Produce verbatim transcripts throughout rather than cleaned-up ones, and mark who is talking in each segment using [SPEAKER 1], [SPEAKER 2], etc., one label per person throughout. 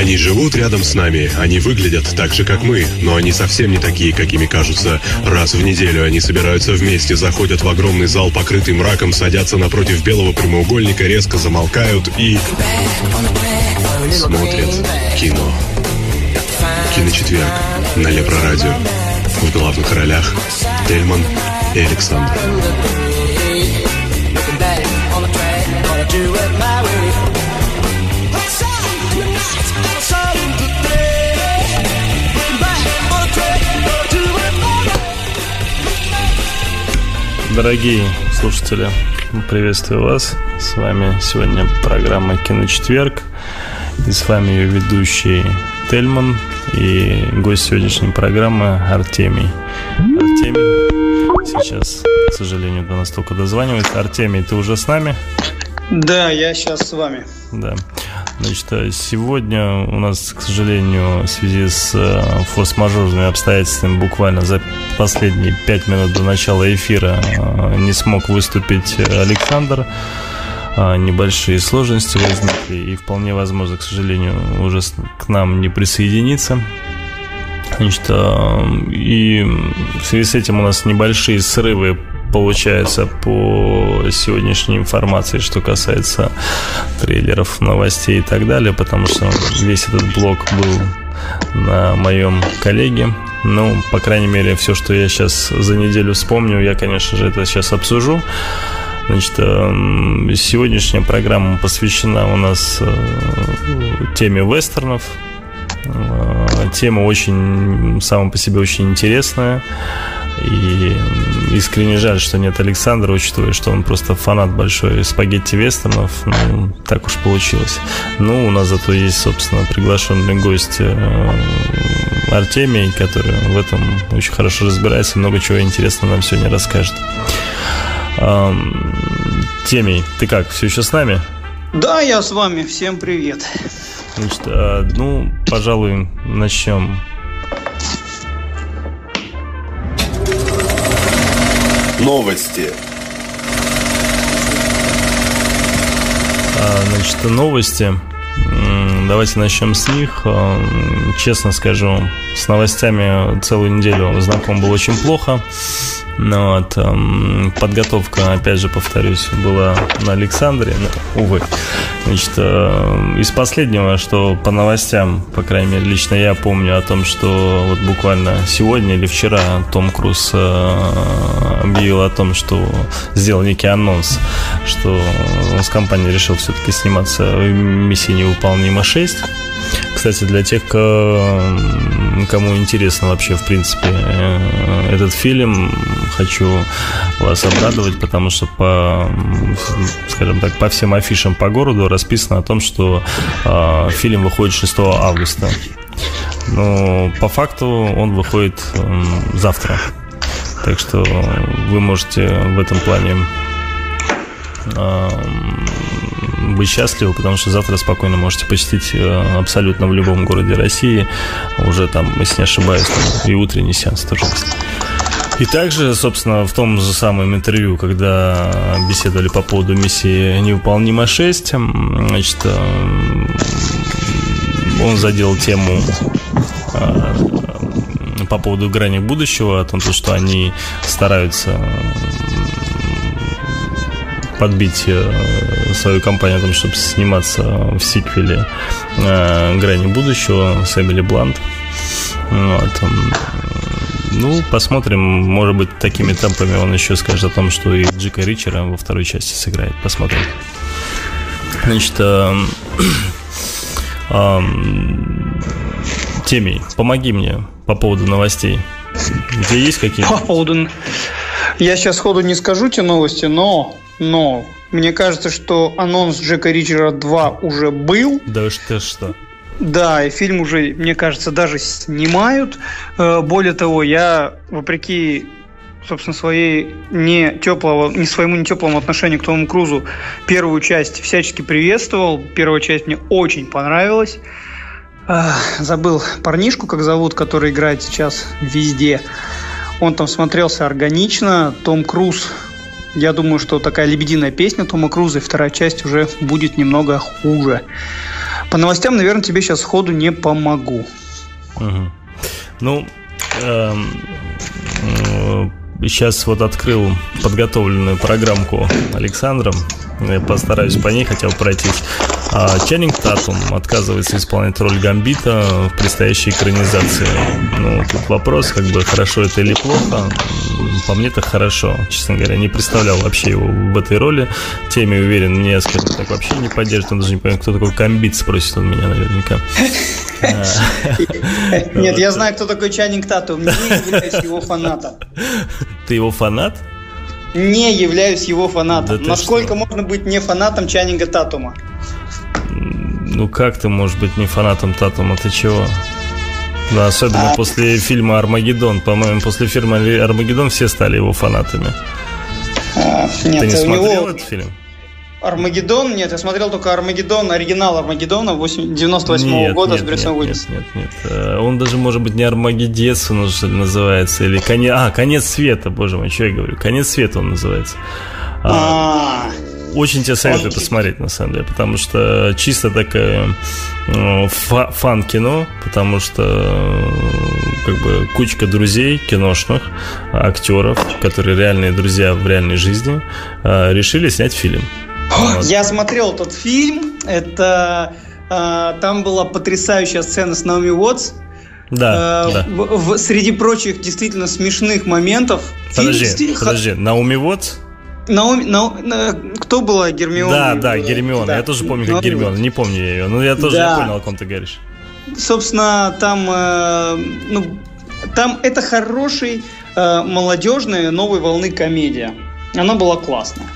[SPEAKER 1] Они живут рядом с нами, они выглядят так же, как мы, но они совсем не такие, какими кажутся. Раз в неделю они собираются вместе, заходят в огромный зал, покрытый мраком, садятся напротив белого прямоугольника, резко замолкают и... смотрят кино. Киночетверг на Лепро-радио. В главных ролях Тельман и Александр.
[SPEAKER 2] Дорогие слушатели, приветствую вас. С вами сегодня программа «Киночетверг». И с вами ее ведущий Тельман и гость сегодняшней программы Артемий. Артемий сейчас, к сожалению, до нас только дозванивается. Артемий, ты уже с нами?
[SPEAKER 3] Да, я сейчас с вами.
[SPEAKER 2] Да. Значит, сегодня у нас, к сожалению, в связи с форс-мажорными обстоятельствами буквально за последние пять минут до начала эфира не смог выступить Александр. Небольшие сложности возникли, и вполне возможно, к сожалению, уже к нам не присоединиться. Значит, и в связи с этим у нас небольшие срывы получается по сегодняшней информации, что касается трейлеров, новостей и так далее, потому что весь этот блок был на моем коллеге. Ну, по крайней мере, все, что я сейчас за неделю вспомню, я, конечно же, это сейчас обсужу. Значит, сегодняшняя программа посвящена у нас теме вестернов. Тема очень, сама по себе очень интересная. И искренне жаль, что нет Александра, учитывая, что он просто фанат большой спагетти-вестернов. Ну, так уж получилось. Ну, у нас зато есть, собственно, приглашенный гость Артемий, который в этом очень хорошо разбирается и много чего интересного нам сегодня расскажет. Темий, ты как, все еще с нами?
[SPEAKER 3] Да, я с вами, всем привет.
[SPEAKER 2] Значит, ну, пожалуй, начнем.
[SPEAKER 1] Новости.
[SPEAKER 2] Значит, новости. Давайте начнем с них. Честно скажу, с новостями целую неделю знаком был очень плохо. Ну, вот, эм, подготовка, опять же, повторюсь, была на Александре, но, увы. Значит, э, из последнего, что по новостям, по крайней мере, лично я помню о том, что вот буквально сегодня или вчера Том Круз э, объявил о том, что сделал некий анонс, что он с компанией решил все-таки сниматься в «Миссии невыполнима шесть». Кстати, для тех, кому интересно вообще, в принципе, этот фильм, хочу вас обрадовать, потому что по, скажем так, по всем афишам по городу расписано о том, что э, фильм выходит шестого августа. Но по факту он выходит э, завтра. Так что вы можете в этом плане э, быть счастливы, потому что завтра спокойно можете посетить абсолютно в любом городе России. Уже там, если не ошибаюсь, там и утренний сеанс тоже есть. И также, собственно, в том же самом интервью, когда беседовали по поводу «Миссии невыполнима шесть», значит, он задел тему по поводу «Грани будущего», о том, что они стараются подбить свою компанию о том, чтобы сниматься в сиквеле «Грани будущего» с Эмили Блант. Вот. Ну, посмотрим. Может быть, такими темпами он еще скажет о том, что и Джека Ричера во второй части сыграет. Посмотрим. Значит, э, э, Темий, помоги мне по поводу новостей. У тебя есть какие-то?
[SPEAKER 3] По поводу... Я сейчас сходу не скажу те новости, но... Но мне кажется, что анонс Джека Ричера два уже был.
[SPEAKER 2] Да уж ты что.
[SPEAKER 3] Да, и фильм уже, мне кажется, даже снимают. Более того, я, вопреки, собственно, своей не теплого, не своему не теплому отношению к Тому Крузу, первую часть всячески приветствовал. Первая часть мне очень понравилась. Забыл парнишку, как зовут, который играет сейчас везде. Он там смотрелся органично. Том Круз... Я думаю, что такая лебединая песня Тома Круза, и вторая часть уже будет немного хуже. По новостям, наверное, тебе сейчас сходу не помогу.
[SPEAKER 2] Угу. Ну, эм, э, сейчас вот открыл подготовленную программку Александром. Я постараюсь по ней хотя бы пройтись. А Ченнинг Татум отказывается исполнять роль Гамбита в предстоящей экранизации. Ну, тут вопрос, как бы хорошо это или плохо. По мне так хорошо, честно говоря. Не представлял вообще его в этой роли. Теме, уверен, мне, скажем так, вообще не поддержит. Он даже не понимает, кто такой Гамбит, спросит он меня наверняка.
[SPEAKER 3] Нет, я знаю, кто такой Ченнинг Татум. Не являюсь его фанатом.
[SPEAKER 2] Ты его фанат?
[SPEAKER 3] Не являюсь его фанатом. Да. Насколько можно быть не фанатом Ченнинга Татума?
[SPEAKER 2] Ну как ты можешь быть не фанатом Татума? Ты чего? Да, особенно а... после фильма «Армагеддон». По-моему, после фильма «Армагеддон» все стали его фанатами.
[SPEAKER 3] А, нет,
[SPEAKER 2] ты не смотрел
[SPEAKER 3] него...
[SPEAKER 2] этот фильм?
[SPEAKER 3] «Армагеддон»? Нет, я смотрел только «Армагеддон», оригинал «Армагеддона» девяносто восьмого года
[SPEAKER 2] нет,
[SPEAKER 3] с Брюсом Уиллисом.
[SPEAKER 2] Нет, нет, нет. Он даже, может быть, не «Армагеддец», он что ли называется, или конец... А, «Конец света», боже мой, что я говорю? «Конец света» он называется. А... Очень тебе советую посмотреть, на самом деле, потому что чисто такое фа- фан-кино, потому что как бы кучка друзей киношных, актеров, которые реальные друзья в реальной жизни, решили снять фильм. Вот.
[SPEAKER 3] Я смотрел тот фильм, это там была потрясающая сцена с Наоми Уотс.
[SPEAKER 2] Да,
[SPEAKER 3] э,
[SPEAKER 2] да.
[SPEAKER 3] В, в, среди прочих действительно смешных моментов.
[SPEAKER 2] Подожди,
[SPEAKER 3] фильм...
[SPEAKER 2] подожди, Наоми Уотс?
[SPEAKER 3] Наоми, на, на, кто была Гермиона?
[SPEAKER 2] Да, да, Гермиона. Да. Я тоже помню, как Наоми Гермиона. Не помню я ее, но я тоже да. не понял, о ком ты говоришь.
[SPEAKER 3] Собственно, там, э, ну, там это хороший э, молодежная новой волны комедия. Она была классная.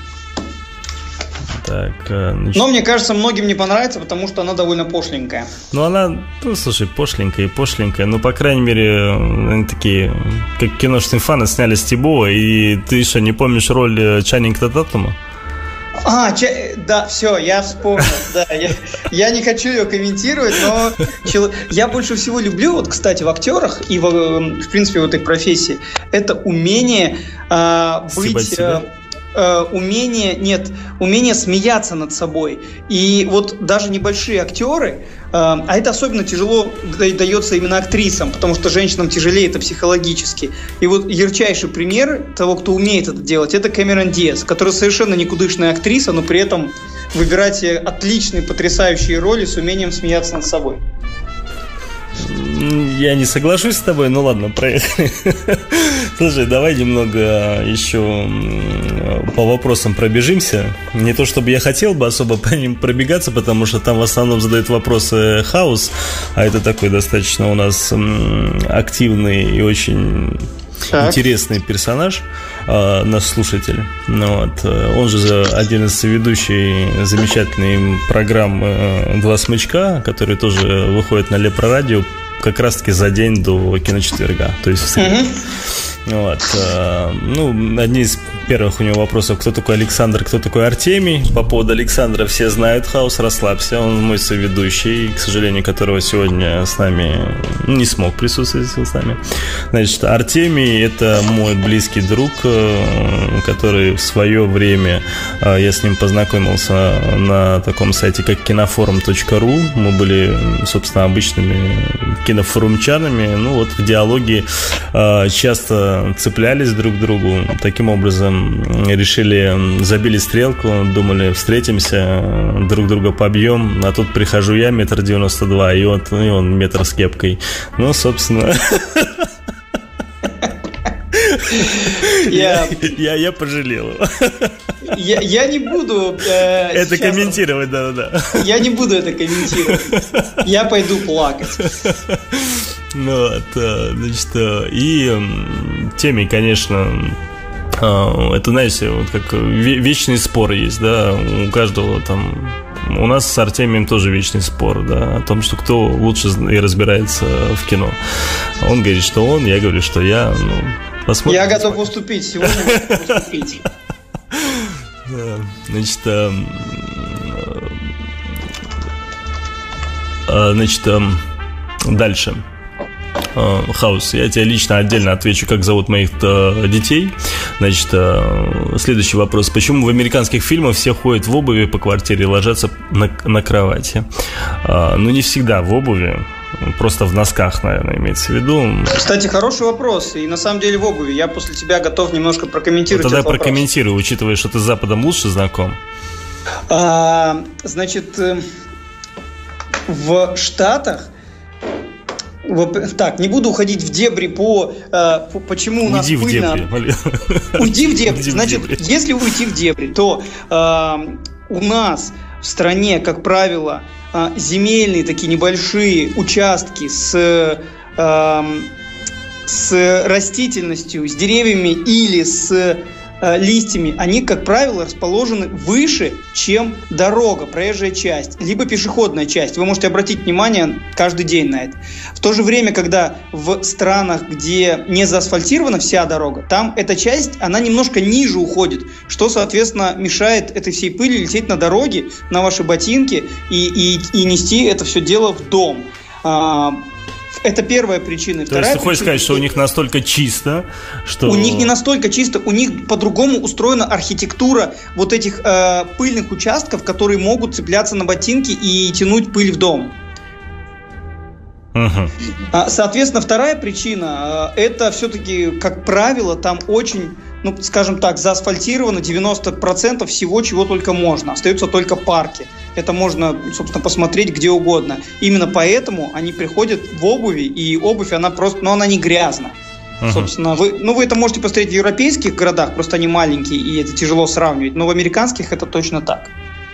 [SPEAKER 2] Так, значит...
[SPEAKER 3] Но мне кажется, многим не понравится, потому что она довольно пошленькая.
[SPEAKER 2] Ну, она, ну, слушай, пошленькая и пошленькая. Ну, по крайней мере, они такие, как киношные фаны, сняли с Тибо. И ты что, не помнишь роль Ченнинга Татума?
[SPEAKER 3] А, че... да, все, я вспомнил. Да, я, я не хочу ее комментировать, но я больше всего люблю, вот, кстати, в актерах и в, в принципе в этой профессии, это умение а, быть... Uh, умение, нет, умение смеяться над собой. И вот даже небольшие актеры, uh, а это особенно тяжело дается именно актрисам, потому что женщинам тяжелее это психологически. И вот ярчайший пример того, кто умеет это делать, это Кэмерон Диаз, которая совершенно никудышная актриса, но при этом выбирать отличные, потрясающие роли с умением смеяться над собой.
[SPEAKER 2] Я не соглашусь с тобой, ну ладно, проехали. Слушай, давай немного еще по вопросам пробежимся. Не то чтобы я хотел бы особо по ним пробегаться, потому что там в основном задают вопросы Хаус, а это такой достаточно у нас активный и очень так. интересный персонаж, наш слушатель. Ну, вот. Он же один из соведущих замечательной программы «Два смычка», который тоже выходит на Лепро Радио как раз-таки за день до киночетверга, то есть в среду. Mm-hmm. Вот. Ну, одни из первых у него вопросов: кто такой Александр, кто такой Артемий. По поводу Александра все знают, Хаус, расслабься. Он мой соведущий, к сожалению, которого сегодня с нами не смог присутствовать с нами. Значит, Артемий — это мой близкий друг, который в свое время, я с ним познакомился на таком сайте, как кинофорум точка ру. Мы были, собственно, обычными кинофорумчанами. Ну вот в диалоге часто цеплялись друг к другу. Таким образом решили, забили стрелку, думали, встретимся, друг друга побьем. А тут прихожу я, метр девяносто два, и, вот, и он метр с кепкой. Ну, собственно... Я, я, я пожалел его.
[SPEAKER 3] Я, я не буду
[SPEAKER 2] э, это сейчас... комментировать, да-да-да.
[SPEAKER 3] Я не буду это комментировать. Я пойду плакать.
[SPEAKER 2] Ну вот, значит, и теме, конечно, это, знаете, вот как вечный спор есть, да, у каждого там. У нас с Артемием тоже вечный спор, да, о том, что кто лучше и разбирается в кино. Он говорит, что он, я говорю, что я. Ну, посмотрим.
[SPEAKER 3] Я готов уступить сегодня. Уступить.
[SPEAKER 2] Значит, значит, дальше. Хаус, я тебе лично отдельно отвечу, как зовут моих детей. Значит, следующий вопрос. Почему в американских фильмах все ходят в обуви по квартире и ложатся на, на кровати? Ну, не всегда в обуви. Просто в носках, наверное, имеется в виду.
[SPEAKER 3] Кстати, хороший вопрос. И на самом деле в обуви. Я после тебя готов немножко прокомментировать.
[SPEAKER 2] Ну, тогда
[SPEAKER 3] этот
[SPEAKER 2] прокомментируй, вопрос. Учитывая, что ты с Западом лучше знаком.
[SPEAKER 3] А, значит, в Штатах. Так, не буду уходить в дебри по, по почему у нас
[SPEAKER 2] Уйди
[SPEAKER 3] пыльно.
[SPEAKER 2] В дебри.
[SPEAKER 3] Уйди в дебри.
[SPEAKER 2] Уйди
[SPEAKER 3] Значит,
[SPEAKER 2] в дебри.
[SPEAKER 3] если уйти в дебри, то э, у нас в стране, как правило, э, земельные такие небольшие участки с, э, с растительностью, с деревьями или с э, листьями, они, как правило, расположены выше, чем дорога, проезжая часть, либо пешеходная часть. Вы можете обратить внимание каждый день на это. В то же время, когда в странах, где не заасфальтирована вся дорога, там эта часть, она немножко ниже уходит, что, соответственно, мешает этой всей пыли лететь на дороге, на ваши ботинки и, и, и нести это все дело в дом. Это первая причина.
[SPEAKER 2] То есть ты хочешь сказать, что у них настолько чисто, что...
[SPEAKER 3] У них не настолько чисто, у них по-другому устроена архитектура вот этих э, пыльных участков, которые могут цепляться на ботинки и тянуть пыль в дом.
[SPEAKER 2] Uh-huh.
[SPEAKER 3] Соответственно, вторая причина, это все-таки, как правило, там очень, ну, скажем так, заасфальтировано девяносто процентов всего, чего только можно. Остаются только парки. Это можно, собственно, посмотреть где угодно. Именно поэтому они приходят в обуви, и обувь, она просто, ну, она не грязна. Uh-huh. Собственно, вы, ну, вы это можете посмотреть в европейских городах, просто они маленькие, и это тяжело сравнивать, но в американских это точно так.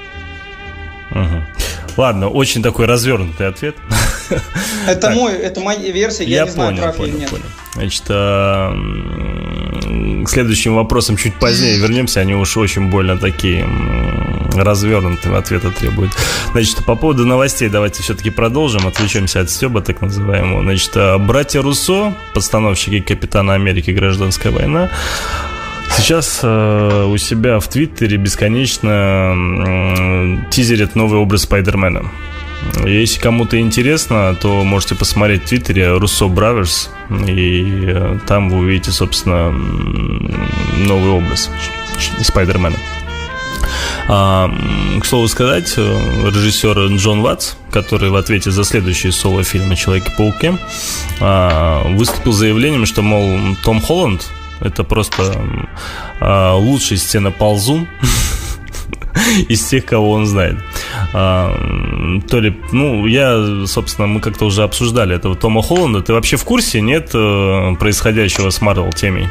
[SPEAKER 2] Uh-huh. Ладно, очень такой развернутый ответ.
[SPEAKER 3] Это мой, это моя версия, я, я не
[SPEAKER 2] понял,
[SPEAKER 3] знаю, прав
[SPEAKER 2] понял,
[SPEAKER 3] или нет.
[SPEAKER 2] Понял. Значит, а, к следующим вопросам чуть позднее вернемся, они уж очень больно такие развернутые ответы требуют. Значит, по поводу новостей давайте все-таки продолжим, отвлечемся от стёба так называемого. Значит, братья Руссо, постановщики «Капитана Америки. Гражданская война», сейчас э, у себя в Твиттере бесконечно э, тизерят новый образ Спайдермена. Если кому-то интересно, то можете посмотреть в Твиттере Russo Brothers, и э, там вы увидите, собственно, новый образ Спайдермена. А, к слову сказать, режиссер Джон Ватс, который в ответе за следующие соло-фильмы «Человеки-пауки», а, выступил с заявлением, что, мол, Том Холланд — это просто а, лучший сценоползун из тех, кого он знает. А, то ли, ну, я, собственно, мы как-то уже обсуждали этого Тома Холланда. Ты вообще в курсе, нет, происходящего с Марвел темой?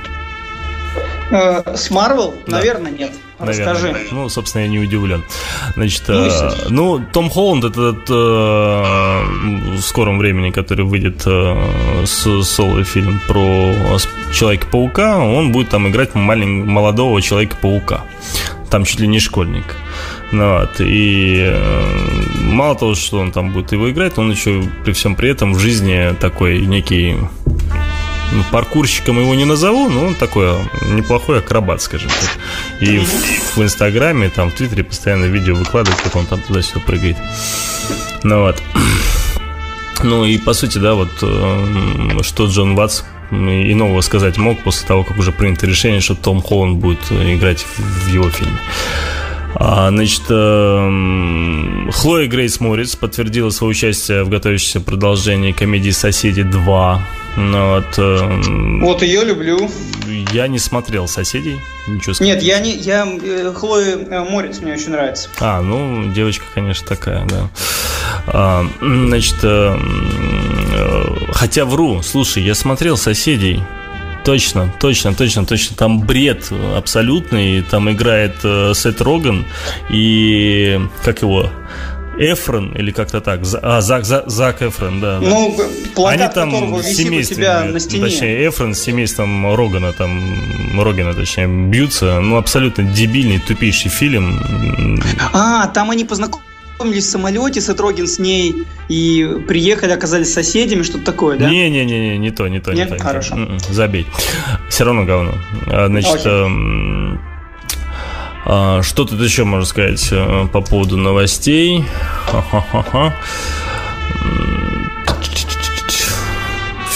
[SPEAKER 3] С Марвел?
[SPEAKER 2] Да.
[SPEAKER 3] Наверное, нет.
[SPEAKER 2] Наверное,
[SPEAKER 3] расскажи.
[SPEAKER 2] Ну, собственно, я не удивлен. Значит,
[SPEAKER 3] ну,
[SPEAKER 2] э, ну Том Холланд, этот э, в скором времени, который выйдет э, с соло-фильм про Человека-паука, он будет там играть маленького молодого Человека-паука. Там чуть ли не школьник. Ну, вот. И э, мало того, что он там будет его играть, он еще при всем при этом в жизни такой некий... Ну, паркурщиком его не назову, но он такой неплохой акробат, скажем так. И в, в Инстаграме, там, в Твиттере постоянно видео выкладывает, как он там туда-сюда прыгает. Ну вот. Ну и по сути, да, вот что Джон Ватс и нового сказать мог после того, как уже принято решение, что Том Холланд будет играть в его фильме. А, значит, э, Хлоя Грейс Морец подтвердила свое участие в готовящемся продолжении комедии «Соседи два». Ну, вот, э,
[SPEAKER 3] вот ее люблю.
[SPEAKER 2] Я не смотрел «Соседей», ничего сказать.
[SPEAKER 3] Нет, я не, я э, Хлоя э, Морец мне очень нравится.
[SPEAKER 2] А, ну, девочка, конечно, такая, да. А, значит, э, э, хотя вру, слушай, я смотрел «Соседей». Точно, точно, точно, точно. Там бред абсолютный. Там играет э, Сет Роган и как его Эфрон или как-то так. А Зак, Зак, Зак Эфрон, да.
[SPEAKER 3] Ну, плакат
[SPEAKER 2] они там
[SPEAKER 3] которого висит у тебя на стене.
[SPEAKER 2] Точнее, Эфрон с семейством Рогана, там Рогана, точнее, бьются. Ну, абсолютно дебильный, тупейший фильм.
[SPEAKER 3] А, там они познакомились в самолете, Сет Роген с ней, и приехали, оказались соседями, что-то такое, да?
[SPEAKER 2] Не-не-не, не то, не то, не
[SPEAKER 3] Нет?
[SPEAKER 2] то. Не
[SPEAKER 3] Хорошо.
[SPEAKER 2] то. Забей. Все равно говно. Значит, э, э, что тут еще можно сказать э, по поводу новостей? Ха-ха-ха-ха.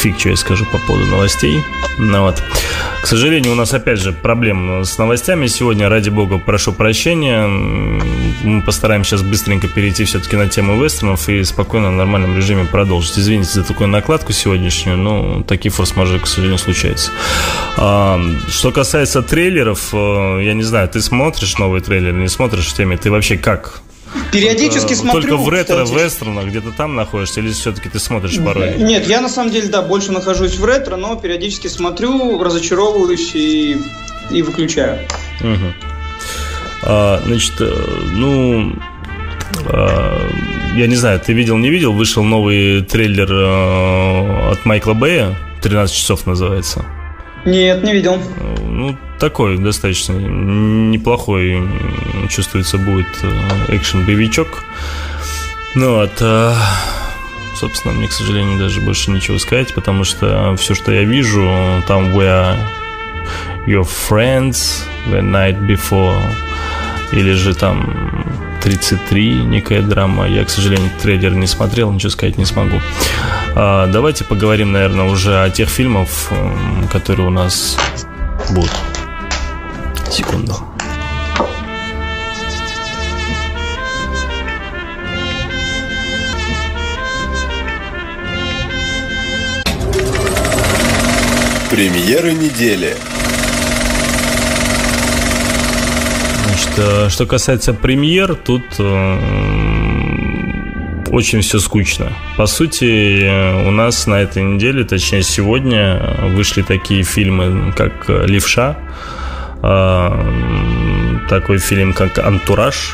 [SPEAKER 2] фиг, что я скажу по поводу новостей. Ну, вот. К сожалению, у нас опять же проблемы с новостями сегодня. Ради бога, прошу прощения. Мы постараемся сейчас быстренько перейти все-таки на тему вестернов и спокойно в нормальном режиме продолжить. Извините за такую накладку сегодняшнюю, но такие форс-мажоры, к сожалению, случаются. Что касается трейлеров, я не знаю, ты смотришь новый трейлер, не смотришь в теме? Ты вообще как?
[SPEAKER 3] Периодически смотрю.
[SPEAKER 2] Только в ретро-вестернах где-то там находишься, или все-таки ты смотришь порой?
[SPEAKER 3] Нет, я на самом деле, да, больше нахожусь в ретро, но периодически смотрю, разочаровываюсь и, и выключаю.
[SPEAKER 2] Угу. А, значит, ну, а, я не знаю, ты видел, не видел, вышел новый трейлер а, от Майкла Бэя, тринадцать часов называется.
[SPEAKER 3] Нет, не видел.
[SPEAKER 2] Ну, такой достаточно неплохой, чувствуется, будет экшен-боевичок. Ну вот, собственно, мне, к сожалению, даже больше ничего сказать, потому что все, что я вижу, там where your friends the night before, или же там тридцать три, некая драма. Я, к сожалению, трейлер не смотрел, ничего сказать не смогу. а, Давайте поговорим, наверное, уже о тех фильмах, которые у нас будут. Секунду.
[SPEAKER 4] Премьеры недели.
[SPEAKER 2] Значит, что касается премьер, тут э, очень все скучно. По сути, у нас на этой неделе, точнее сегодня, вышли такие фильмы, как «Левша», э, такой фильм, как «Антураж»,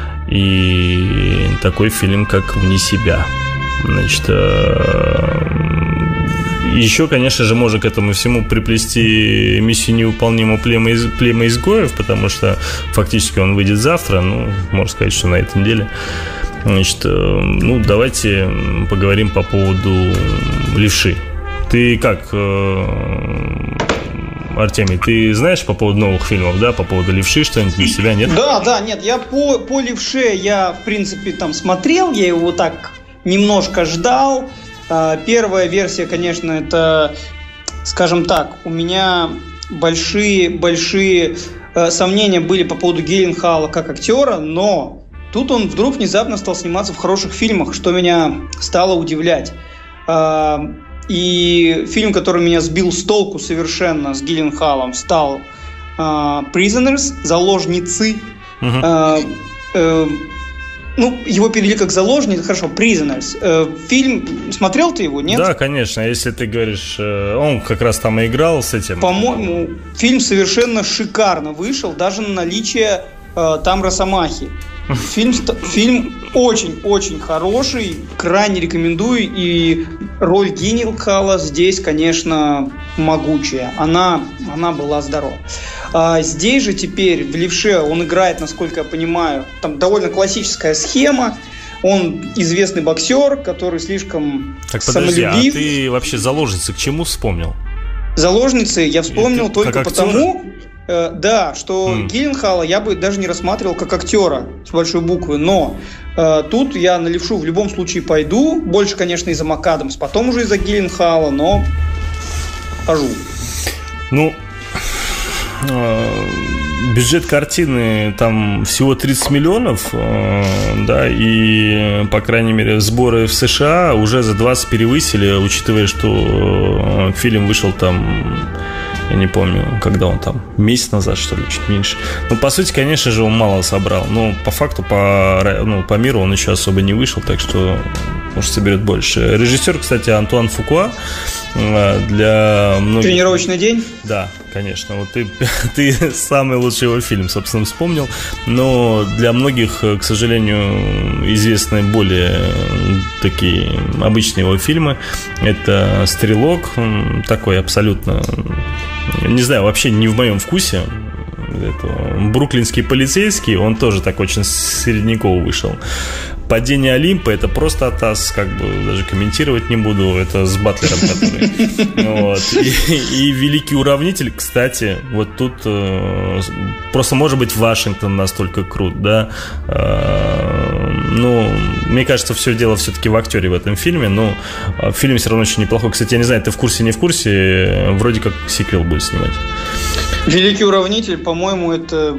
[SPEAKER 2] и такой фильм, как «Вне себя». Значит, э, еще, конечно же, можно к этому всему приплести «Миссию невыполнимую. Племя, из... Племя изгоев», потому что фактически он выйдет завтра, ну, можно сказать, что на этой неделе. Значит, ну, давайте поговорим по поводу «Левши». Ты как, Артемий, ты знаешь по поводу новых фильмов, да, по поводу «Левши» что-нибудь для себя, нет?
[SPEAKER 3] Да, да, нет, я по, по «Левше» я, в принципе, там смотрел, я его так немножко ждал. Первая версия, конечно, это, скажем так, у меня большие-большие э, сомнения были по поводу Гyllenhaal как актера, но тут он вдруг внезапно стал сниматься в хороших фильмах, что меня стало удивлять. Э, и фильм, который меня сбил с толку совершенно с Гyllenhaal, стал э, «Prisoners», «Заложницы». Uh-huh. Э, э, Ну, его перевели как «Заложник», хорошо, «Prisoners». Э, фильм, смотрел ты его, нет?
[SPEAKER 2] Да, конечно, если ты говоришь, он как раз там и играл с этим.
[SPEAKER 3] По-моему, фильм совершенно шикарно вышел, даже на наличие э, там Росомахи. Фильм, фильм очень-очень хороший, крайне рекомендую, и роль Гyllenhaal здесь, конечно, могучая. Она, она была здорова. А здесь же теперь в «Левше» он играет, насколько я понимаю, там довольно классическая схема. Он известный боксер, который слишком
[SPEAKER 2] так, подожди,
[SPEAKER 3] самолюбив.
[SPEAKER 2] А ты вообще «Заложницы» к чему вспомнил?
[SPEAKER 3] «Заложницы» я вспомнил
[SPEAKER 2] ты,
[SPEAKER 3] только потому, э, да, что mm. Гyllenhaal я бы даже не рассматривал как актера с большой буквы, но э, тут я на «Левшу» в любом случае пойду. Больше, конечно, из-за МакАдамс, потом уже из-за Гyllenhaal, но хожу.
[SPEAKER 2] Ну, бюджет картины там всего тридцать миллионов, да, и, по крайней мере, сборы в США уже за двадцать перевысили, учитывая, что фильм вышел там, я не помню, когда он там, месяц назад, что ли, чуть меньше. Ну, по сути, конечно же, он мало собрал, но по факту, по, ну, по миру он еще особо не вышел, так что, может, соберет больше. Режиссер, кстати, Антуан Фукуа. Для многих...
[SPEAKER 3] «Тренировочный день»?
[SPEAKER 2] Да, конечно. Вот ты, ты самый лучший его фильм, собственно, вспомнил. Но для многих, к сожалению, известны более такие обычные его фильмы. Это «Стрелок», такой абсолютно, не знаю, вообще не в моем вкусе. Это «Бруклинский полицейский», он тоже так очень средняков вышел. «Падение Олимпа» — это просто атас, как бы даже комментировать не буду, это с Батлером, который. Вот. И, и «Великий уравнитель», кстати, вот тут э, просто, может быть, Вашингтон настолько крут, да. Э, ну, мне кажется, все дело все-таки в актере в этом фильме, но фильм все равно очень неплохой. Кстати, я не знаю, ты в курсе, не в курсе, вроде как сиквел будет снимать.
[SPEAKER 3] «Великий уравнитель», по-моему, это...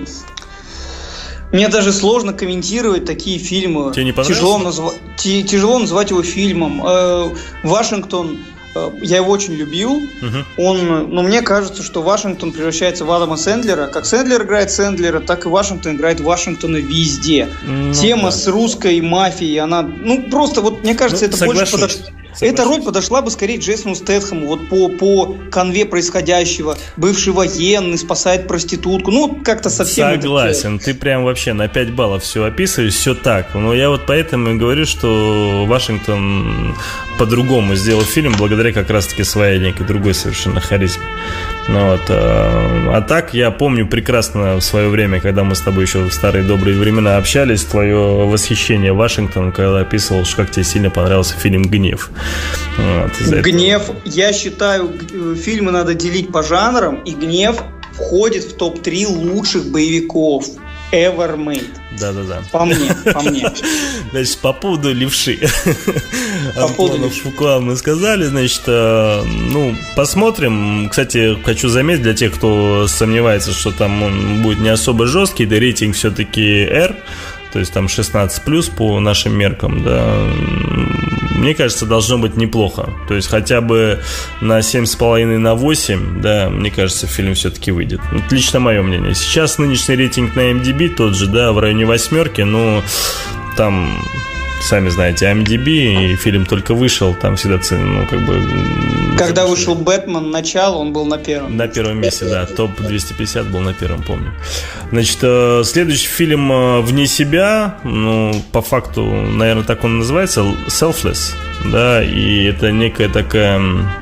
[SPEAKER 3] Мне даже сложно комментировать такие фильмы.
[SPEAKER 2] Тебе не понравилось?
[SPEAKER 3] Тяжело, назва... Тяжело назвать его фильмом. «Вашингтон», я его очень любил. Угу. Он, но мне кажется, что Вашингтон превращается в Адама Сэндлера. Как Сэндлер играет Сэндлера, так и Вашингтон играет Вашингтона везде. Ну, Тема да. с русской мафией, она... Ну, просто вот, мне кажется, ну, это соглашусь. больше... Подош... Эта роль подошла бы скорее Джейсону Стэтхэму, вот по, по канве происходящего. Бывший военный, спасает проститутку. Ну, как-то совсем...
[SPEAKER 2] Согласен, ты прям вообще на пять баллов все описываешь, все так. Но я вот поэтому и говорю, что Вашингтон по-другому сделал фильм, благодаря как раз-таки своей некой другой совершенно харизме. Ну, вот, а, а так я помню прекрасно в свое время, когда мы с тобой еще в старые добрые времена общались, твое восхищение Вашингтоном, когда описывал, как тебе сильно понравился фильм «Гнев». Вот,
[SPEAKER 3] «Гнев», я считаю, фильмы надо делить по жанрам, и «Гнев» входит в топ три лучших боевиков ever made.
[SPEAKER 2] Да-да-да.
[SPEAKER 3] По мне, по мне.
[SPEAKER 2] Значит, по поводу «Левши».
[SPEAKER 3] По поводу
[SPEAKER 2] Фукуа мы сказали, значит, ну, посмотрим. Кстати, хочу заметить, для тех, кто сомневается, что там он будет не особо жесткий, да, рейтинг все-таки R, то есть там шестнадцать плюс по нашим меркам, да, мне кажется, должно быть неплохо. То есть хотя бы на семь с половиной, на восемь, да, мне кажется, фильм все-таки выйдет. Это лично мое мнение. Сейчас нынешний рейтинг на эм ди би тот же, да, в районе восьмерки, но там... Сами знаете, эм ди би, и фильм только вышел, там всегда цены, ну, как бы...
[SPEAKER 3] Когда вышел «Бэтмен», начало, он был на первом.
[SPEAKER 2] На первом месте, да, топ двести пятьдесят был на первом, помню. Значит, следующий фильм «Вне себя», ну, по факту, наверное, так он называется, «Selfless», да, и это некая такая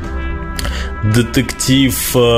[SPEAKER 2] детектив...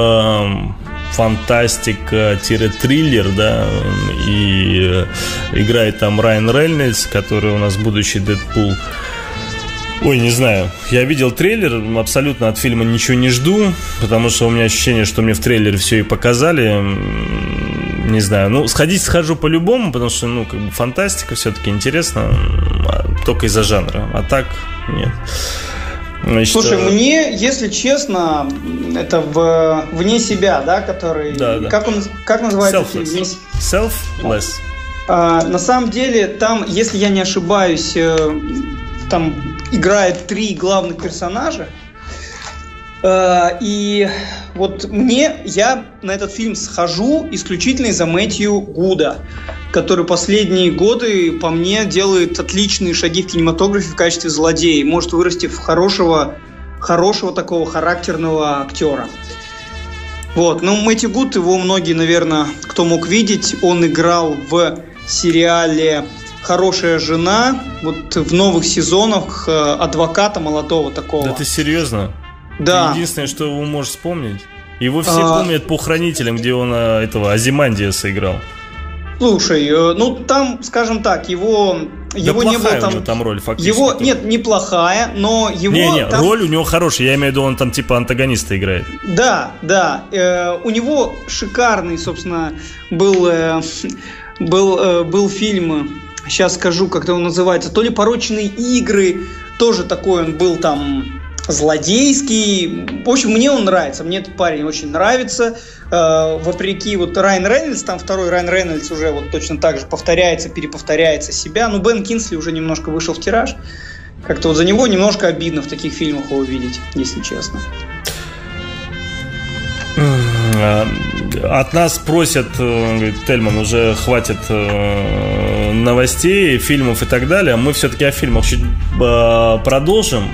[SPEAKER 2] фантастика-триллер, да, и играет там Райан Рейнольдс, который у нас будущий Дэдпул. Ой, не знаю, я видел трейлер, абсолютно от фильма ничего не жду, потому что у меня ощущение, что мне в трейлере все и показали. Не знаю, ну, сходить схожу по-любому, потому что, ну, как бы фантастика все-таки интересно, только из-за жанра, а так нет. Значит,
[SPEAKER 3] слушай, мне, если честно, это в «Вне себя», да, который...
[SPEAKER 2] Да, да.
[SPEAKER 3] Как он, как называется
[SPEAKER 2] фильм?
[SPEAKER 3] Selfless.
[SPEAKER 2] Selfless.
[SPEAKER 3] А, на самом деле, там, если я не ошибаюсь, там играет три главных персонажа. А, и вот мне, я на этот фильм схожу исключительно из-за Мэтью Гуда, который последние годы, по мне, делает отличные шаги в кинематографе в качестве злодея. Может вырасти в хорошего, хорошего такого характерного актера. Вот. Ну, Мэтью Гуд, его многие, наверное, кто мог видеть, он играл в сериале «Хорошая жена», вот в новых сезонах адвоката молодого такого.
[SPEAKER 2] Да ты серьезно?
[SPEAKER 3] Да.
[SPEAKER 2] Единственное, что его можешь вспомнить. Его все а... помнят по «Хранителям», где он этого Азимандиаса играл.
[SPEAKER 3] Слушай, ну там, скажем так, его,
[SPEAKER 2] да
[SPEAKER 3] его не было там.
[SPEAKER 2] У него там роль фактически.
[SPEAKER 3] Его нет, неплохая, но его.
[SPEAKER 2] Не, не,
[SPEAKER 3] там... роль
[SPEAKER 2] у него хорошая. Я имею в виду, он там типа антагониста играет.
[SPEAKER 3] Да, да. Э, у него шикарный, собственно, был э, был э, был фильм. Сейчас скажу, как он называется. То ли «Порочные игры», тоже такой он был там. Злодейский. В общем, мне он нравится. Мне этот парень очень нравится. Э, вопреки вот Райан Рейнольдс, там второй Райан Рейнольдс уже вот точно так же повторяется, переповторяется себя. Ну, Бен Кинсли уже немножко вышел в тираж. Как-то вот за него немножко обидно в таких фильмах его видеть, если честно.
[SPEAKER 2] От нас просят, говорит Тельман, уже хватит новостей, фильмов и так далее. Мы все-таки о фильмах чуть продолжим.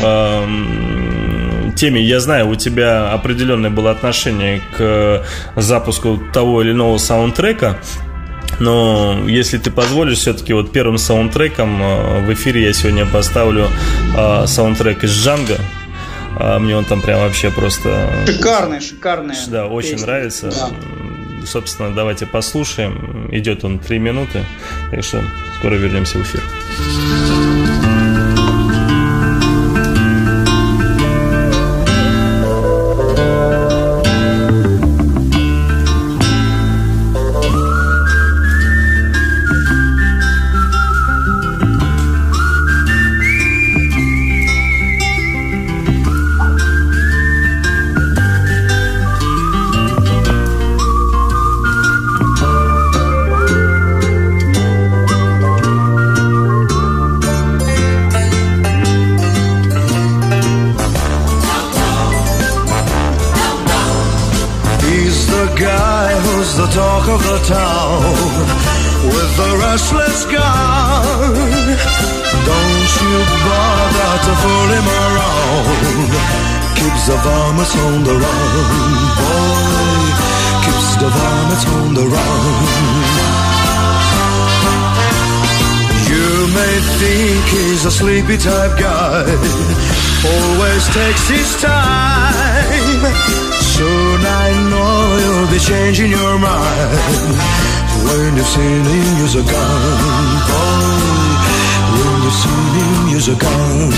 [SPEAKER 2] Теме, я знаю, у тебя определенное было отношение к запуску того или иного саундтрека. Но если ты позволишь, все-таки вот первым саундтреком в эфире я сегодня поставлю саундтрек из «Джанго». А мне он там прям вообще просто...
[SPEAKER 3] Шикарный, шикарный.
[SPEAKER 2] Да, очень песня. Нравится. Да. Собственно, давайте послушаем. Идет он три минуты. Так что скоро вернемся в эфир.
[SPEAKER 5] Type guy always takes his time. Soon I know you'll be changing your mind when you've seen him use a gun, boy. When you've seen him use a gun,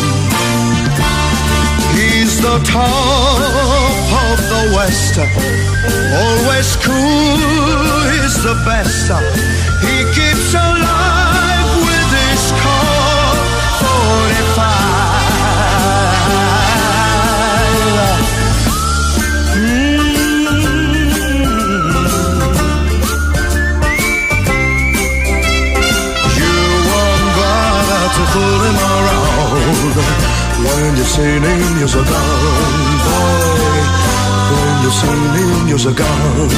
[SPEAKER 5] he's the top of the West, always cool. He's the best. He keeps alive with his car. Pull him around when you've seen him use a gun, boy. When you've seen him use a gun,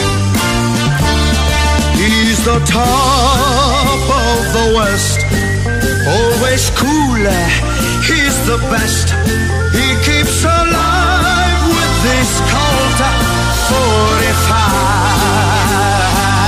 [SPEAKER 5] he's the top of the West, always cool. He's the best. He keeps alive with this Colt forty-five.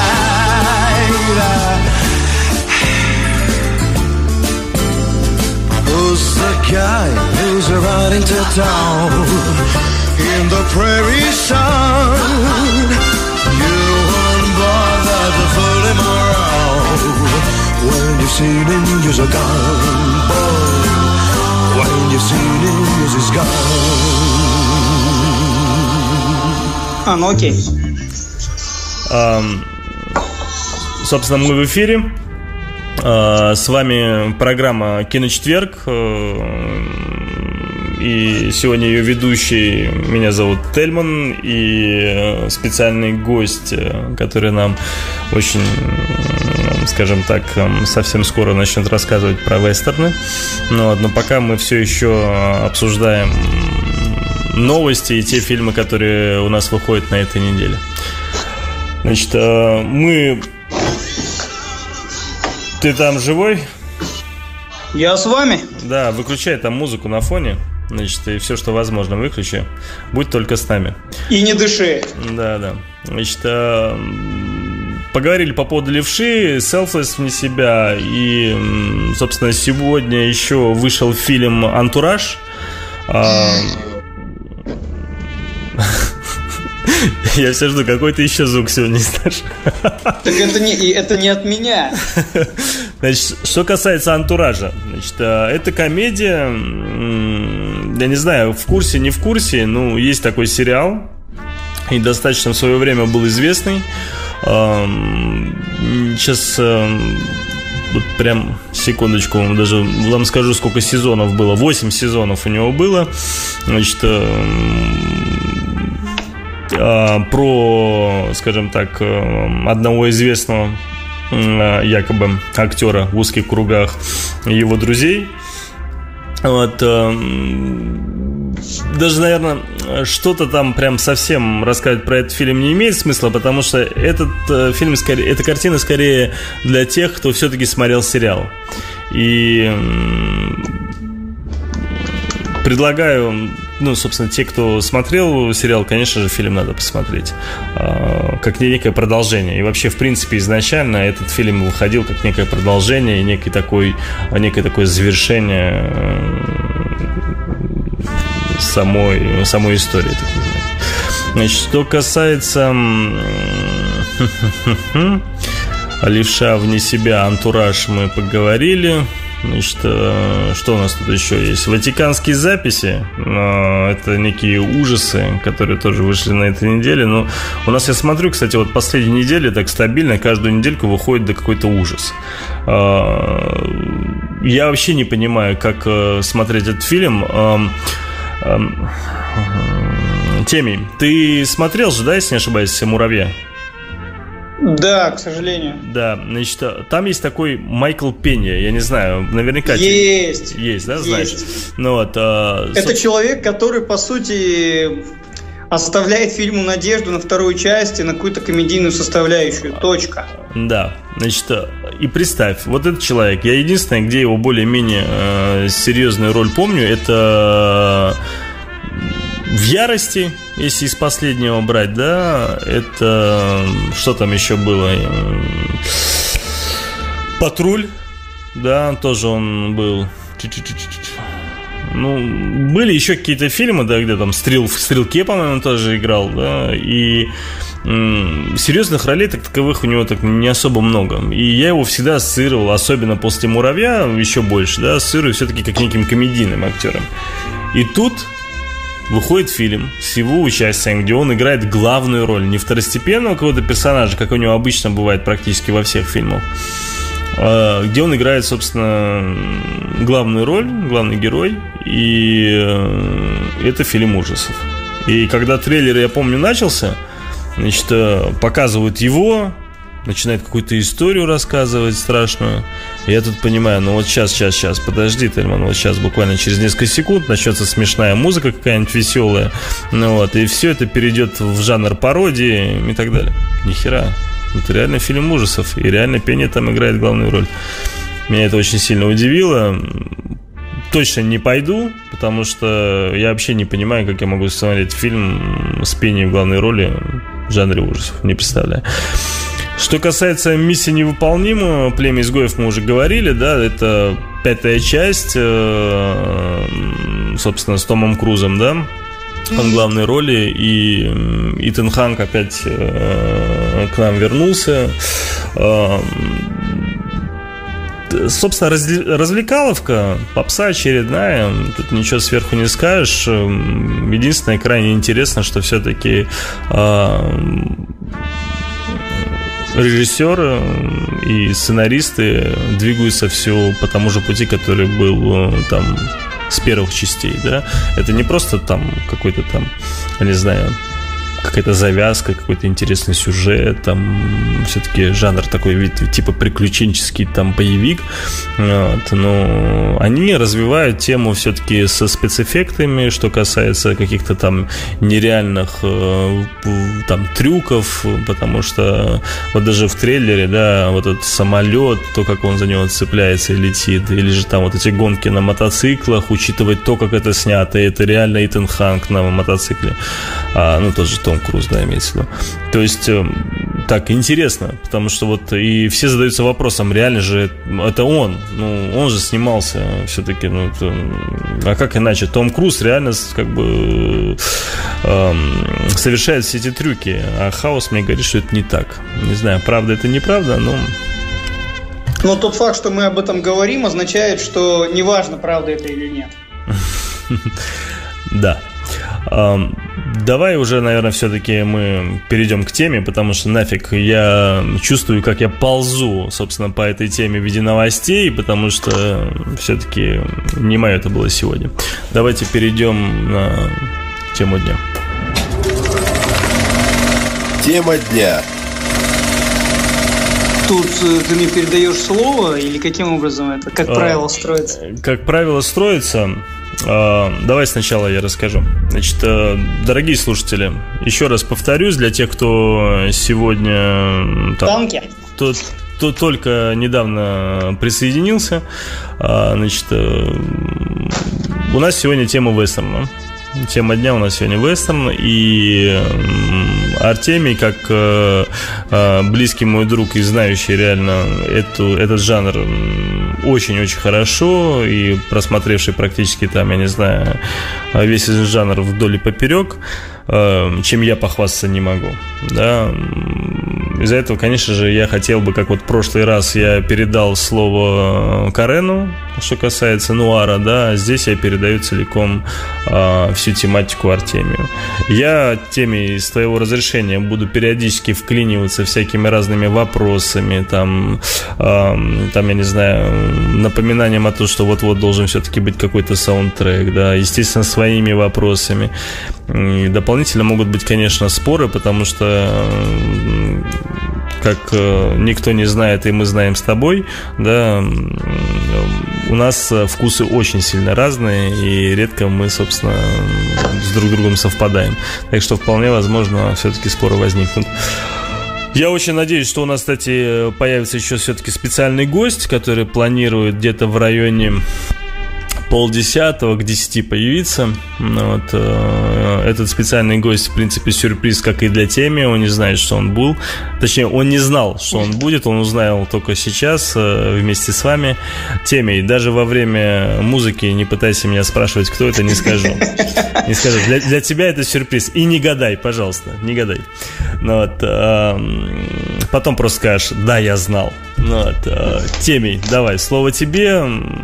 [SPEAKER 5] Who's the guy who's riding to town in the prairie sun? You won't bother to fool him around when you've seen him use a gun, boy. When you've seen him use his gun.
[SPEAKER 3] А, ну окей.
[SPEAKER 2] Um, собственно, мы в эфире. С вами программа «Киночетверг», и сегодня ее ведущий, меня зовут Тельман, и специальный гость, который нам очень, скажем так, совсем скоро начнет рассказывать про вестерны. Но, но пока мы все еще обсуждаем новости и те фильмы, которые у нас выходят на этой неделе. Значит, мы... Ты там живой?
[SPEAKER 3] Я с вами.
[SPEAKER 2] Да, выключай там музыку на фоне. Значит, и все, что возможно, выключи. Будь только с нами.
[SPEAKER 3] И не дыши.
[SPEAKER 2] Да, да. Значит, поговорили по поводу левши, Selfless вне себя. И, собственно, сегодня еще вышел фильм «Антураж». Я все жду, какой ты еще звук сегодня издашь.
[SPEAKER 3] Так это не, это не от меня.
[SPEAKER 2] Значит, что касается «Антуража», значит, это комедия, я не знаю, в курсе, не в курсе, ну, есть такой сериал, и достаточно в свое время был известный. Сейчас, вот прям, секундочку, даже вам скажу, сколько сезонов было. Восемь сезонов у него было. Значит, про, скажем так, одного известного якобы актера в узких кругах и его друзей. Вот. Даже, наверное, что-то там прям совсем рассказывать про этот фильм не имеет смысла, потому что этот фильм, скорее, эта картина скорее для тех, кто все-таки смотрел сериал. И предлагаю, ну, собственно, те, кто смотрел сериал, конечно же, фильм надо посмотреть как некое продолжение. И вообще, в принципе, изначально этот фильм выходил как некое продолжение и некий такой, некое такое завершение самой, самой истории, так называемой. Значит, что касается «Левша вне себя», «Антураж» мы поговорили. Значит, что у нас тут еще есть? «Ватиканские записи». Это некие ужасы, которые тоже вышли на этой неделе. Но у нас, я смотрю, кстати, вот последние недели так стабильно, каждую недельку выходит до какой-то ужас. Я вообще не понимаю, как смотреть этот фильм. Теми, ты смотрел же, да, если не ошибаюсь, «Муравья»?
[SPEAKER 3] Да, к сожалению.
[SPEAKER 2] Да, значит, там есть такой Майкл Пенья, я не знаю, наверняка...
[SPEAKER 3] Есть.
[SPEAKER 2] Есть, да,
[SPEAKER 3] есть.
[SPEAKER 2] знаешь? Ну, вот, а...
[SPEAKER 3] Это Со... человек, который, по сути, оставляет фильму надежду на вторую часть и на какую-то комедийную составляющую. Точка. Да, значит, и представь, вот этот человек, я единственное, где его более-менее э, серьезную роль помню, это... В «Ярости», если из последнего брать, да, это... Что там еще было? «Патруль», да, тоже он был. Ну, были еще какие-то фильмы, да, где там «Стрел... в «Стрелке», по-моему, тоже играл, да, и м- серьезных ролей так таковых у него так не особо много. И я его всегда ассоциировал, особенно после «Муравья», еще больше, да, ассоциирую все-таки как неким комедийным актером. И тут... выходит фильм с его участием, где он играет главную роль, не второстепенного какого-то персонажа, как у него обычно бывает практически во всех фильмах, где он играет, собственно, главную роль, главный герой, и это фильм ужасов. И когда трейлер, я помню, начался, значит, показывают его, начинает какую-то историю рассказывать страшную. И я тут понимаю, ну вот сейчас, сейчас, сейчас, подожди, Тельман, вот сейчас буквально через несколько секунд начнется смешная музыка какая-нибудь веселая, ну вот, и все это перейдет в жанр пародии и так далее. Ни хера. Это реально фильм ужасов, и реально Пенья там играет главную роль. Меня это очень сильно удивило. Точно не пойду, потому что я вообще не понимаю, как я могу смотреть фильм с Пеньей в главной роли в жанре ужасов. Не представляю. Что касается «Миссии невыполнима», «Племя изгоев» мы уже говорили, да, это пятая часть, собственно, с Томом Крузом, да, он в главной роли, и Итан Ханк опять к нам вернулся. Собственно, развлекаловка, попса очередная, тут ничего сверху не скажешь. Единственное, крайне интересно, что все-таки режиссеры и сценаристы двигаются все по тому же пути, который был там с первых частей, да. Это не просто там какой-то там, я не знаю, какая-то завязка, какой-то интересный сюжет, там все-таки жанр такой вид, типа приключенческий там боевик, вот, но они развивают тему все-таки со спецэффектами, что касается каких-то там нереальных там трюков, потому что вот даже в трейлере, да, вот этот самолет, то, как он за него цепляется и летит, или же там вот эти гонки на мотоциклах, учитывать то, как это снято, это реально Итан Ханк на мотоцикле, а, ну тот же Том Круз, да, имеется в виду. То есть, так, интересно, потому что вот и все задаются вопросом, реально же это он, ну, он же снимался все-таки, ну, это, а как иначе? Том Круз реально как бы эм, совершает все эти трюки, а Хаус мне говорит, что это не так. Не знаю, правда это неправда, но... Но тот факт, что мы об этом говорим, означает, что неважно, правда это или нет.
[SPEAKER 2] Да. Давай уже, наверное, все-таки мы перейдем к теме, потому что нафиг я чувствую, как я ползу, собственно, по этой теме в виде новостей, потому что все-таки не мое это было сегодня. Давайте перейдем на тему дня.
[SPEAKER 4] Тема дня.
[SPEAKER 3] Тут ты мне передаешь слово или каким образом это, как правило, строится?
[SPEAKER 2] Как правило строится... Давай сначала я расскажу. Значит, дорогие слушатели, еще раз повторюсь для тех, кто сегодня там,
[SPEAKER 3] танки,
[SPEAKER 2] кто, кто только недавно присоединился. Значит, у нас сегодня тема вестерна. Тема дня у нас сегодня вестерн. И Артемий, как э, э, близкий мой друг и знающий реально эту, этот жанр очень-очень хорошо, и просмотревший практически там, я не знаю, весь этот жанр вдоль и поперек, э, чем я похвастаться не могу, да. из-за этого, конечно же, я хотел бы, как вот в прошлый раз я передал слово Карену, что касается нуара, да, здесь я передаю целиком э, всю тематику Артемию. Я теме, с твоего разрешения, буду периодически вклиниваться всякими разными вопросами, там, э, там, я не знаю, напоминанием о том, что вот-вот должен все-таки быть какой-то саундтрек, да, естественно, своими вопросами. И дополнительно могут быть, конечно, споры, потому что, как никто не знает, и мы знаем с тобой, да, у нас вкусы очень сильно разные, и редко мы, собственно, с друг другом совпадаем. Так что вполне возможно, все-таки споры возникнут. Я очень надеюсь, что у нас, кстати, появится еще все-таки специальный гость, который планирует где-то в районе полдесятого к десяти появиться. Вот, э, этот специальный гость, в принципе, сюрприз, как и для Теми. Он не знает, что он был. Точнее, он не знал, что он будет. Он узнал только сейчас э, вместе с вами. Теми, даже во время музыки не пытайся меня спрашивать, кто это, не скажу. Не скажу. Для, для тебя это сюрприз. И не гадай, пожалуйста, не гадай. Ну, вот, э, потом просто скажешь: да, я знал. Ну, вот, э, Теми, давай, слово тебе.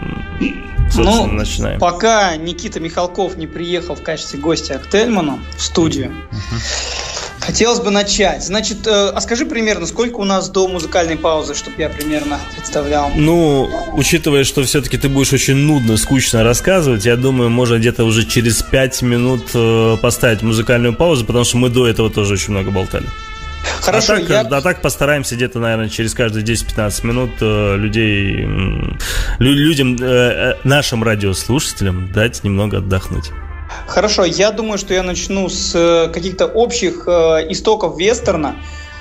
[SPEAKER 3] Ну,
[SPEAKER 2] начинаем.
[SPEAKER 3] Пока Никита Михалков не приехал в качестве гостя к Тельману в студию, uh-huh. хотелось бы начать. Значит, э, а скажи примерно, сколько у нас до музыкальной паузы, чтобы я примерно представлял?
[SPEAKER 2] Ну, учитывая, что все-таки ты будешь очень нудно, скучно рассказывать, я думаю, можно где-то уже через пять минут э, поставить музыкальную паузу, потому что мы до этого тоже очень много болтали.
[SPEAKER 3] Хорошо,
[SPEAKER 2] а, так,
[SPEAKER 3] я...
[SPEAKER 2] а так постараемся где-то, наверное, через каждые десять-пятнадцать минут э, людей, э, людям, э, нашим радиослушателям дать немного отдохнуть.
[SPEAKER 3] Хорошо, я думаю, что я начну с э, каких-то общих э, истоков вестерна.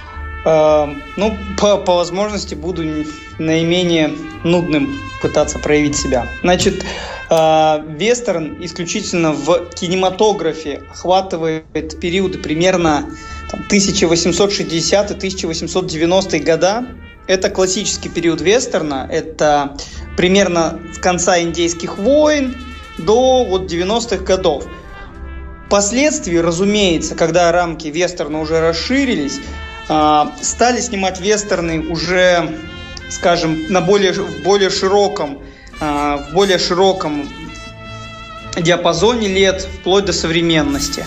[SPEAKER 3] Э, ну, по, по возможности буду наименее нудным пытаться проявить себя. Значит, э, вестерн исключительно в кинематографе охватывает периоды примерно тысяча восемьсот шестидесятые - тысяча восемьсот девяностые года. Это классический период вестерна. Это примерно с конца Индейских войн до вот девяностых годов. Впоследствии, разумеется, когда рамки вестерна уже расширились, стали снимать вестерны уже, скажем, на более, в более широком, в более широком диапазоне лет, вплоть до современности.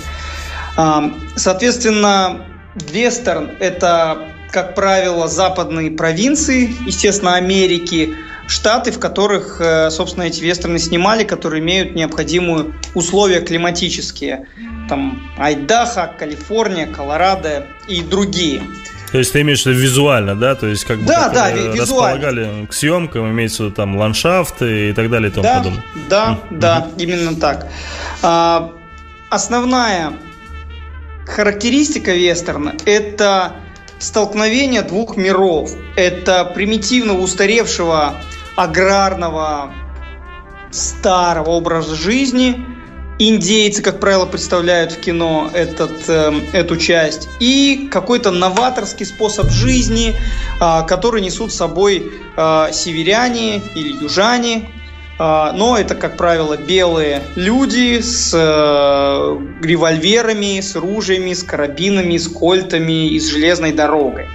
[SPEAKER 3] Соответственно, вестерн – это, как правило, западные провинции, естественно, Америки, штаты, в которых, собственно, эти вестерны снимали, которые имеют необходимые условия климатические. Там Айдахо, Калифорния, Колорадо и другие.
[SPEAKER 2] То есть ты имеешь в виду визуально, да? То есть как бы
[SPEAKER 3] да, да,
[SPEAKER 2] располагали к съемкам, имеется в виду там ландшафты и так далее и тому
[SPEAKER 3] да,
[SPEAKER 2] подобное.
[SPEAKER 3] Да,
[SPEAKER 2] mm-hmm.
[SPEAKER 3] да, именно так. А, основная характеристика вестерна – это столкновение двух миров. Это примитивного, устаревшего, аграрного, старого образа жизни. Индейцы, как правило, представляют в кино этот, э, эту часть. И какой-то новаторский способ жизни, э, который несут с собой э, северяне или южане. Но это, как правило, белые люди с э, револьверами, с ружьями, с карабинами, с кольтами и с железной дорогой.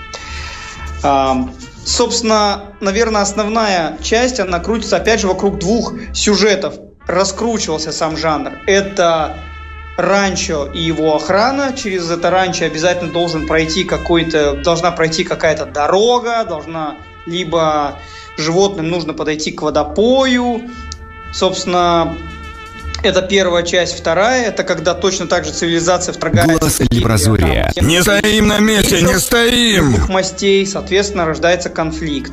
[SPEAKER 3] Э, собственно, наверное, основная часть, она крутится, опять же, вокруг двух сюжетов. Раскручивался сам жанр. Это ранчо и его охрана. Через это ранчо обязательно должен пройти какой-то, должна пройти какая-то дорога, должна либо... животным нужно подойти к водопою. Собственно, это первая часть. Вторая, это когда точно так же цивилизация вторгается.
[SPEAKER 6] Голос Либразурия. Не стоим на месте, не стоим!
[SPEAKER 3] Двух мастей, соответственно, рождается конфликт.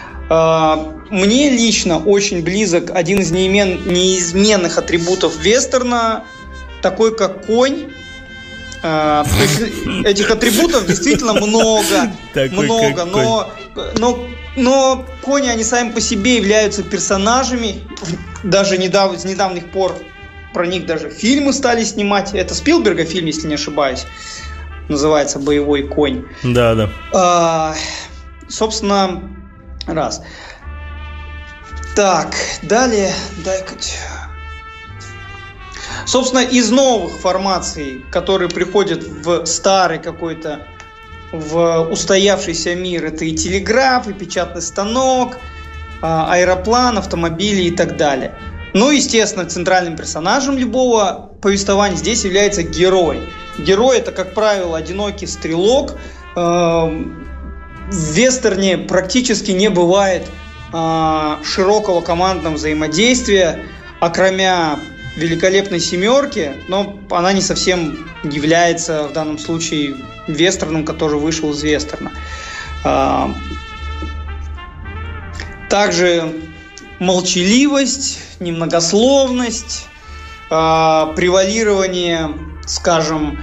[SPEAKER 3] Мне лично очень близок один из неизменных атрибутов вестерна, такой как конь. То есть этих атрибутов действительно много, много, но, но, но кони, они сами по себе являются персонажами. Даже недав, с недавних пор про них даже фильмы стали снимать. Это Спилберга фильм, если не ошибаюсь, называется «Боевой конь».
[SPEAKER 2] Да, да.
[SPEAKER 3] А, собственно, раз. Так, далее, дай-ка... Собственно, из новых формаций, которые приходят в старый какой-то в устоявшийся мир. Это и телеграф, и печатный станок, аэроплан, автомобили и так далее. Ну, естественно, центральным персонажем любого повествования здесь является герой. Герой – это, как правило, одинокий стрелок. В вестерне практически не бывает широкого командного взаимодействия, окромя великолепной семерки, но она не совсем является в данном случае вестерном, который вышел из вестерна. Также молчаливость, немногословность, превалирование, скажем,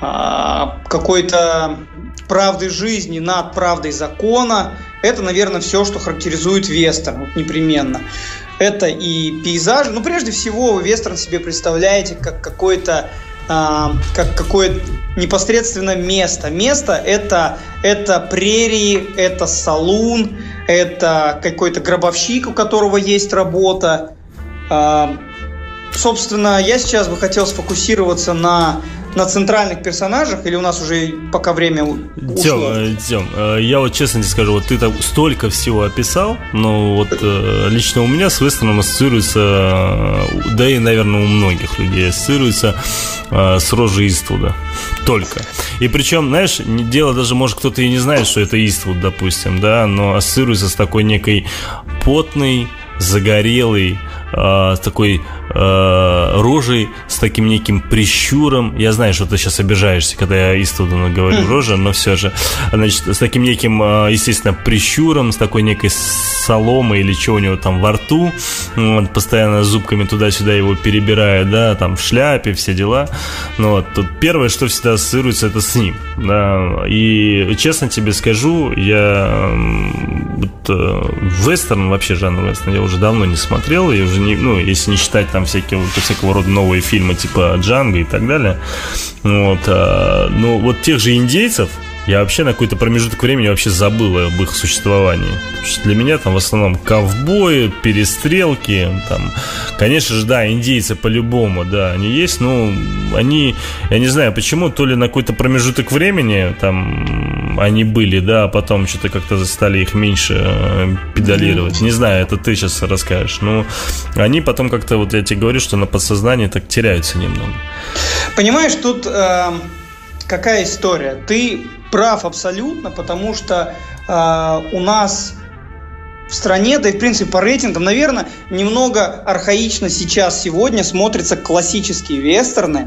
[SPEAKER 3] какой-то правды жизни над правдой закона. Это, наверное, все, что характеризует вестерн, вот непременно. Это и пейзажи. Ну, прежде всего, вы вестерн себе представляете как какое-то, а, как какое непосредственно место. Место это, это прерии, это салун, это какой-то гробовщик, у которого есть работа. А, собственно, я сейчас бы хотел сфокусироваться на... на центральных персонажах, или у нас уже пока время ушло?
[SPEAKER 2] Тём, Тём, я вот честно тебе скажу, вот ты там столько всего описал, но вот лично у меня с вестерном ассоциируется, да и, наверное, у многих людей ассоциируется с рожей Иствуда. Только. И причем, знаешь, дело даже, может, кто-то и не знает, что это Иствуд, допустим, да, но ассоциируется с такой некой потной, загорелой, с такой э, рожей, с таким неким прищуром. Я знаю, что ты сейчас обижаешься, когда я Иствуда говорю рожа, но все же, значит, с таким неким, естественно, прищуром, с такой некой соломой или что у него там во рту, вот, постоянно зубками туда-сюда его перебирая, да, там в шляпе, все дела. Ну, вот, тут первое, что всегда ассоциируется, это с ним, да. И честно тебе скажу, я вот, вестерн, вообще жанр вестерн, я уже давно не смотрел, я уже не, ну, если не считать там всякие, вот, всякого рода новые фильмы типа Джанго и так далее. Вот, а, ну, вот тех же индейцев я вообще на какой-то промежуток времени вообще забыл об их существовании. Потому что для меня там в основном ковбои, перестрелки, там, конечно же, да, индейцы по-любому, да, они есть, но они, я не знаю почему, то ли на какой-то промежуток времени там они были, да, а потом что-то как-то стали их меньше педалировать. Не знаю, это ты сейчас расскажешь. Но они потом как-то, вот я тебе говорю, что на подсознании так теряются немного.
[SPEAKER 3] Понимаешь, тут э, какая история? Ты прав абсолютно, потому что э, у нас в стране, да и в принципе по рейтингам, наверное, немного архаично сейчас, сегодня смотрятся классические вестерны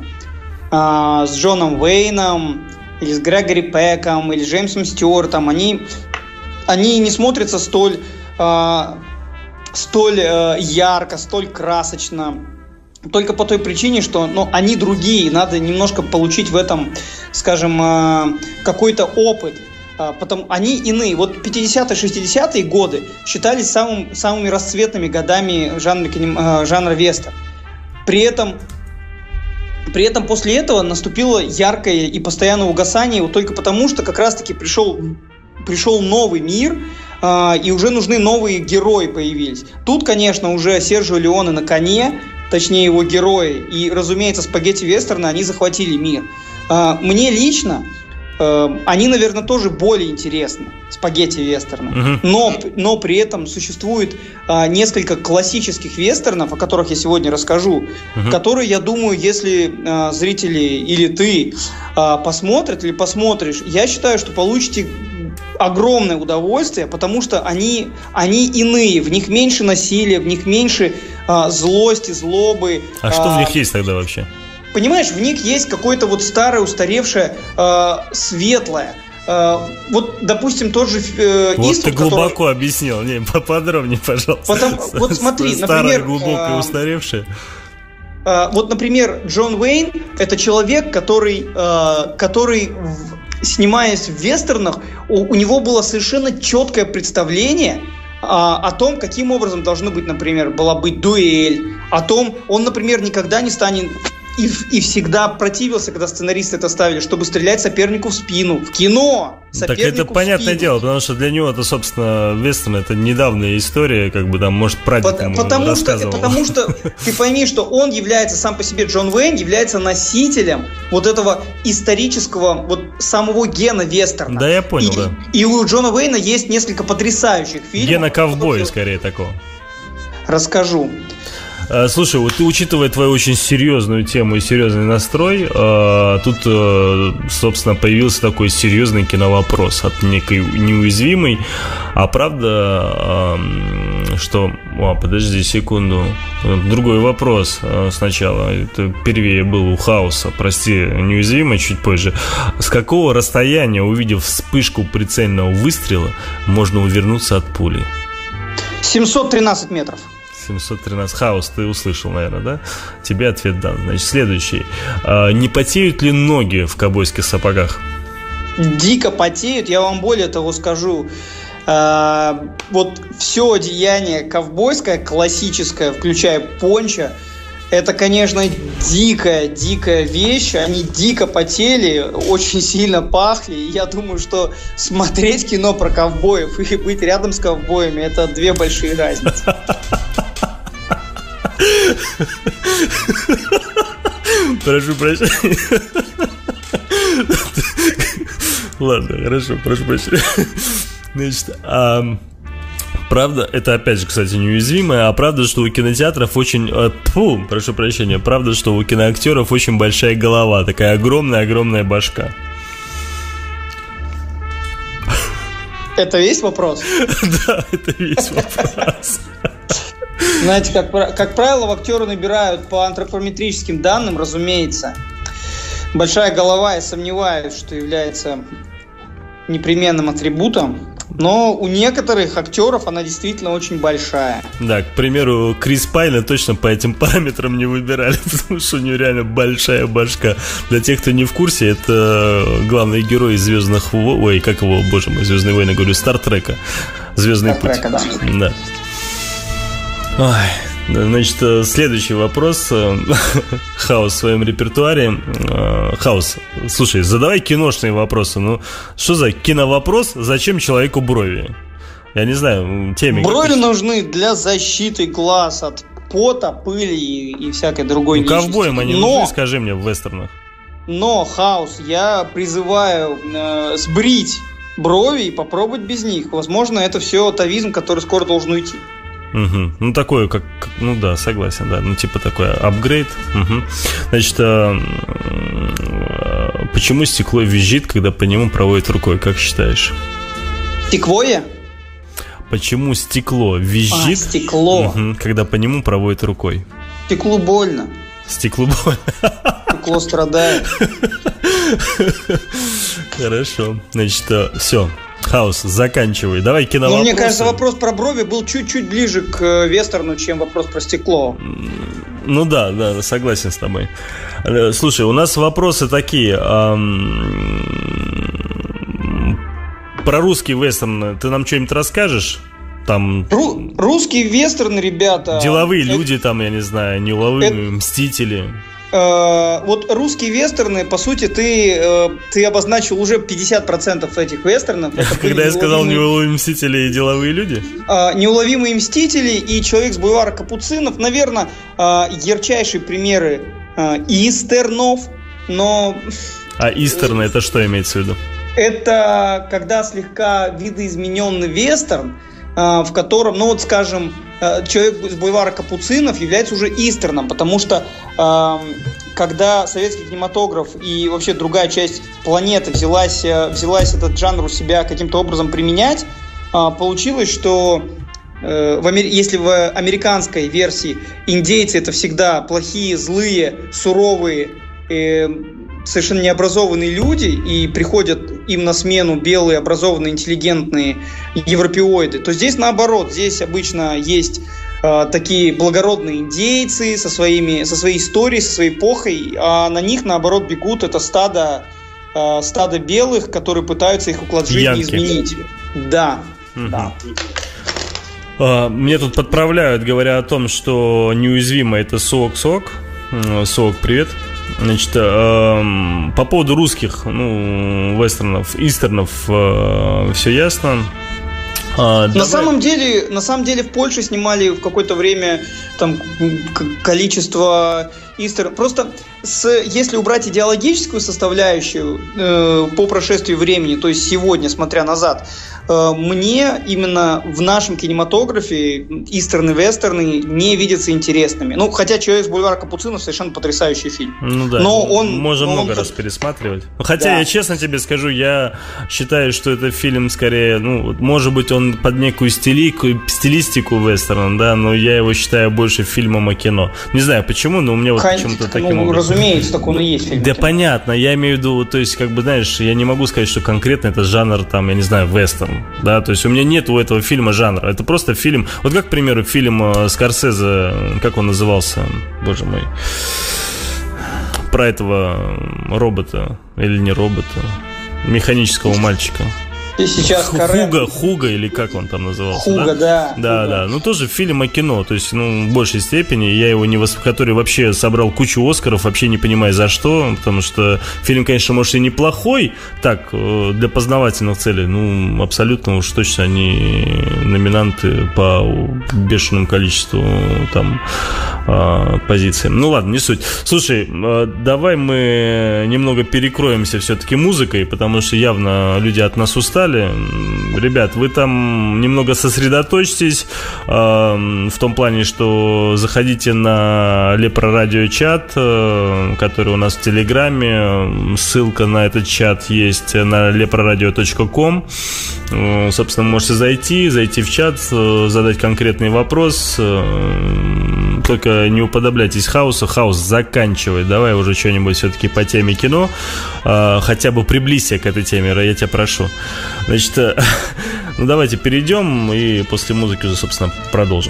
[SPEAKER 3] э, с Джоном Уэйном, или с Грегори Пеком, или с Джеймсом Стюартом. Они, они не смотрятся столь, э, столь э, ярко, столь красочно. Только по той причине, что ну, они другие, надо немножко получить в этом, скажем, какой-то опыт. Потом они иные. Вот пятидесятые, шестидесятые годы считались самым, самыми расцветными годами жанра, жанра вестерн. При этом, при этом после этого наступило яркое и постоянное угасание, вот только потому, что как раз-таки пришел, пришел новый мир, и уже нужны новые герои появились. Тут, конечно, уже Серджио Леоне на коне, точнее его герои, и, разумеется, спагетти-вестерны, они захватили мир. Мне лично они, наверное, тоже более интересны, спагетти-вестерны, uh-huh. но, но при этом существует несколько классических вестернов, о которых я сегодня расскажу, uh-huh. которые, я думаю, если зрители или ты посмотрят или посмотришь, я считаю, что получите огромное удовольствие, потому что они, они иные, в них меньше насилия, в них меньше а, злости, злобы.
[SPEAKER 2] А, а что в них есть тогда вообще?
[SPEAKER 3] Понимаешь, в них есть какое-то вот старое, устаревшее, а, светлое. А, вот, допустим, тот же э,
[SPEAKER 2] вот
[SPEAKER 3] Иствуд,
[SPEAKER 2] ты глубоко который... объяснил, не, поподробнее, пожалуйста.
[SPEAKER 3] Потому, вот смотри,
[SPEAKER 2] старое,
[SPEAKER 3] например,
[SPEAKER 2] глубокое, устаревшее.
[SPEAKER 3] А, вот, например, Джон Уэйн – это человек, который, а, который в снимаясь в вестернах, у, у него было совершенно четкое представление а, о том, каким образом должна быть, например, была быть дуэль, о том, он, например, никогда не станет и, и всегда противился, когда сценаристы это ставили, чтобы стрелять сопернику в спину. В кино!
[SPEAKER 2] Так это понятное дело, потому что для него это, собственно, вестерн, это недавняя история, как бы там, может, прадед ему
[SPEAKER 3] потому
[SPEAKER 2] рассказывал.
[SPEAKER 3] Что, потому что ты пойми, что он является сам по себе, Джон Уэйн является носителем вот этого исторического, вот самого гена вестерна.
[SPEAKER 2] Да, я понял,
[SPEAKER 3] и,
[SPEAKER 2] да.
[SPEAKER 3] И у Джона Уэйна есть несколько потрясающих фильмов.
[SPEAKER 2] Гена ковбоя, скорее, такого.
[SPEAKER 3] Расскажу.
[SPEAKER 2] Слушай, вот ты, учитывая твою очень серьезную тему и серьезный настрой, тут, собственно, появился такой серьезный киновопрос от некой неуязвимой. А правда, что... О, подожди секунду. Другой вопрос сначала. Это первее был у Хауса. Прости, неуязвимый чуть позже. С какого расстояния, увидев вспышку прицельного выстрела, можно увернуться от пули?
[SPEAKER 3] семьсот тринадцать метров.
[SPEAKER 2] семьсот тринадцать. Хаус, ты услышал, наверное, да? Тебе ответ дан. Значит, следующий. А, не потеют ли ноги в ковбойских сапогах?
[SPEAKER 3] Дико потеют. Я вам более того скажу. А, вот все одеяние ковбойское, классическое, включая пончо, это, конечно, дикая, дикая вещь. Они дико потели, очень сильно пахли. И я думаю, что смотреть кино про ковбоев и быть рядом с ковбоями – это две большие разницы.
[SPEAKER 2] Прошу прощения. Ладно, хорошо, прошу прощения. Значит, а, правда, это опять же, кстати, неуязвимое. А правда, что у кинотеатров очень... А, тьфу, прошу прощения. Правда, что у киноактеров очень большая голова. Такая огромная-огромная башка.
[SPEAKER 3] Это весь вопрос?
[SPEAKER 2] Да, это весь вопрос.
[SPEAKER 3] Знаете, как, как правило, в актеры набирают по антропометрическим данным, разумеется. Большая голова, я сомневаюсь, что является непременным атрибутом. Но у некоторых актеров она действительно очень большая.
[SPEAKER 2] Да, к примеру, Крис Пайна точно по этим параметрам не выбирали, потому что у него реально большая башка. Для тех, кто не в курсе, это главный герой Звездных войн. Ой, как его, боже мой, Звездные войны, говорю, Стартрека. Звездный путь.
[SPEAKER 3] Стартрека, да.
[SPEAKER 2] Да. Ой, значит, следующий вопрос. Хаус в своем репертуаре. Хаус, слушай, задавай киношные вопросы. Ну, что за киновопрос? Зачем человеку брови? Я не знаю, теме.
[SPEAKER 3] Брови нужны для защиты глаз от пота, пыли и, и всякой другой
[SPEAKER 2] нечисти. Ковбоям они
[SPEAKER 3] но,
[SPEAKER 2] нужны, скажи мне, в вестернах.
[SPEAKER 3] Но, Хаус, я призываю э, сбрить брови и попробовать без них. Возможно, это все атовизм, который скоро должен уйти.
[SPEAKER 2] Угу. Ну, такое, как, ну да, согласен, да. Ну, типа такой апгрейд. Угу. Значит, а, а, почему стекло визжит, когда по нему проводят рукой, как считаешь?
[SPEAKER 3] Стеклое?
[SPEAKER 2] Почему стекло визжит,
[SPEAKER 3] а, стекло.
[SPEAKER 2] Угу, когда по нему проводят рукой?
[SPEAKER 3] Стеклу больно.
[SPEAKER 2] Стеклу больно.
[SPEAKER 3] Стекло страдает.
[SPEAKER 2] Хорошо. Значит, все. Хаус, заканчивай. Давай киновопросы.
[SPEAKER 3] Ну, мне кажется, вопрос про брови был чуть-чуть ближе к вестерну, чем вопрос про стекло.
[SPEAKER 2] Ну да, да, согласен с тобой. Слушай, у нас вопросы такие. Про русский вестерн ты нам что-нибудь расскажешь? Там...
[SPEAKER 3] Ру- русские вестерны, ребята.
[SPEAKER 2] Деловые это... люди, там, я не знаю, неуловимые это... мстители.
[SPEAKER 3] Вот русские вестерны, по сути, ты, ты обозначил уже пятьдесят процентов этих вестернов.
[SPEAKER 2] Когда я сказал неуловимые мстители и деловые люди?
[SPEAKER 3] Неуловимые мстители и Человек с бульвара Капуцинов, наверное, ярчайшие примеры истернов, но...
[SPEAKER 2] А истерны это что имеется в виду?
[SPEAKER 3] Это когда слегка видоизмененный вестерн, в котором, ну вот скажем, Человек с бульвара Капуцинов является уже истерном, потому что когда советский кинематограф и вообще другая часть планеты взялась, взялась этот жанр у себя каким-то образом применять, получилось, что в Амер... если в американской версии индейцы это всегда плохие, злые, суровые, совершенно необразованные люди, и приходят им на смену белые, образованные, интеллигентные европеоиды, то здесь наоборот, здесь обычно есть э, такие благородные индейцы со, своими, со своей историей, со своей эпохой, а на них наоборот бегут это стадо, э, стадо белых, которые пытаются их уклад жизни Янки. изменить. Да, угу. да.
[SPEAKER 2] Uh, мне тут подправляют, говоря о том, что неуязвимо это сок-сок. Совок, привет. Значит, э, по поводу русских, ну, вестернов, истернов, э, все ясно. А,
[SPEAKER 3] на давай... самом деле, на самом деле в Польше снимали в какое-то время там количество истер. Просто с, если убрать идеологическую составляющую э, по прошествии времени, то есть сегодня, смотря назад, э, мне именно в нашем кинематографе истерны, вестерны не видятся интересными. Ну, хотя «Человек с бульвара Капуцинов» совершенно потрясающий фильм.
[SPEAKER 2] Ну да,
[SPEAKER 3] но он,
[SPEAKER 2] можно
[SPEAKER 3] но
[SPEAKER 2] много
[SPEAKER 3] он...
[SPEAKER 2] раз пересматривать. Хотя
[SPEAKER 3] да.
[SPEAKER 2] я честно тебе скажу, я считаю, что это фильм скорее, ну, может быть, он под некую стилику, стилистику вестерна, да, но я его считаю больше фильмом о кино. Не знаю почему, но у меня вот
[SPEAKER 3] Хан...
[SPEAKER 2] почему-то
[SPEAKER 3] ну,
[SPEAKER 2] таким образом.
[SPEAKER 3] Разумеется, так он и есть фильм.
[SPEAKER 2] Да, понятно, я имею в виду, то есть, как бы, знаешь, я не могу сказать, что конкретно это жанр, там, я не знаю, вестерн, да, то есть у меня нет у этого фильма жанра, это просто фильм, вот как, к примеру, фильм Скорсезе, как он назывался, боже мой, про этого робота, или не робота, механического мальчика.
[SPEAKER 3] И сейчас
[SPEAKER 2] Хуга, Хуга, или как он там назывался?
[SPEAKER 3] Хуга, да.
[SPEAKER 2] Да, да,
[SPEAKER 3] Хуга.
[SPEAKER 2] да. Ну, тоже фильм о кино. То есть, ну, в большей степени. Я его не восп... который вообще собрал кучу Оскаров, вообще не понимаю за что. Потому что фильм, конечно, может и неплохой, так, для познавательных целей. Ну, абсолютно уж точно они номинанты по бешеному количеству там позиций. Ну, ладно, не суть. Слушай, давай мы немного перекроемся все-таки музыкой, потому что явно люди от нас устали. Ребят, вы там немного сосредоточьтесь э, в том плане, что заходите на Лепро Радио чат, э, который у нас в Телеграме. Ссылка на этот чат есть на лепрорадио точка ком. э, Собственно, можете зайти, зайти в чат, э, задать конкретный вопрос. э, Только не уподобляйтесь хаосу. Хаос, заканчивай. Давай уже что-нибудь все-таки по теме кино. э, Хотя бы приблизься к этой теме, я тебя прошу. Значит, ну давайте перейдем и после музыки уже, собственно, продолжим.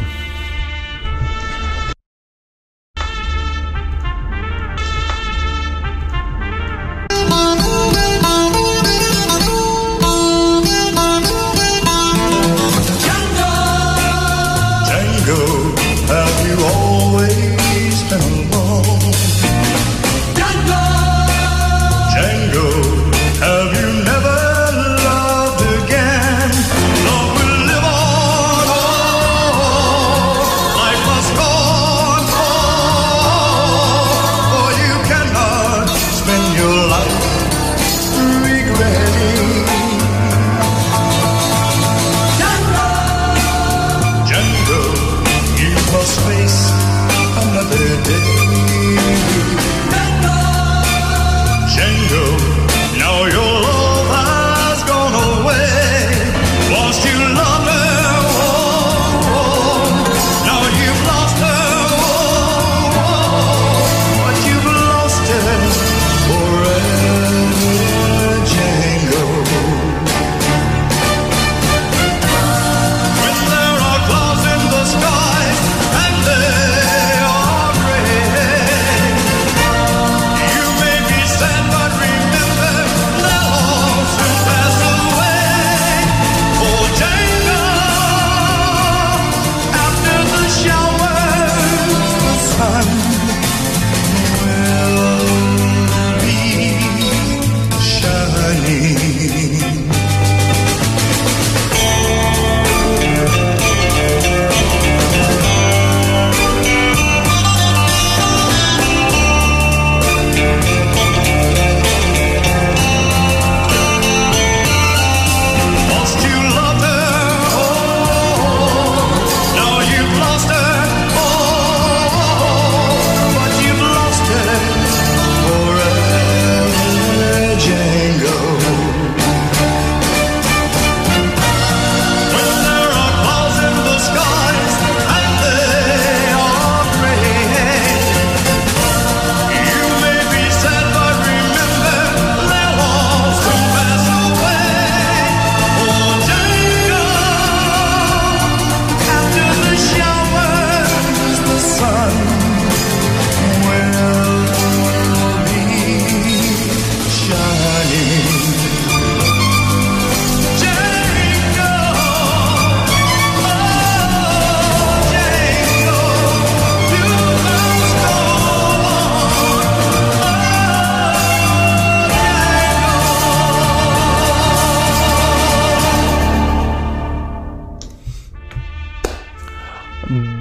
[SPEAKER 7] Django, now you're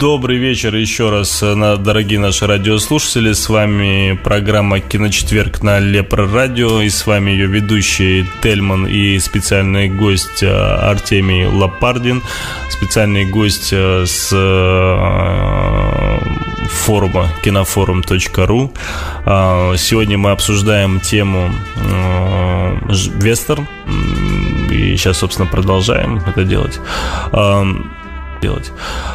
[SPEAKER 2] Добрый вечер еще раз, дорогие наши радиослушатели. С вами программа «Киночетверг» на Лепро Радио. И с вами ее ведущий Тельман и специальный гость Артемий Лопардин. Специальный гость с форума кинофорум точка ру. Сегодня мы обсуждаем тему вестерн. И сейчас, собственно, продолжаем это делать. делать.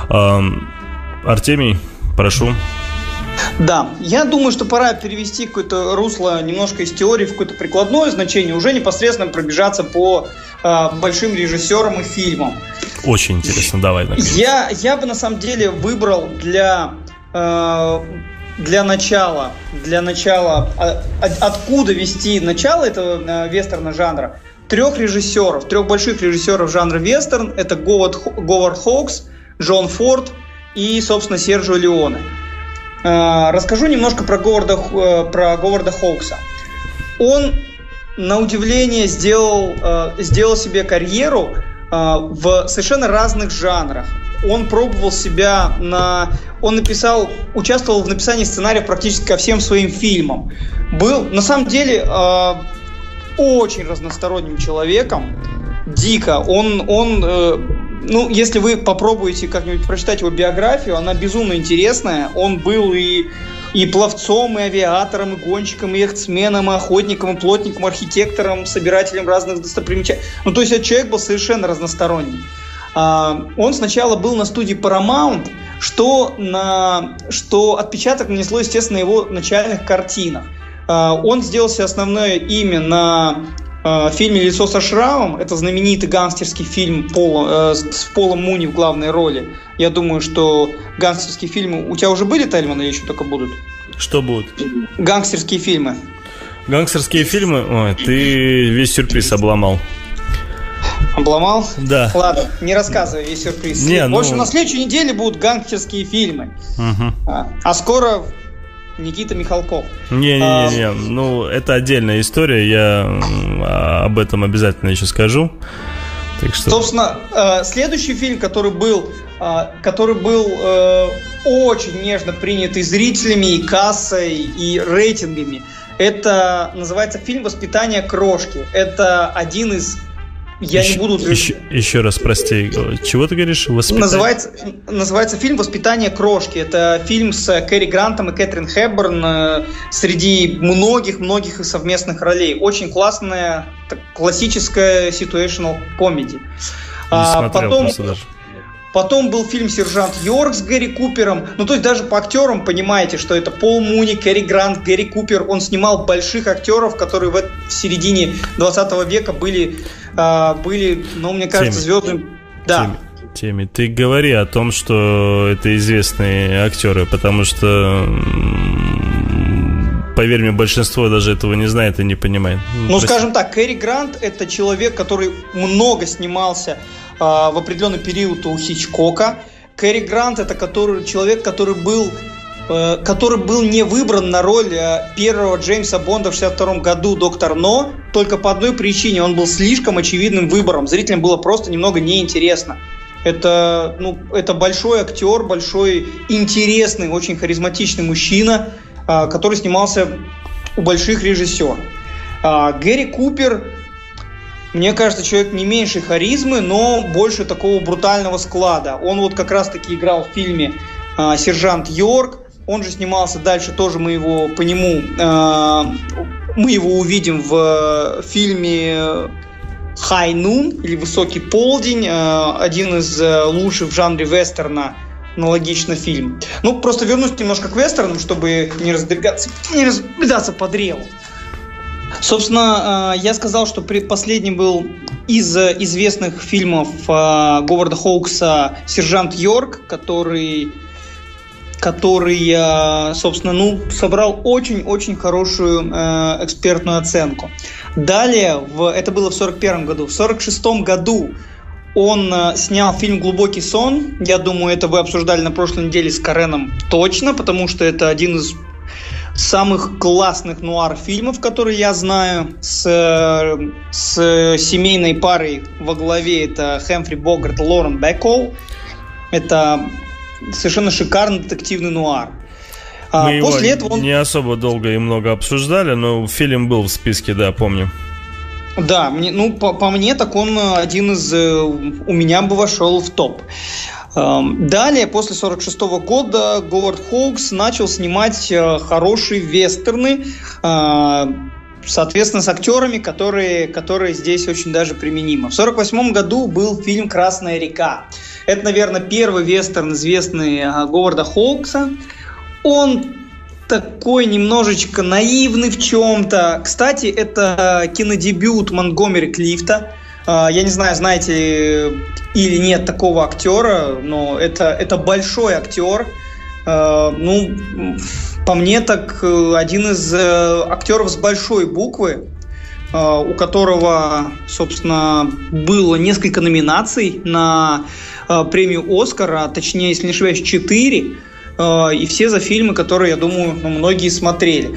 [SPEAKER 2] Артемий, прошу.
[SPEAKER 3] Да, я думаю, что пора перевести какое-то русло немножко из теории в какое-то прикладное значение, уже непосредственно пробежаться по э, большим режиссерам и фильмам.
[SPEAKER 2] Очень интересно, давай.
[SPEAKER 3] Я, я бы на самом деле выбрал для, э, для начала, для начала а, а, откуда вести начало этого э, вестерна жанра, трех режиссеров, трех больших режиссеров жанра вестерн. Это Говард, Говард Хоукс, Джон Форд и, собственно, Серджио Леоне. Расскажу немножко про Говарда, про Говарда Хоукса. Он, на удивление, сделал, сделал себе карьеру в совершенно разных жанрах. Он пробовал себя на... Он написал, участвовал в написании сценариев практически ко всем своим фильмам. Был, на самом деле, очень разносторонним человеком. Дико. Он... он Ну, если вы попробуете как-нибудь прочитать его биографию, она безумно интересная. Он был и, и пловцом, и авиатором, и гонщиком, и яхтсменом, и охотником, и плотником, архитектором, собирателем разных достопримечательностей. Ну, то есть этот человек был совершенно разносторонний. А, он сначала был на студии Paramount, что, на, что отпечаток нанесло, естественно, на его начальных картинах. А, он сделал себе основное имя на... в фильме «Лицо со шрамом». Это знаменитый гангстерский фильм Пола, э, с Полом Муни в главной роли. Я думаю, что гангстерские фильмы... У тебя уже были, Тельман, или еще только будут?
[SPEAKER 2] Что будут?
[SPEAKER 3] Гангстерские фильмы.
[SPEAKER 2] Гангстерские фильмы? Ой, ты весь сюрприз обломал.
[SPEAKER 3] Обломал?
[SPEAKER 2] Да.
[SPEAKER 3] Ладно, не рассказывай весь сюрприз.
[SPEAKER 2] Не,
[SPEAKER 3] в общем,
[SPEAKER 2] ну...
[SPEAKER 3] на следующей неделе будут гангстерские фильмы.
[SPEAKER 2] Угу.
[SPEAKER 3] А, а скоро... Никита Михалков.
[SPEAKER 2] Не-не-не, а... ну это отдельная история, я об этом обязательно еще скажу. Так что...
[SPEAKER 3] Собственно, следующий фильм, который был, который был очень нежно принят и зрителями, и кассой, и рейтингами, это называется фильм «Воспитание крошки». Это один из... Я
[SPEAKER 2] еще,
[SPEAKER 3] не буду...
[SPEAKER 2] Еще, еще раз, прости, чего ты говоришь? Воспитание?
[SPEAKER 3] Называется, называется фильм «Воспитание крошки». Это фильм с Кэрри Грантом и Кэтрин Хепберн среди многих-многих совместных ролей. Очень классная, классическая situational comedy.
[SPEAKER 2] Не смотрел
[SPEAKER 3] потом,
[SPEAKER 2] просто даже.
[SPEAKER 3] Потом был фильм «Сержант Йорк» с Гэри Купером. Ну, то есть даже по актерам понимаете, что это Пол Муни, Кэрри Грант, Гэри Купер. Он снимал больших актеров, которые в, в середине двадцатого века были, а, были, ну, мне кажется, звездными. Да.
[SPEAKER 2] Теми, ты говори о том, что это известные актеры, потому что, поверь мне, большинство даже этого не знает и не понимает.
[SPEAKER 3] Ну, Прости. Скажем так, Кэрри Грант – это человек, который много снимался в определенный период у Хичкока. Кэрри Грант — это который, человек, который был, э, который был не выбран на роль э, первого Джеймса Бонда в шестьдесят втором году, доктор Но, только по одной причине: он был слишком очевидным выбором. Зрителям было просто немного неинтересно. Это, ну, это большой актер, большой интересный, очень харизматичный мужчина, э, который снимался у больших режиссеров. Э, Гэри Купер, мне кажется, человек не меньшей харизмы, но больше такого брутального склада. Он вот как раз-таки играл в фильме э, «Сержант Йорк». Он же снимался дальше, тоже мы его по нему, э, мы его увидим в фильме «High Noon» или «Высокий полдень», э, один из лучших в жанре вестерна, аналогично фильм. Ну, просто вернусь немножко к вестернам, чтобы не разбегаться, не разбегаться по древу. Собственно, я сказал, что последний был из известных фильмов Говарда Хоукса «Сержант Йорк», который, который, собственно, ну, собрал очень-очень хорошую экспертную оценку. Далее, в, это было в сорок первом году, в сорок шестом году он снял фильм «Глубокий сон». Я думаю, это вы обсуждали на прошлой неделе с Кареном точно, потому что это один из самых классных нуар-фильмов, которые я знаю, с, с семейной парой во главе. Это Хэмфри Богарт и Лорен Бэкхолл. Это совершенно шикарный детективный нуар.
[SPEAKER 2] Мы После его этого он... не особо долго и много обсуждали, но фильм был в списке, да, помню.
[SPEAKER 3] Да, мне, ну, по, по мне, так он один из... У меня бы вошел в топ. Далее, после сорок шестого года, Говард Хоукс начал снимать хорошие вестерны, соответственно, с актерами, которые, которые здесь очень даже применимы. В сорок восьмом году был фильм «Красная река». Это, наверное, первый вестерн, известный Говарда Хоукса. Он такой немножечко наивный в чем-то. Кстати, это кинодебют Монтгомери Клифта. Я не знаю, знаете или нет такого актера, но это, это большой актер. Ну, по мне, так один из актеров с большой буквы, у которого, собственно, было несколько номинаций на премию «Оскар», а точнее, если не ошибаюсь, четыре. И все за фильмы, которые, я думаю, многие смотрели.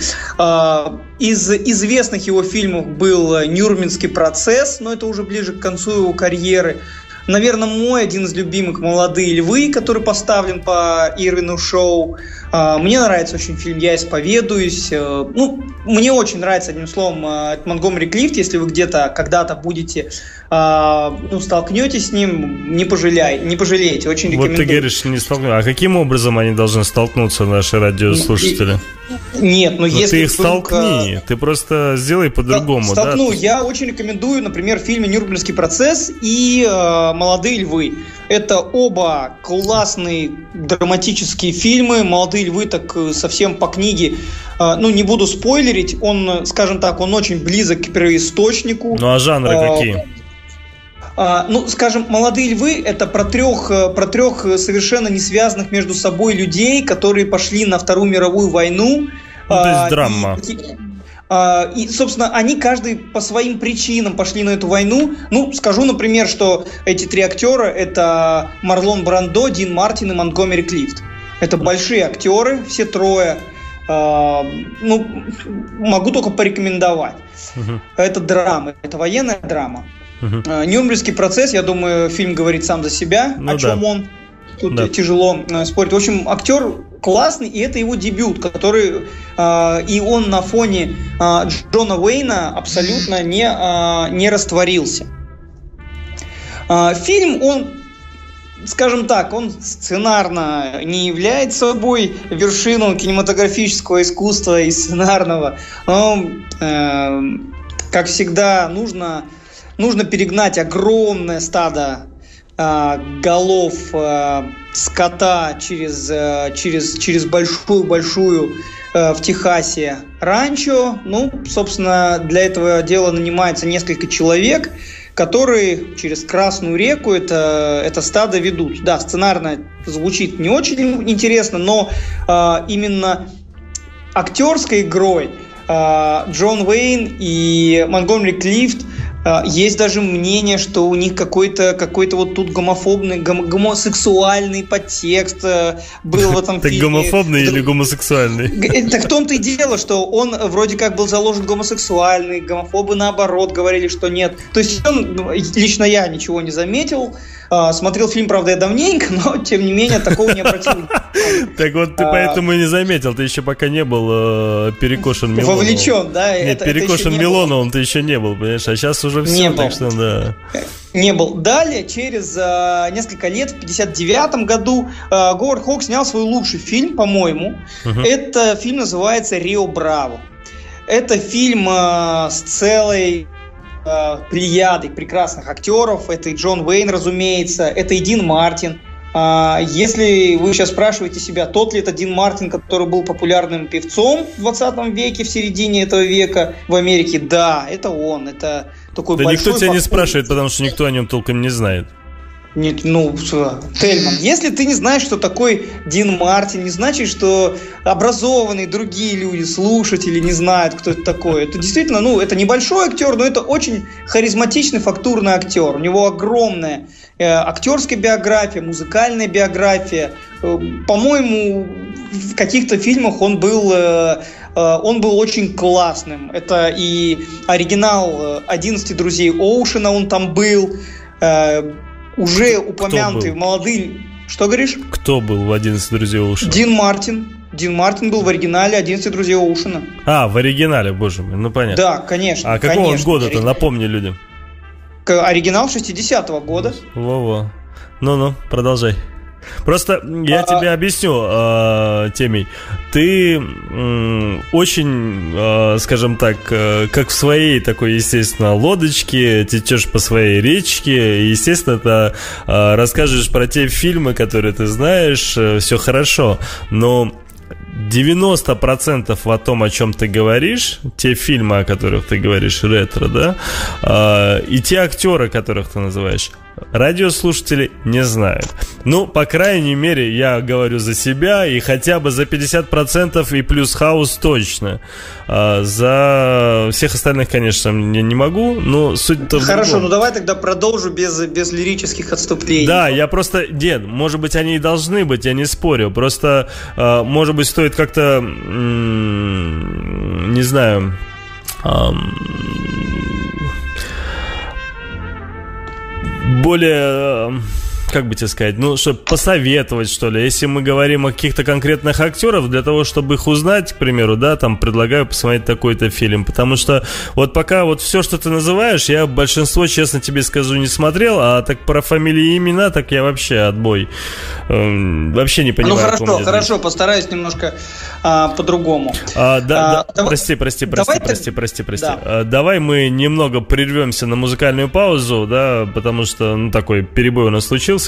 [SPEAKER 3] Из известных его фильмов был «Нюрнбергский процесс», но это уже ближе к концу его карьеры. Наверное, мой один из любимых «Молодые львы», который поставлен по Ирвину Шоу. Мне нравится очень фильм «Я исповедуюсь». Ну, мне очень нравится, одним словом, Монтгомери Клифт. Если вы где-то когда-то будете, ну, столкнетесь с ним, не пожалеете, не пожалеете. Очень рекомендую.
[SPEAKER 2] Вот ты говоришь, не столкнуться. А каким образом они должны столкнуться, наши радиослушатели?
[SPEAKER 3] Нет, но, но если
[SPEAKER 2] ты их вдруг... столкни, ты просто сделай по-другому.
[SPEAKER 3] Столкну.
[SPEAKER 2] Да?
[SPEAKER 3] Я очень рекомендую, например, в фильме «Нюрнбергский процесс» и э, «Молодые львы». Это оба классные драматические фильмы. «Молодые львы» так совсем по книге. Э, ну, не буду спойлерить. Он, скажем так, он очень близок к первоисточнику.
[SPEAKER 2] Ну, а жанры э, какие?
[SPEAKER 3] Uh, ну, скажем, «Молодые львы» — это про трех, про трех совершенно не связанных между собой людей, которые пошли на Вторую мировую войну.
[SPEAKER 2] Ну, то есть драма.
[SPEAKER 3] И, uh, и, собственно, они каждый по своим причинам пошли на эту войну. Ну, скажу, например, что эти три актера — это Марлон Брандо, Дин Мартин и Монтгомери Клифт. Это большие актеры, все трое. Uh, ну, могу только порекомендовать. Uh-huh. Это драма, это военная драма. Uh-huh. «Нюрнбергский процесс», я думаю, фильм говорит сам за себя, ну, о чем да. он. Тут да. тяжело э, спорить. В общем, актер классный, и это его дебют, который э, и он на фоне э, Джона Уэйна абсолютно не, э, не растворился. Э, фильм, он, скажем так, он сценарно не является собой вершину кинематографического искусства и сценарного. Но, э, как всегда, нужно... Нужно перегнать огромное стадо э, голов э, скота через, э, через, через большую-большую э, в Техасе ранчо. Ну, собственно, для этого дела нанимается несколько человек, которые через Красную реку это, это стадо ведут. Да, сценарно звучит не очень интересно, но э, именно актерской игрой э, Джон Уэйн и Монтгомери Клифт. Есть даже мнение, что у них какой-то, какой-то вот тут гомофобный, гом- гомосексуальный подтекст был в этом фильме.
[SPEAKER 2] Так гомофобный или гомосексуальный?
[SPEAKER 3] Так в том-то и дело, что он вроде как был заложен гомосексуальный, гомофобы наоборот говорили, что нет. То есть он, лично я ничего не заметил. Смотрел фильм, правда, я давненько, но тем не менее такого не обратил.
[SPEAKER 2] Так вот ты поэтому и не заметил, ты еще пока не был перекошен Милоновым.
[SPEAKER 3] Вовлечен, да?
[SPEAKER 2] Нет, перекошен Милоновым ты еще не был, понимаешь, а сейчас уже все, так что да.
[SPEAKER 3] Не был. Далее, через э, несколько лет, в пятьдесят девятом году, э, Говард Хоукс снял свой лучший фильм, по-моему. Uh-huh. Это фильм называется «Рио Браво». Это фильм э, с целой э, плеядой прекрасных актеров. Это и Джон Уэйн, разумеется, это и Дин Мартин. Э, если вы сейчас спрашиваете себя, тот ли это Дин Мартин, который был популярным певцом в двадцатом веке, в середине этого века в Америке, да, это он, это... Такой
[SPEAKER 2] да никто тебя не спрашивает, потому что никто о нем толком не знает.
[SPEAKER 3] Нет, ну, Тельман, если ты не знаешь, что такой Дин Мартин, не значит, что образованные другие люди, слушатели не знают, кто это такой. Это действительно, ну, это небольшой актер, но это очень харизматичный, фактурный актер. У него огромная э, актерская биография, музыкальная биография. Э, по-моему, в каких-то фильмах он был... Э, Он был очень классным. Это и оригинал «одиннадцати друзей Оушена», он там был. Уже упомянутый «Молодые...» Что говоришь?
[SPEAKER 2] Кто был в «одиннадцати друзей Оушена»?
[SPEAKER 3] Дин Мартин. Дин Мартин был в оригинале «одиннадцати друзей Оушена».
[SPEAKER 2] А, в оригинале, боже мой, ну понятно.
[SPEAKER 3] Да, конечно.
[SPEAKER 2] А какого
[SPEAKER 3] конечно.
[SPEAKER 2] года-то, напомни людям.
[SPEAKER 3] Оригинал шестидесятого года.
[SPEAKER 2] Во-во. Ну-ну, продолжай. Просто я а... тебе объясню, э, Темий. Ты э, очень, э, скажем так, э, как в своей такой, естественно, лодочке, течешь по своей речке. И, естественно, ты э, расскажешь про те фильмы, которые ты знаешь. Э, все хорошо. Но девяносто процентов о том, о чем ты говоришь, те фильмы, о которых ты говоришь, ретро, да, э, и те актеры, которых ты называешь, радиослушатели не знают. Ну, по крайней мере, я говорю за себя, и хотя бы за пятьдесят процентов и плюс хаус точно. А за всех остальных, конечно, не, не могу, но суть-то в
[SPEAKER 3] Хорошо,
[SPEAKER 2] другом.
[SPEAKER 3] Ну давай тогда продолжу без, без лирических отступлений.
[SPEAKER 2] Да, я просто... Нет, может быть, они и должны быть, я не спорю. Просто, а, может быть, стоит как-то... М- не знаю... А, более, как бы тебе сказать, ну, чтобы посоветовать, что ли. Если мы говорим о каких-то конкретных актерах, для того, чтобы их узнать, к примеру, да, там, предлагаю посмотреть такой-то фильм. Потому что вот пока вот все, что ты называешь, я большинство, честно тебе скажу, не смотрел, а так про фамилии и имена, так я вообще отбой. Эм, вообще не понимаю.
[SPEAKER 3] Ну, хорошо, хорошо, постараюсь немножко а, по-другому.
[SPEAKER 2] А, да,
[SPEAKER 3] а,
[SPEAKER 2] да,
[SPEAKER 3] давай,
[SPEAKER 2] прости, прости, прости,
[SPEAKER 3] давай
[SPEAKER 2] прости,
[SPEAKER 3] ты...
[SPEAKER 2] прости, прости.
[SPEAKER 3] Да.
[SPEAKER 2] А, давай мы немного прервемся на музыкальную паузу, да, потому что, ну, такой перебой у нас случился.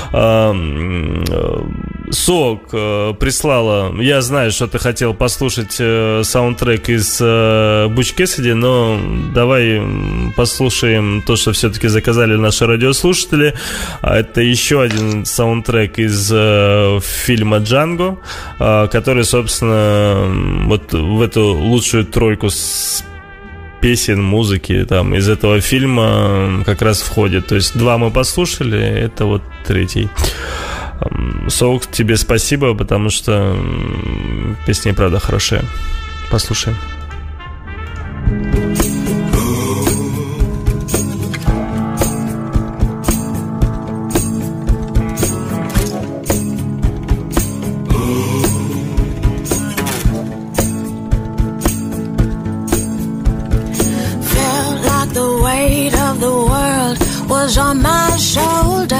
[SPEAKER 2] Сок прислала. Я знаю, что ты хотел послушать саундтрек из Butch Cassidy, но давай послушаем то, что все-таки заказали наши радиослушатели. Это еще один саундтрек из фильма «Джанго», который, собственно, вот в эту лучшую тройку с песен, музыки там из этого фильма как раз входит. То есть два мы послушали, это вот третий. Соук, тебе спасибо, потому что песня, правда, хорошая. Послушаем.
[SPEAKER 7] On my shoulders,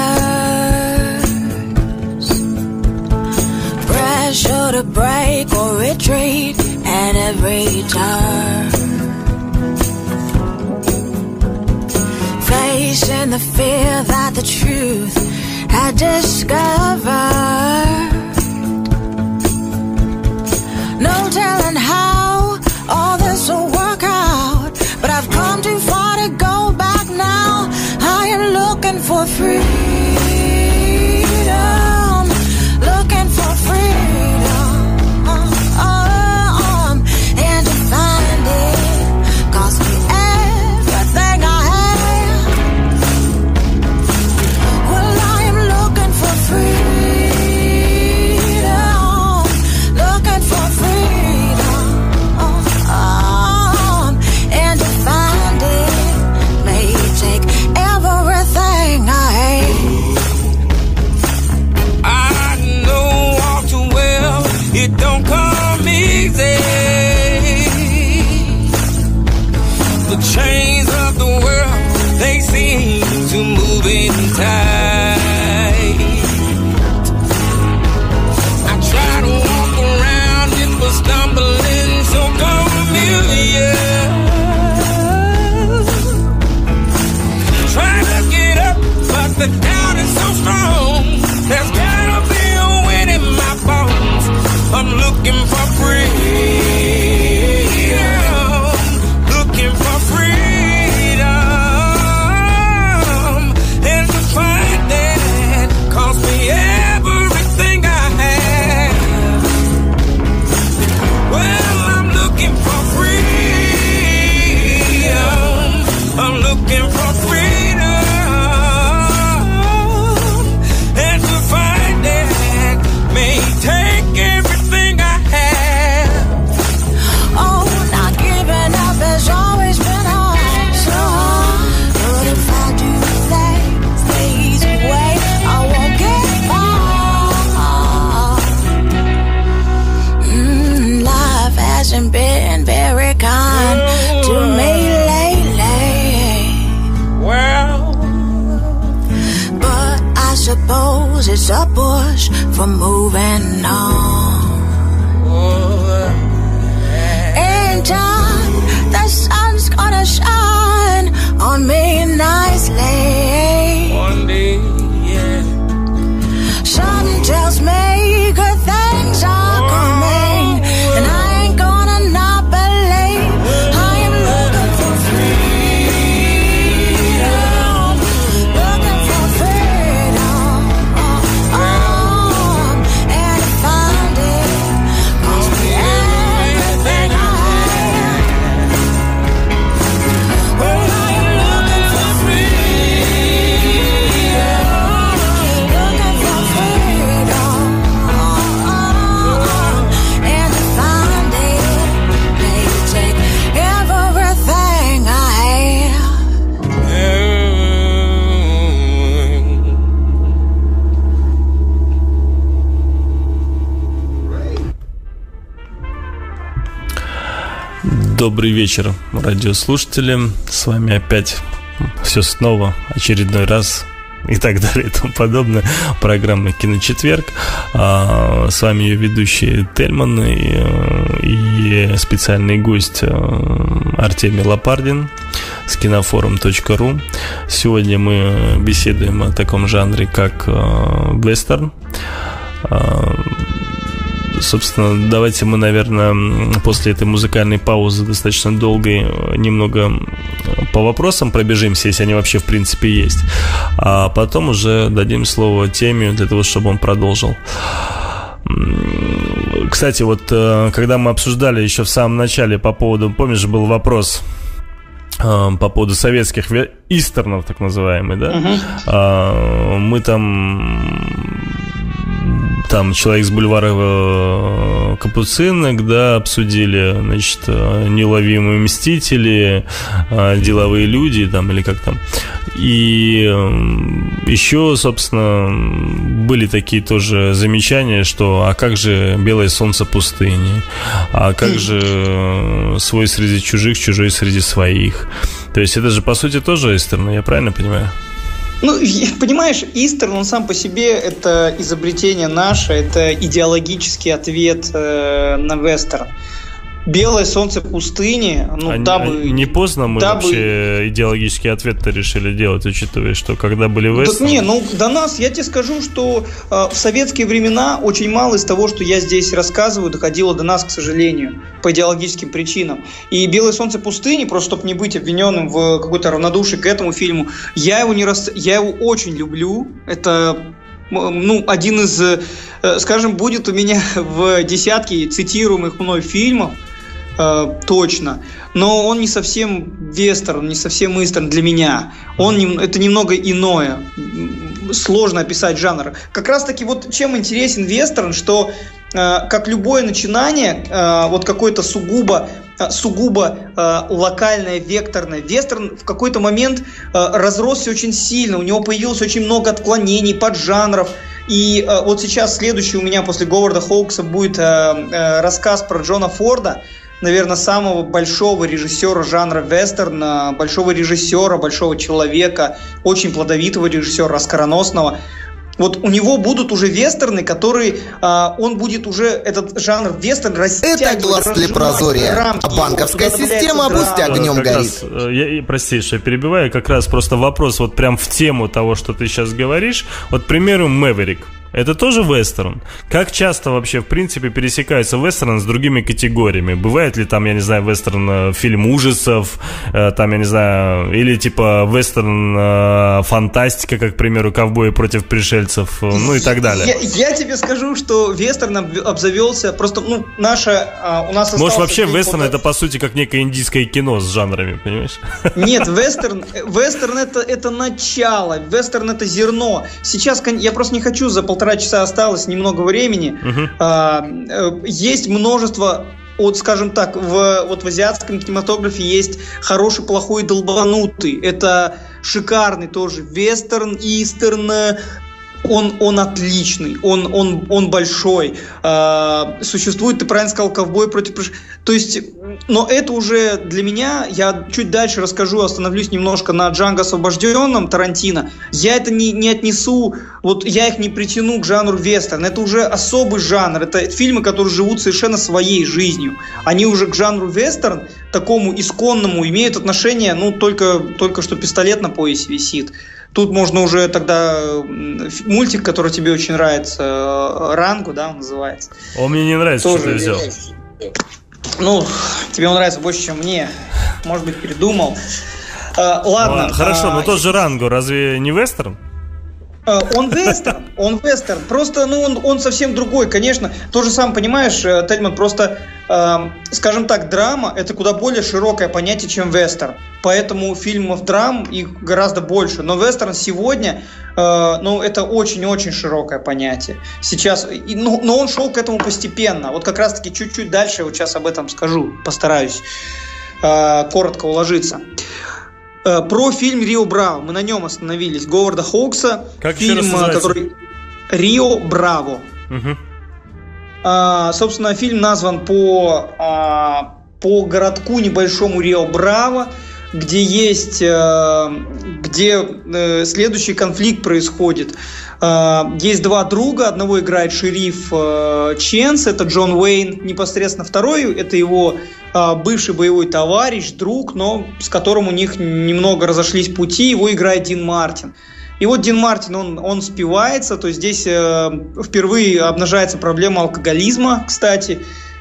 [SPEAKER 7] pressure to break or retreat at every turn, facing the fear that the truth had discovered. No telling how all this will work out, but I've come too far to go back now. I am looking for freedom, looking for freedom, um, and to find it cost me everything I have. Well, I am looking for freedom, looking for freedom, um, and to find it may take everything I hate.
[SPEAKER 8] I know all too well it don't come easy. The chains of the world, they seem to move in tight. I try to walk around it, but stumbling so familiar. But the doubt is so strong. There's gotta be a wind in my bones. I'm looking for freedom, looking for freedom, and to
[SPEAKER 7] hasn't been very kind to me lately.
[SPEAKER 8] Well,
[SPEAKER 7] but I suppose it's a push for moving on. In time, the sun's gonna shine on me nicely.
[SPEAKER 8] one day, yeah.
[SPEAKER 7] Something tells me good things are coming, and I ain't gonna not believe. I am looking for freedom, looking for freedom, oh, oh, and to find it cost me everything I have. Well, I am looking for freedom, looking for freedom, oh, oh, and to find it, maybe take everything I have.
[SPEAKER 2] Добрый вечер, радиослушатели. С вами опять все снова, очередной раз и так далее и тому подобное. Программа «Киночетверг». А, с вами ее ведущий Тельман и, и специальный гость Артемий Лопардин с кинофорум точка ру. Сегодня мы беседуем о таком жанре, как вестерн. Собственно, давайте мы, наверное, после этой музыкальной паузы достаточно долгой немного по вопросам пробежимся, если они вообще в принципе есть. А потом уже дадим слово Теме для того, чтобы он продолжил. Кстати, вот когда мы обсуждали еще в самом начале по поводу, помнишь, был вопрос по поводу советских истернов, так называемых, да? Uh-huh. Мы там... Там «Человек с бульвара Капуцинок», да, обсудили, значит, «Неуловимые мстители», «Деловые люди», там, или как там. И еще, собственно, были такие тоже замечания, что а как же «Белое солнце пустыни», а как же «Свой среди чужих, чужой среди своих». То есть это же, по сути, тоже истерн, я правильно понимаю?
[SPEAKER 3] Ну, понимаешь, истерн, он сам по себе это изобретение наше, это идеологический ответ э, на вестерн. «Белое солнце пустыни», ну,
[SPEAKER 2] а
[SPEAKER 3] дабы...
[SPEAKER 2] Не поздно мы
[SPEAKER 3] дабы...
[SPEAKER 2] вообще идеологический ответ-то решили делать, учитывая, что когда были вестерны...
[SPEAKER 3] Да, не, ну, до нас, я тебе скажу, что э, в советские времена очень мало из того, что я здесь рассказываю, доходило до нас, к сожалению, по идеологическим причинам. И «Белое солнце пустыни», просто чтобы не быть обвиненным в какой-то равнодушии к этому фильму, я его, не рас... я его очень люблю. Это... Ну, один из, э, скажем, будет у меня в десятке цитируемых мной фильмов, э, точно. Но он не совсем вестерн, не совсем истерн для меня. Он не, это немного иное. Сложно описать жанр. Как раз таки вот чем интересен вестерн, что э, как любое начинание, э, вот какое-то сугубо сугубо э, локальное, векторное. Вестерн в какой-то момент э, разросся очень сильно, у него появилось очень много отклонений, поджанров. И э, вот сейчас следующий у меня после Говарда Хоукса будет э, э, рассказ про Джона Форда, наверное, самого большого режиссера жанра вестерн, большого режиссера, большого человека, очень плодовитого режиссера, оскароносного. Вот у него будут уже вестерны, которые а, он будет уже этот жанр вестерн растягивать.
[SPEAKER 9] Это глаз для прозория. А банковская система пусть огнем горит.
[SPEAKER 2] Раз, я, прости, что я перебиваю, как раз просто вопрос вот прям в тему того, что ты сейчас говоришь. Вот, к примеру, «Мэверик». Это тоже вестерн? Как часто вообще, в принципе, пересекаются вестерн с другими категориями? Бывает ли там, я не знаю, вестерн фильм ужасов, там, я не знаю, или типа вестерн фантастика, как, к примеру, «Ковбои против пришельцев», ну и так далее?
[SPEAKER 3] Я, я тебе скажу, что вестерн обзавелся, просто, ну, наша, у нас остался...
[SPEAKER 2] Может, вообще вестерн это, по сути, как некое индийское кино с жанрами, понимаешь?
[SPEAKER 3] Нет, вестерн, вестерн это, это начало, вестерн это зерно. Сейчас я просто не хочу за полтора Полтора часа осталось, немного времени. Uh-huh. А, есть множество, вот, скажем так, в, вот в азиатском кинематографе есть хороший, плохой, долбанутый. Это шикарный тоже вестерн, истерн, Он, он отличный, он, он, он большой. Э, существует, ты правильно сказал, ковбой против... То есть, но это уже для меня, я чуть дальше расскажу, остановлюсь немножко на Джанго освобожденном Тарантино. Я это не, не отнесу, вот я их не притяну к жанру вестерн. Это уже особый жанр, это фильмы, которые живут совершенно своей жизнью. Они уже к жанру вестерн, такому исконному, имеют отношение, ну, только, только что пистолет на поясе висит. Тут можно уже тогда мультик, который тебе очень нравится, «Ранго», да, он называется.
[SPEAKER 2] Он мне не нравится, тоже, что ты взял.
[SPEAKER 3] Ну, тебе он нравится больше, чем мне. Может быть, передумал. А, ладно.
[SPEAKER 2] Ну, хорошо,
[SPEAKER 3] а,
[SPEAKER 2] но тот же «Ранго» разве не вестерн?
[SPEAKER 3] Он вестерн, он вестерн. Просто, ну, он, он совсем другой, конечно. То же самое, понимаешь, Тельман, просто, э, скажем так, драма — это куда более широкое понятие, чем вестерн. Поэтому фильмов драм их гораздо больше. Но вестерн сегодня, э, ну, это очень-очень широкое понятие. Сейчас, и, ну, но он шел к этому постепенно. Вот как раз-таки чуть-чуть дальше, вот сейчас об этом скажу, постараюсь э, коротко уложиться. Про фильм «Рио Браво». Мы на нем остановились. Говарда Хоукса.
[SPEAKER 2] Как
[SPEAKER 3] фильм, который «Рио Браво».
[SPEAKER 2] Угу.
[SPEAKER 3] А, собственно, фильм назван по, а, по городку небольшому Рио Браво, где есть, а, где а, следующий конфликт происходит. А, есть два друга. Одного играет шериф а, Ченс, это Джон Уэйн непосредственно. Второй — это его бывший боевой товарищ, друг, но с которым у них немного разошлись пути, его играет Дин Мартин. И вот Дин Мартин, он, он спивается, то есть здесь э, впервые обнажается проблема алкоголизма, кстати.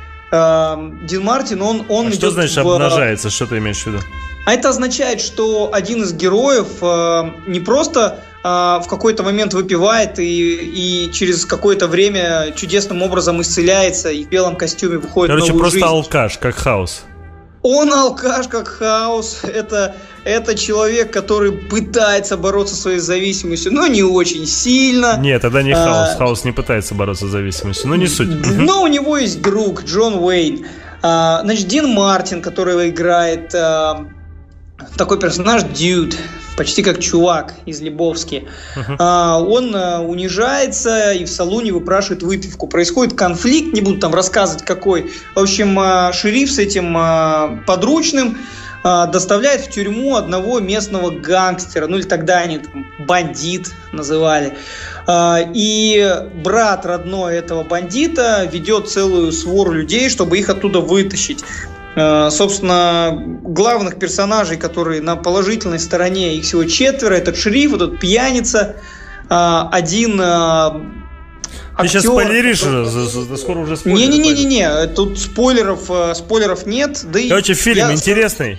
[SPEAKER 3] Э, Дин Мартин, он, он
[SPEAKER 2] а
[SPEAKER 3] идет
[SPEAKER 2] что значит
[SPEAKER 3] в...
[SPEAKER 2] обнажается, что ты имеешь в виду?
[SPEAKER 3] А это означает, что один из героев э, не просто э, в какой-то момент выпивает и, и через какое-то время чудесным образом исцеляется и в белом костюме выходит в новую жизнь.
[SPEAKER 2] Короче, просто алкаш, как Хаус.
[SPEAKER 3] Он алкаш, как Хаус. Это, это человек, который пытается бороться со своей зависимостью, но не очень сильно.
[SPEAKER 2] Нет, тогда не Хаус.
[SPEAKER 3] А,
[SPEAKER 2] Хаус не пытается бороться с зависимостью, но не суть.
[SPEAKER 3] Но у него есть друг Джон Уэйн. А, значит, Дин Мартин, которого играет... А, такой персонаж Дьюд, почти как чувак из Лебовски. Uh-huh. А, он а, унижается и в салуне выпрашивает выпивку. Происходит конфликт, не буду там рассказывать какой. В общем, а, шериф с этим а, подручным а, доставляет в тюрьму одного местного гангстера. Ну или тогда они там бандит называли. А, и брат родной этого бандита ведет целую свору людей, чтобы их оттуда вытащить. Собственно, главных персонажей, которые на положительной стороне, их всего четверо. Этот шериф, этот пьяница, один актер.
[SPEAKER 2] Ты сейчас спойлеришь, который... скоро уже спойлеры.
[SPEAKER 3] Не-не-не-не, тут спойлеров, спойлеров нет. Да
[SPEAKER 2] короче,
[SPEAKER 3] и
[SPEAKER 2] фильм я... интересный.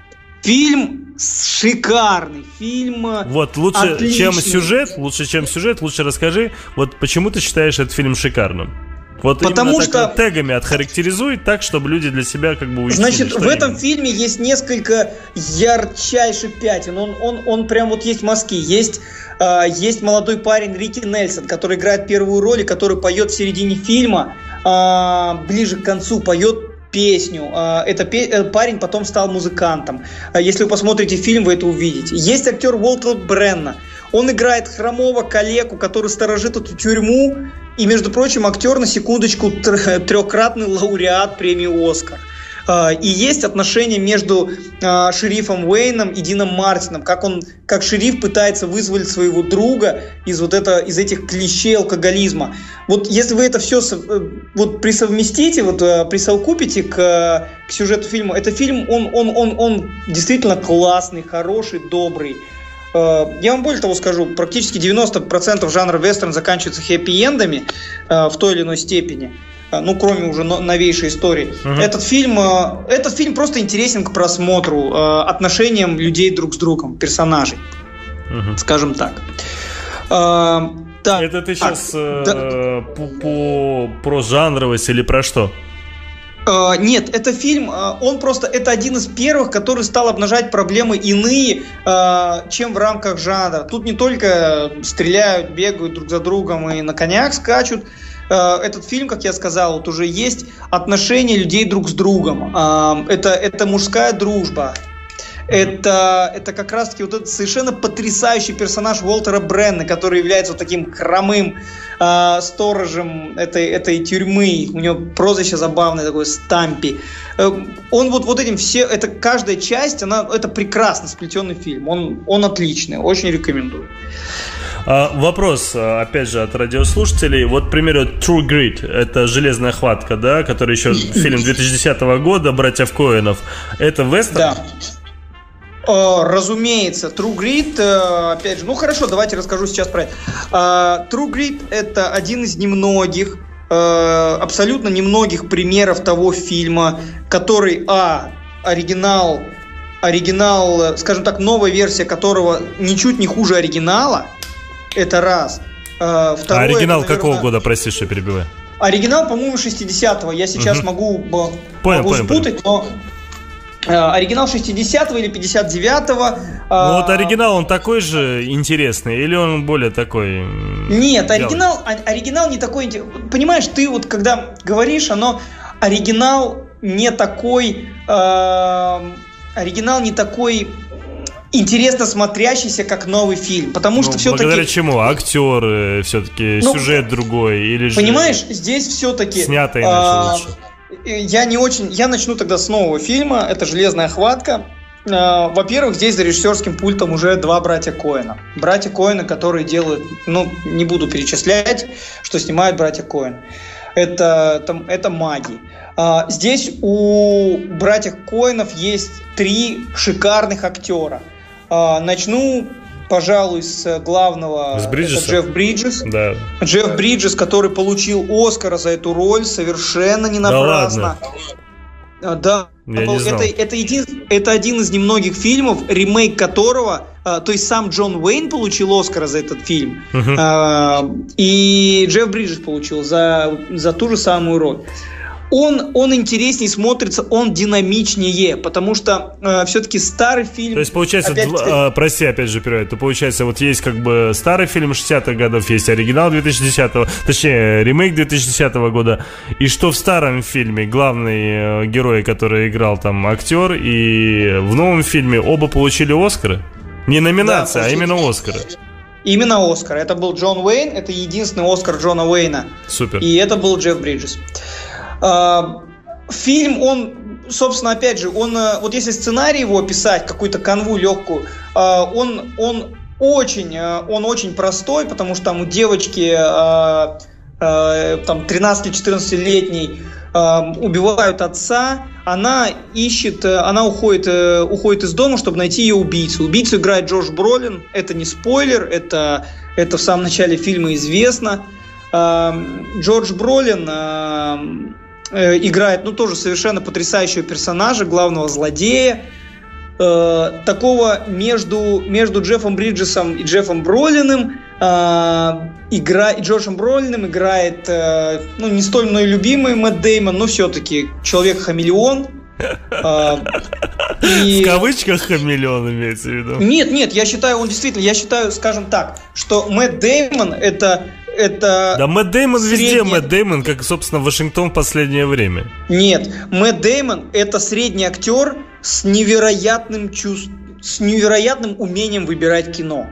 [SPEAKER 3] Фильм шикарный, фильм
[SPEAKER 2] вот, лучше,
[SPEAKER 3] отличный.
[SPEAKER 2] чем сюжет, лучше, чем сюжет, лучше расскажи, вот почему ты считаешь этот фильм шикарным? Вот
[SPEAKER 3] потому что
[SPEAKER 2] тегами отхарактеризуй так, чтобы люди для себя как бы учили.
[SPEAKER 3] Значит, в этом именно. Фильме есть несколько ярчайших пятен. Он, он, он прям вот есть мазки. Есть, э, есть молодой парень Рики Нельсон, который играет первую роль и который поет в середине фильма, э, ближе к концу поет песню. Э, это пе- парень потом стал музыкантом. Э, если вы посмотрите фильм, вы это увидите. Есть актер Уолтер Бренна. Он играет хромого калеку, который сторожит эту тюрьму. И, между прочим, актер, на секундочку, трехкратный лауреат премии «Оскар». И есть отношения между шерифом Уэйном и Дином Мартином, как он, как шериф пытается вызволить своего друга из вот это, из этих клещей алкоголизма. Вот если вы это все вот присовместите, вот присовокупите к, к сюжету фильма, это фильм, он, он, он, он действительно классный, хороший, добрый. Я вам более того скажу, практически девяносто процентов жанра вестерн заканчивается хэппи-эндами э, в той или иной степени, э, ну, кроме уже новейшей истории. Uh-huh. Этот фильм, э, этот фильм просто интересен к просмотру, э, отношениям людей друг с другом, персонажей, uh-huh. скажем так. Э,
[SPEAKER 2] так. Это ты сейчас а, э, да. по, по, про жанровость или про что?
[SPEAKER 3] Uh, нет, это фильм, uh, он просто, это один из первых, который стал обнажать проблемы иные, uh, чем в рамках жанра. Тут не только стреляют, бегают друг за другом и на конях скачут. Uh, этот фильм, как я сказал, вот уже есть отношения людей друг с другом. Uh, это, это мужская дружба. Это, это как раз-таки вот этот совершенно потрясающий персонаж Уолтера Бренна, который является вот таким хромым э, сторожем этой, этой тюрьмы. У него прозвище забавное такое, Стампи. Э, он вот, вот этим все, это каждая часть, она, это прекрасно сплетенный фильм. Он, он отличный, очень рекомендую.
[SPEAKER 2] А, вопрос, опять же, от радиослушателей. Вот, к примеру, True Grit, это «Железная хватка», да, который еще фильм две тысячи десятого года, братьев Коэнов. Это вестерн?
[SPEAKER 3] Да. Uh, разумеется, True Grit, uh, опять же, ну хорошо, давайте расскажу сейчас про это. Uh, True Grit — это один из немногих, uh, абсолютно немногих примеров того фильма, который, а, оригинал, оригинал, скажем так, новая версия которого ничуть не хуже оригинала, это раз. Uh, второе,
[SPEAKER 2] а оригинал
[SPEAKER 3] это, наверное,
[SPEAKER 2] какого года, прости, что я перебиваю?
[SPEAKER 3] Оригинал, по-моему, шестидесятого, я сейчас угу. могу,
[SPEAKER 2] понял,
[SPEAKER 3] могу
[SPEAKER 2] понял,
[SPEAKER 3] спутать,
[SPEAKER 2] понял.
[SPEAKER 3] но... Оригинал шестидесятого или пятьдесят девятого.
[SPEAKER 2] Ну вот оригинал, он такой же интересный или он более такой...
[SPEAKER 3] Нет, оригинал, оригинал не такой... Понимаешь, ты вот когда говоришь, оно... Оригинал не такой... Э, оригинал не такой... интересно смотрящийся, как новый фильм. Потому ну, что все-таки...
[SPEAKER 2] Благодаря чему? Актеры, все-таки ну, сюжет другой? Или
[SPEAKER 3] понимаешь, же здесь все-таки...
[SPEAKER 2] Снято иначе
[SPEAKER 3] э,
[SPEAKER 2] лучше.
[SPEAKER 3] Я не очень... Я начну тогда с нового фильма. Это «Железная хватка». Во-первых, здесь за режиссерским пультом уже два братья Коэна. Братья Коэна, которые делают... Ну, не буду перечислять, что снимают братья Коэн. Это, там, это маги. Здесь у братьев Коэнов есть три шикарных актера. Начну... Пожалуй, с главного,
[SPEAKER 2] с
[SPEAKER 3] это Джефф Бриджес.
[SPEAKER 2] Да.
[SPEAKER 3] Джефф Бриджес, который получил Оскара за эту роль совершенно не напрасно.
[SPEAKER 2] Да,
[SPEAKER 3] да. Это, это, един, это один из немногих фильмов, ремейк которого, а, то есть сам Джон Уэйн получил Оскара за этот фильм, uh-huh. а, и Джефф Бриджес получил за, за ту же самую роль. Он, он интереснее смотрится, он динамичнее, потому что э, все-таки старый фильм...
[SPEAKER 2] То есть, получается,
[SPEAKER 3] опять...
[SPEAKER 2] дв... прости, опять же, перевод, то получается, вот есть как бы старый фильм шестидесятых годов, есть оригинал две тысячи десятого, точнее, ремейк две тысячи десятого года, и что в старом фильме главный э, герой, который играл там актер, и в новом фильме оба получили Оскары? Не номинация, да, а именно Оскары.
[SPEAKER 3] Именно Оскар. Это был Джон Уэйн, это единственный Оскар Джона Уэйна.
[SPEAKER 2] Супер.
[SPEAKER 3] И это был Джефф Бриджес. Фильм, он, собственно, опять же, он, вот если сценарий его описать, какую-то канву легкую, он, он, очень, он очень простой, потому что там у девочки там, тринадцати-четырнадцатилетней убивают отца, она ищет, она уходит, уходит из дома, чтобы найти ее убийцу. Убийцу играет Джош Бролин, это не спойлер, это, это в самом начале фильма известно. Джордж Бролин играет, ну, тоже совершенно потрясающего персонажа, главного злодея, э, такого между, между Джеффом Бриджесом и Джеффом Бролиным, э, игра, и Джорджем Бролиным играет, э, ну, не столь мной любимый Мэтт Дэймон, но все-таки человек-хамелеон. Э, и...
[SPEAKER 2] В кавычках хамелеон имеется в виду?
[SPEAKER 3] Нет, нет, я считаю, он действительно, я считаю, скажем так, что Мэтт Дэймон это... Это
[SPEAKER 2] да, Мэтт Дэймон
[SPEAKER 3] средний...
[SPEAKER 2] везде, Мэтт Дэймон, как, собственно, Вашингтон в последнее время.
[SPEAKER 3] Нет, Мэтт Дэймон это средний актер с невероятным чувств... с невероятным умением выбирать кино.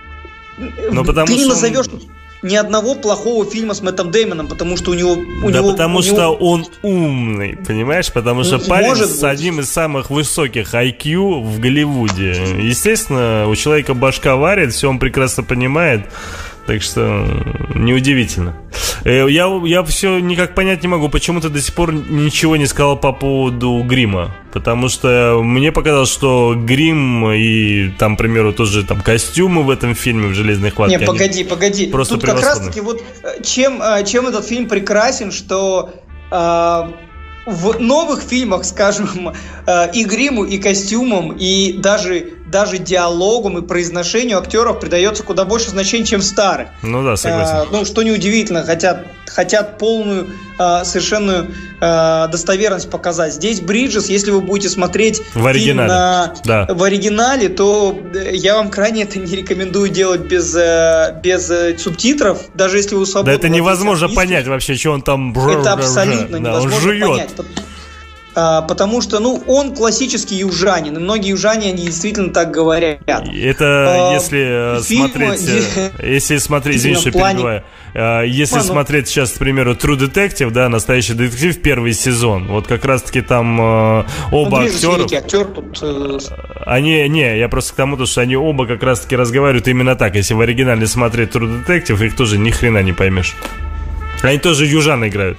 [SPEAKER 2] Но потому
[SPEAKER 3] Ты не
[SPEAKER 2] что
[SPEAKER 3] назовешь
[SPEAKER 2] он...
[SPEAKER 3] ни одного плохого фильма с Мэттом Дэймоном, потому что у него... У
[SPEAKER 2] да
[SPEAKER 3] него,
[SPEAKER 2] потому
[SPEAKER 3] у
[SPEAKER 2] что
[SPEAKER 3] него...
[SPEAKER 2] он умный, понимаешь? Потому что парень
[SPEAKER 3] Может
[SPEAKER 2] с
[SPEAKER 3] быть.
[SPEAKER 2] одним из самых высоких ай кью в Голливуде. Естественно, у человека башка варит, все он прекрасно понимает. Так что неудивительно. Я, я все никак понять не могу, почему ты до сих пор ничего не сказал по поводу грима. Потому что мне показалось, что грим и там, к примеру, тоже там костюмы в этом фильме, в «Железной хватке».
[SPEAKER 3] Не, погоди, погоди.
[SPEAKER 2] Просто
[SPEAKER 3] тут как раз таки вот чем, чем этот фильм прекрасен, что э, в новых фильмах, скажем, э, и гриму, и костюмам, и даже, даже диалогам и произношению актеров придается куда больше значения, чем в старых.
[SPEAKER 2] Ну да, согласен.
[SPEAKER 3] Э, ну, что неудивительно, хотят, хотят полную, э, совершенную э, достоверность показать. Здесь Бриджес, если вы будете смотреть
[SPEAKER 2] в оригинале.
[SPEAKER 3] фильм на,
[SPEAKER 2] да.
[SPEAKER 3] в оригинале, то я вам крайне это не рекомендую делать без, э, без э, субтитров, даже если вы свободны.
[SPEAKER 2] Да это невозможно понять вообще, что он там...
[SPEAKER 3] Это абсолютно
[SPEAKER 2] да,
[SPEAKER 3] невозможно
[SPEAKER 2] он жует.
[SPEAKER 3] понять. А, потому что, ну, он классический южанин, и многие южане, они действительно так говорят.
[SPEAKER 2] Это а, если фильм, смотреть, если смотреть, извини, что перебиваю, если а, ну, смотреть сейчас, к примеру, True Detective, да, настоящий детектив, первый сезон, вот как раз-таки там э, оба ну, актера, актер тут, э... они, не, я просто к тому, что они оба как раз-таки разговаривают именно так. Если в оригинале смотреть True Detective, их тоже ни хрена не поймешь. Они тоже южан играют.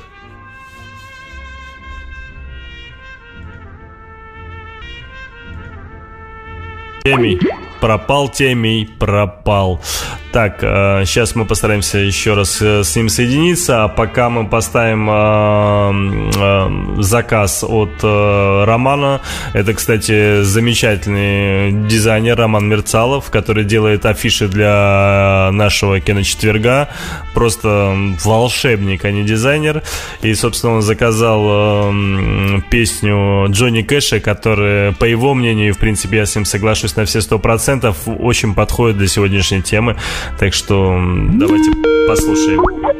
[SPEAKER 2] Темий. Пропал Темий, пропал. Так, э, сейчас мы постараемся еще раз э, с ним соединиться. А пока мы поставим э, э, заказ от э, Романа. Это, кстати, замечательный дизайнер Роман Мерцалов, который делает афиши для нашего киночетверга. Просто волшебник, а не дизайнер. И, собственно, он заказал э, песню Джонни Кэша, которая, по его мнению, в принципе, я с ним соглашусь на все сто процентов, очень подходит для сегодняшней темы. Так что давайте послушаем.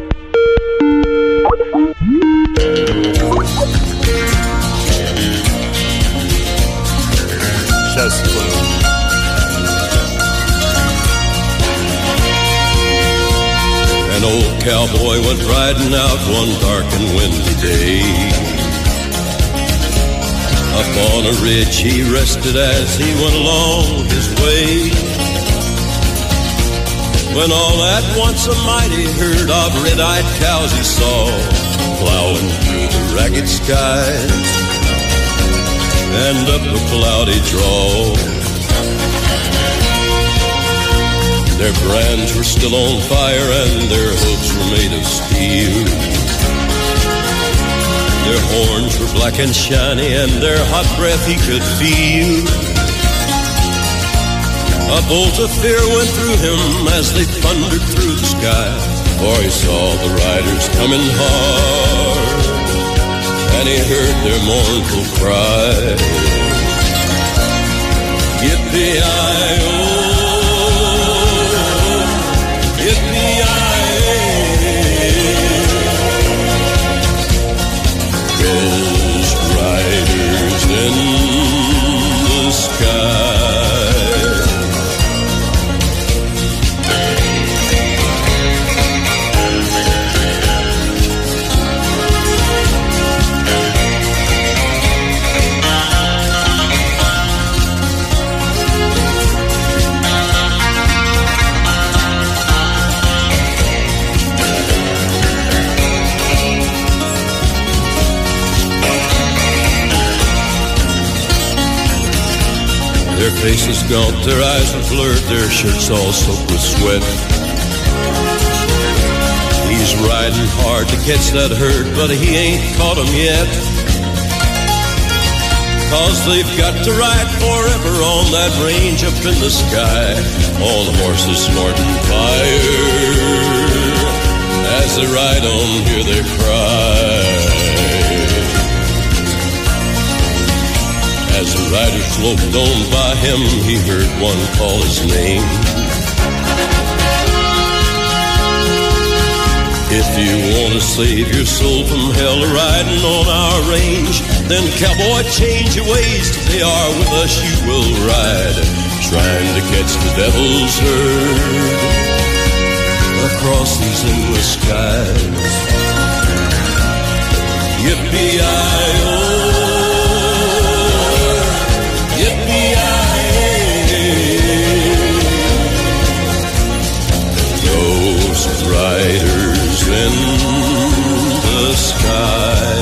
[SPEAKER 2] Сейчас.
[SPEAKER 10] An old cowboy went riding out one dark and windy day. Up on a ridge he rested as he went along his way. When all at once a mighty herd of red-eyed cows he saw plowing through the ragged skies and up a cloudy draw. Their brands were still on fire and their hooves were made of steel. Their horns were black and shiny and their hot breath he could feel. A bolt of fear went through him as they thundered through the sky, for he saw the riders coming hard, and he heard their mournful cry. Yippee-yi-oh, yippee-yi-ay, Ghost riders in the sky. Their faces gaunt, their eyes were blurred, their shirts all soaked with sweat. He's riding hard to catch that herd, but he ain't caught 'em yet. 'Cause they've got to ride forever on that range up in the sky, on horses snorting fire. As they ride on, hear their cry. As the rider sloped on by him, he heard one call his name. If you want to save your soul from hell riding on our range, then cowboy, change your ways. They are with us, you will ride, trying to catch the devil's herd across these endless skies. Yippee-yi-oh, Ghost riders in the sky.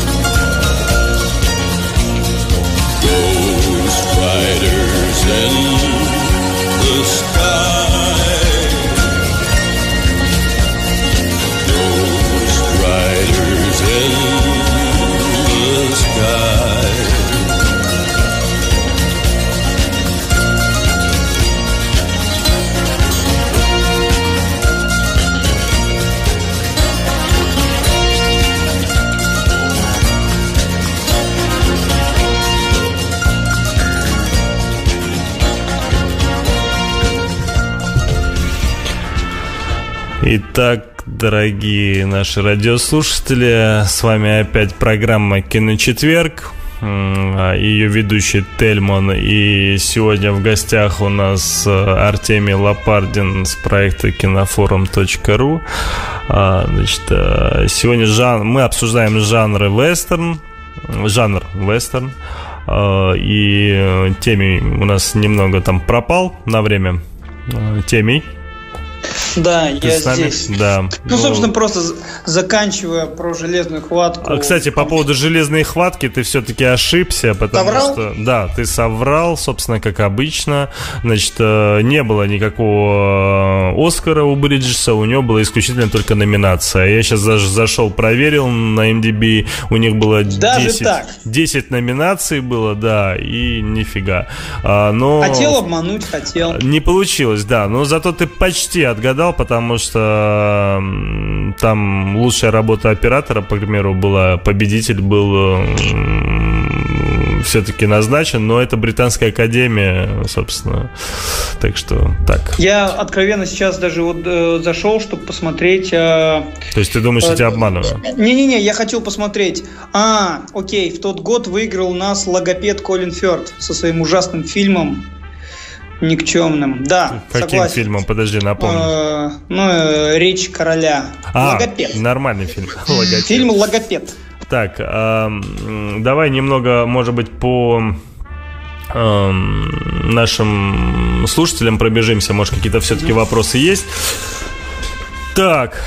[SPEAKER 10] Ghost riders in the sky. Ghost riders in the
[SPEAKER 2] Итак, дорогие наши радиослушатели, с вами опять программа «Киночетверг», ее ведущий Тельман, и сегодня в гостях у нас Артемий Лопардин с проекта кинофорум точка ру. Значит, сегодня жан... мы обсуждаем жанры вестерн, жанр вестерн, и Темий у нас немного там пропал на время. Темий.
[SPEAKER 3] Да,
[SPEAKER 2] Ты
[SPEAKER 3] я здесь.
[SPEAKER 2] Да.
[SPEAKER 3] Ну, собственно, просто заканчивая про железную хватку.
[SPEAKER 2] А, кстати, по поводу железной хватки ты все-таки ошибся, потому
[SPEAKER 3] соврал?
[SPEAKER 2] что... Да, ты соврал, собственно, как обычно. Значит, не было никакого Оскара у Бриджеса, у него была исключительно только номинация. Я сейчас даже зашел, проверил на эм ди би, у них было десять, десять номинаций было, да, и нифига. А, но...
[SPEAKER 3] Хотел обмануть, хотел.
[SPEAKER 2] Не получилось, да, но зато ты почти отгадал, потому что там лучшая работа оператора, по примеру, была, победитель был все-таки назначен, но это Британская академия, собственно, так что так.
[SPEAKER 3] Я откровенно сейчас даже вот э, зашел, чтобы посмотреть. Э,
[SPEAKER 2] То есть ты думаешь, э, я тебя обманываю?
[SPEAKER 3] Не-не-не, я хотел посмотреть. А, окей, в тот год выиграл у нас логопед Колин Фёрд со своим ужасным фильмом никчемным. Да,
[SPEAKER 2] каким
[SPEAKER 3] согласен.
[SPEAKER 2] Фильмом? Подожди, напомню.
[SPEAKER 3] Э, ну, э, «Речь короля».
[SPEAKER 2] А,
[SPEAKER 3] «Логопед».
[SPEAKER 2] Нормальный фильм. Логопед.
[SPEAKER 3] Фильм «Логопед».
[SPEAKER 2] Так, э, давай немного, может быть, по э, нашим слушателям пробежимся. Может, какие-то все-таки вопросы есть. Так.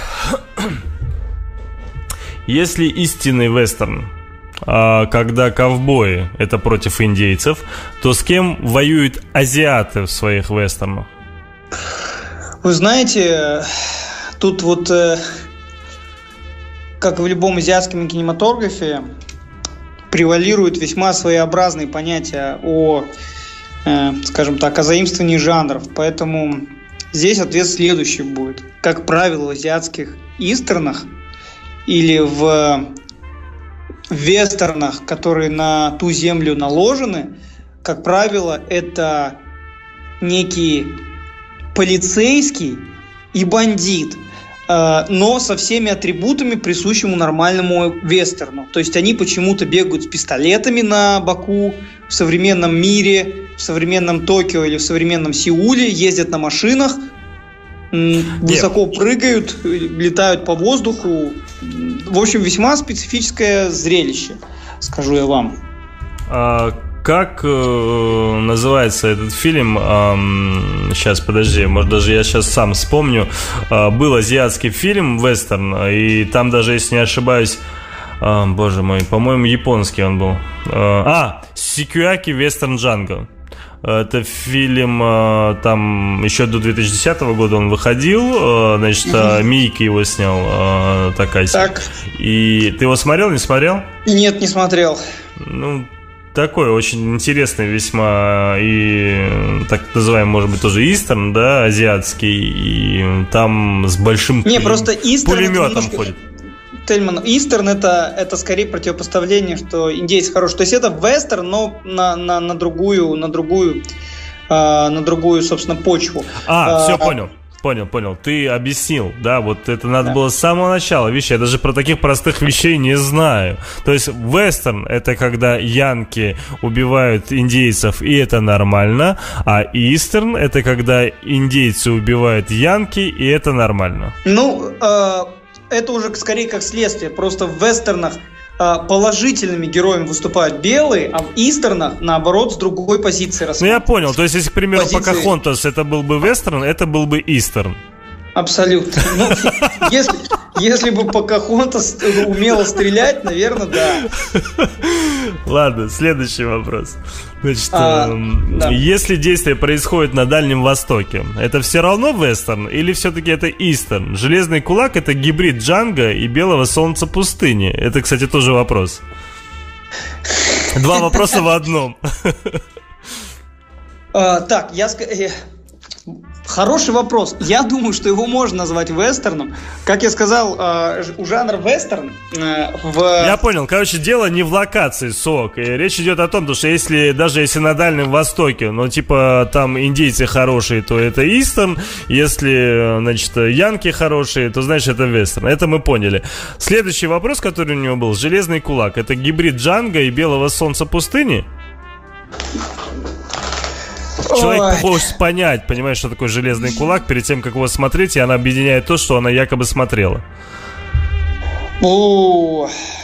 [SPEAKER 2] Если истинный вестерн, когда ковбои — это против индейцев, то с кем воюют азиаты в своих вестернах?
[SPEAKER 3] Вы знаете, тут вот, как и в любом азиатском кинематографе, превалируют весьма своеобразные понятия о, скажем так, о заимствовании жанров. Поэтому здесь ответ следующий будет. Как правило, в азиатских истернах или в вестернах, которые на ту землю наложены, как правило, это некий полицейский и бандит, но со всеми атрибутами, присущими нормальному вестерну. То есть они почему-то бегают с пистолетами на боку в современном мире, в современном Токио или в современном Сеуле, ездят на машинах, высоко Нет. прыгают, летают по воздуху. В общем, весьма специфическое зрелище, скажу я вам.
[SPEAKER 2] А как э, называется этот фильм? Э, сейчас, подожди, может, даже я сейчас сам вспомню. Э, был азиатский фильм вестерн, и там даже, если не ошибаюсь, э, боже мой, по-моему, японский он был. Э, а, Сикуяки Вестерн Джанго. Это фильм, там еще до две тысячи десятого года он выходил, значит, угу. Мийки его снял, Такаси. Так. И ты его смотрел, не смотрел?
[SPEAKER 3] Нет, не смотрел.
[SPEAKER 2] Ну, такой очень интересный весьма и так называемый, может быть, тоже истерн, да, азиатский, и там с большим
[SPEAKER 3] не, пулем... просто
[SPEAKER 2] пулеметом
[SPEAKER 3] немножко...
[SPEAKER 2] ходит.
[SPEAKER 3] Тельман, истерн это, это скорее противопоставление, что индейец хороший. То есть это вестерн, но на, на, на другую, на другую, э, на другую, собственно, почву.
[SPEAKER 2] А,
[SPEAKER 3] а,
[SPEAKER 2] все понял. Понял, понял. Ты объяснил, да, вот это надо да. было с самого начала. Видишь, я даже про таких простых вещей не знаю. То есть вестерн — это когда янки убивают индейцев, и это нормально. А истерн — это когда индейцы убивают янки, и это нормально.
[SPEAKER 3] Ну, э, это уже скорее как следствие. Просто в вестернах э, положительными героями выступают белые, а в истернах, наоборот, с другой позиции рассматриваются.
[SPEAKER 2] Ну, я понял. То есть, если, к примеру,
[SPEAKER 3] позиции...
[SPEAKER 2] Покахонтас это был бы вестерн, это был бы истерн.
[SPEAKER 3] Абсолютно. Ну, если, если бы Покахонтас умела стрелять, наверное, да.
[SPEAKER 2] Ладно, следующий вопрос. Значит,
[SPEAKER 3] а,
[SPEAKER 2] э,
[SPEAKER 3] да.
[SPEAKER 2] если действие происходит на Дальнем Востоке, это все равно вестерн или все-таки это истерн? Железный кулак — это гибрид Джанго и Белого солнца пустыни. Это, кстати, тоже вопрос. Два вопроса в одном.
[SPEAKER 3] Так, я Хороший вопрос. Я думаю, что его можно назвать вестерном. Как я сказал, у жанра вестерн в...
[SPEAKER 2] Я понял. Короче, дело не в локации, Сок. И речь идет о том, что если даже если на Дальнем Востоке, ну, типа, там индейцы хорошие, то это истерн. Если, значит, янки хорошие, то, значит, это вестерн. Это мы поняли. Следующий вопрос, который у него был. «Железный кулак». Это гибрид Джанго и «Белого солнца пустыни»? Человек хочет понять, понимаешь, что такое «Железный кулак», перед тем, как его смотреть, и она объединяет то, что она якобы смотрела.
[SPEAKER 3] О,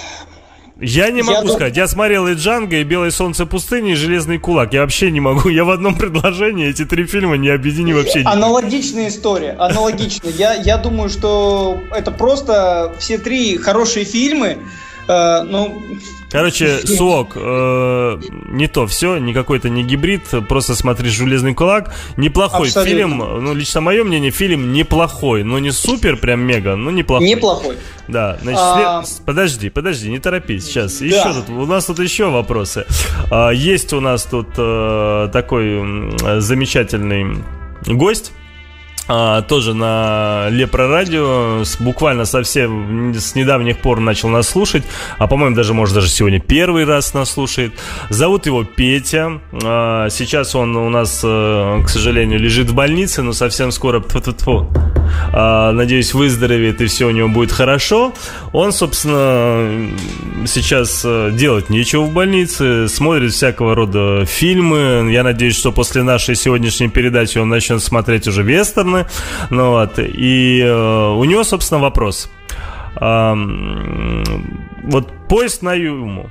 [SPEAKER 2] я не могу
[SPEAKER 3] я
[SPEAKER 2] сказать. Дум... Я смотрел и «Джанго», и «Белое солнце пустыни», и «Железный кулак». Я вообще не могу. Я в одном предложении эти три фильма не объединю вообще.
[SPEAKER 3] Аналогичная история. Аналогичная. Я, я думаю, что это просто все три хорошие фильмы. Э, ну...
[SPEAKER 2] Короче, Суок, э, не то все, никакой это не гибрид, просто смотри «Железный кулак». Неплохой Абсолютно. Фильм, ну, лично мое мнение, фильм неплохой, но не супер, прям мега, но неплохой.
[SPEAKER 3] Неплохой.
[SPEAKER 2] Да, значит, а... след... подожди, подожди, не торопись, сейчас, да. еще тут, у нас тут еще вопросы. А, есть у нас тут а, такой а, замечательный гость. А, тоже на Лепро Радио, с, буквально совсем с недавних пор начал нас слушать, а по-моему даже, может, даже сегодня первый раз нас слушает. Зовут его Петя. а, Сейчас он у нас, а, к сожалению, лежит в больнице, но совсем скоро, тьфу-тьфу-тьфу, а, надеюсь, выздоровеет и все у него будет хорошо. Он, собственно, сейчас делать нечего в больнице, смотрит всякого рода фильмы. Я надеюсь, что после нашей сегодняшней передачи он начнет смотреть уже вестерны. Ну вот, и э, у него, собственно, вопрос. э, Вот «Поезд на Юму»,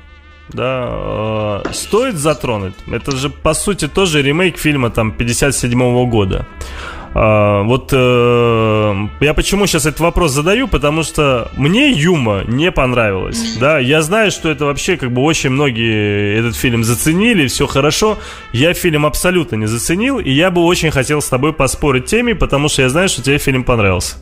[SPEAKER 2] да, э, стоит затронуть? Это же, по сути, тоже ремейк фильма там пятьдесят седьмого года. Uh, вот uh, я почему сейчас этот вопрос задаю, потому что мне Юма не понравилось, да, я знаю, что это вообще как бы очень многие этот фильм заценили, все хорошо, я фильм абсолютно не заценил, и я бы очень хотел с тобой поспорить в теме, потому что я знаю, что тебе фильм понравился.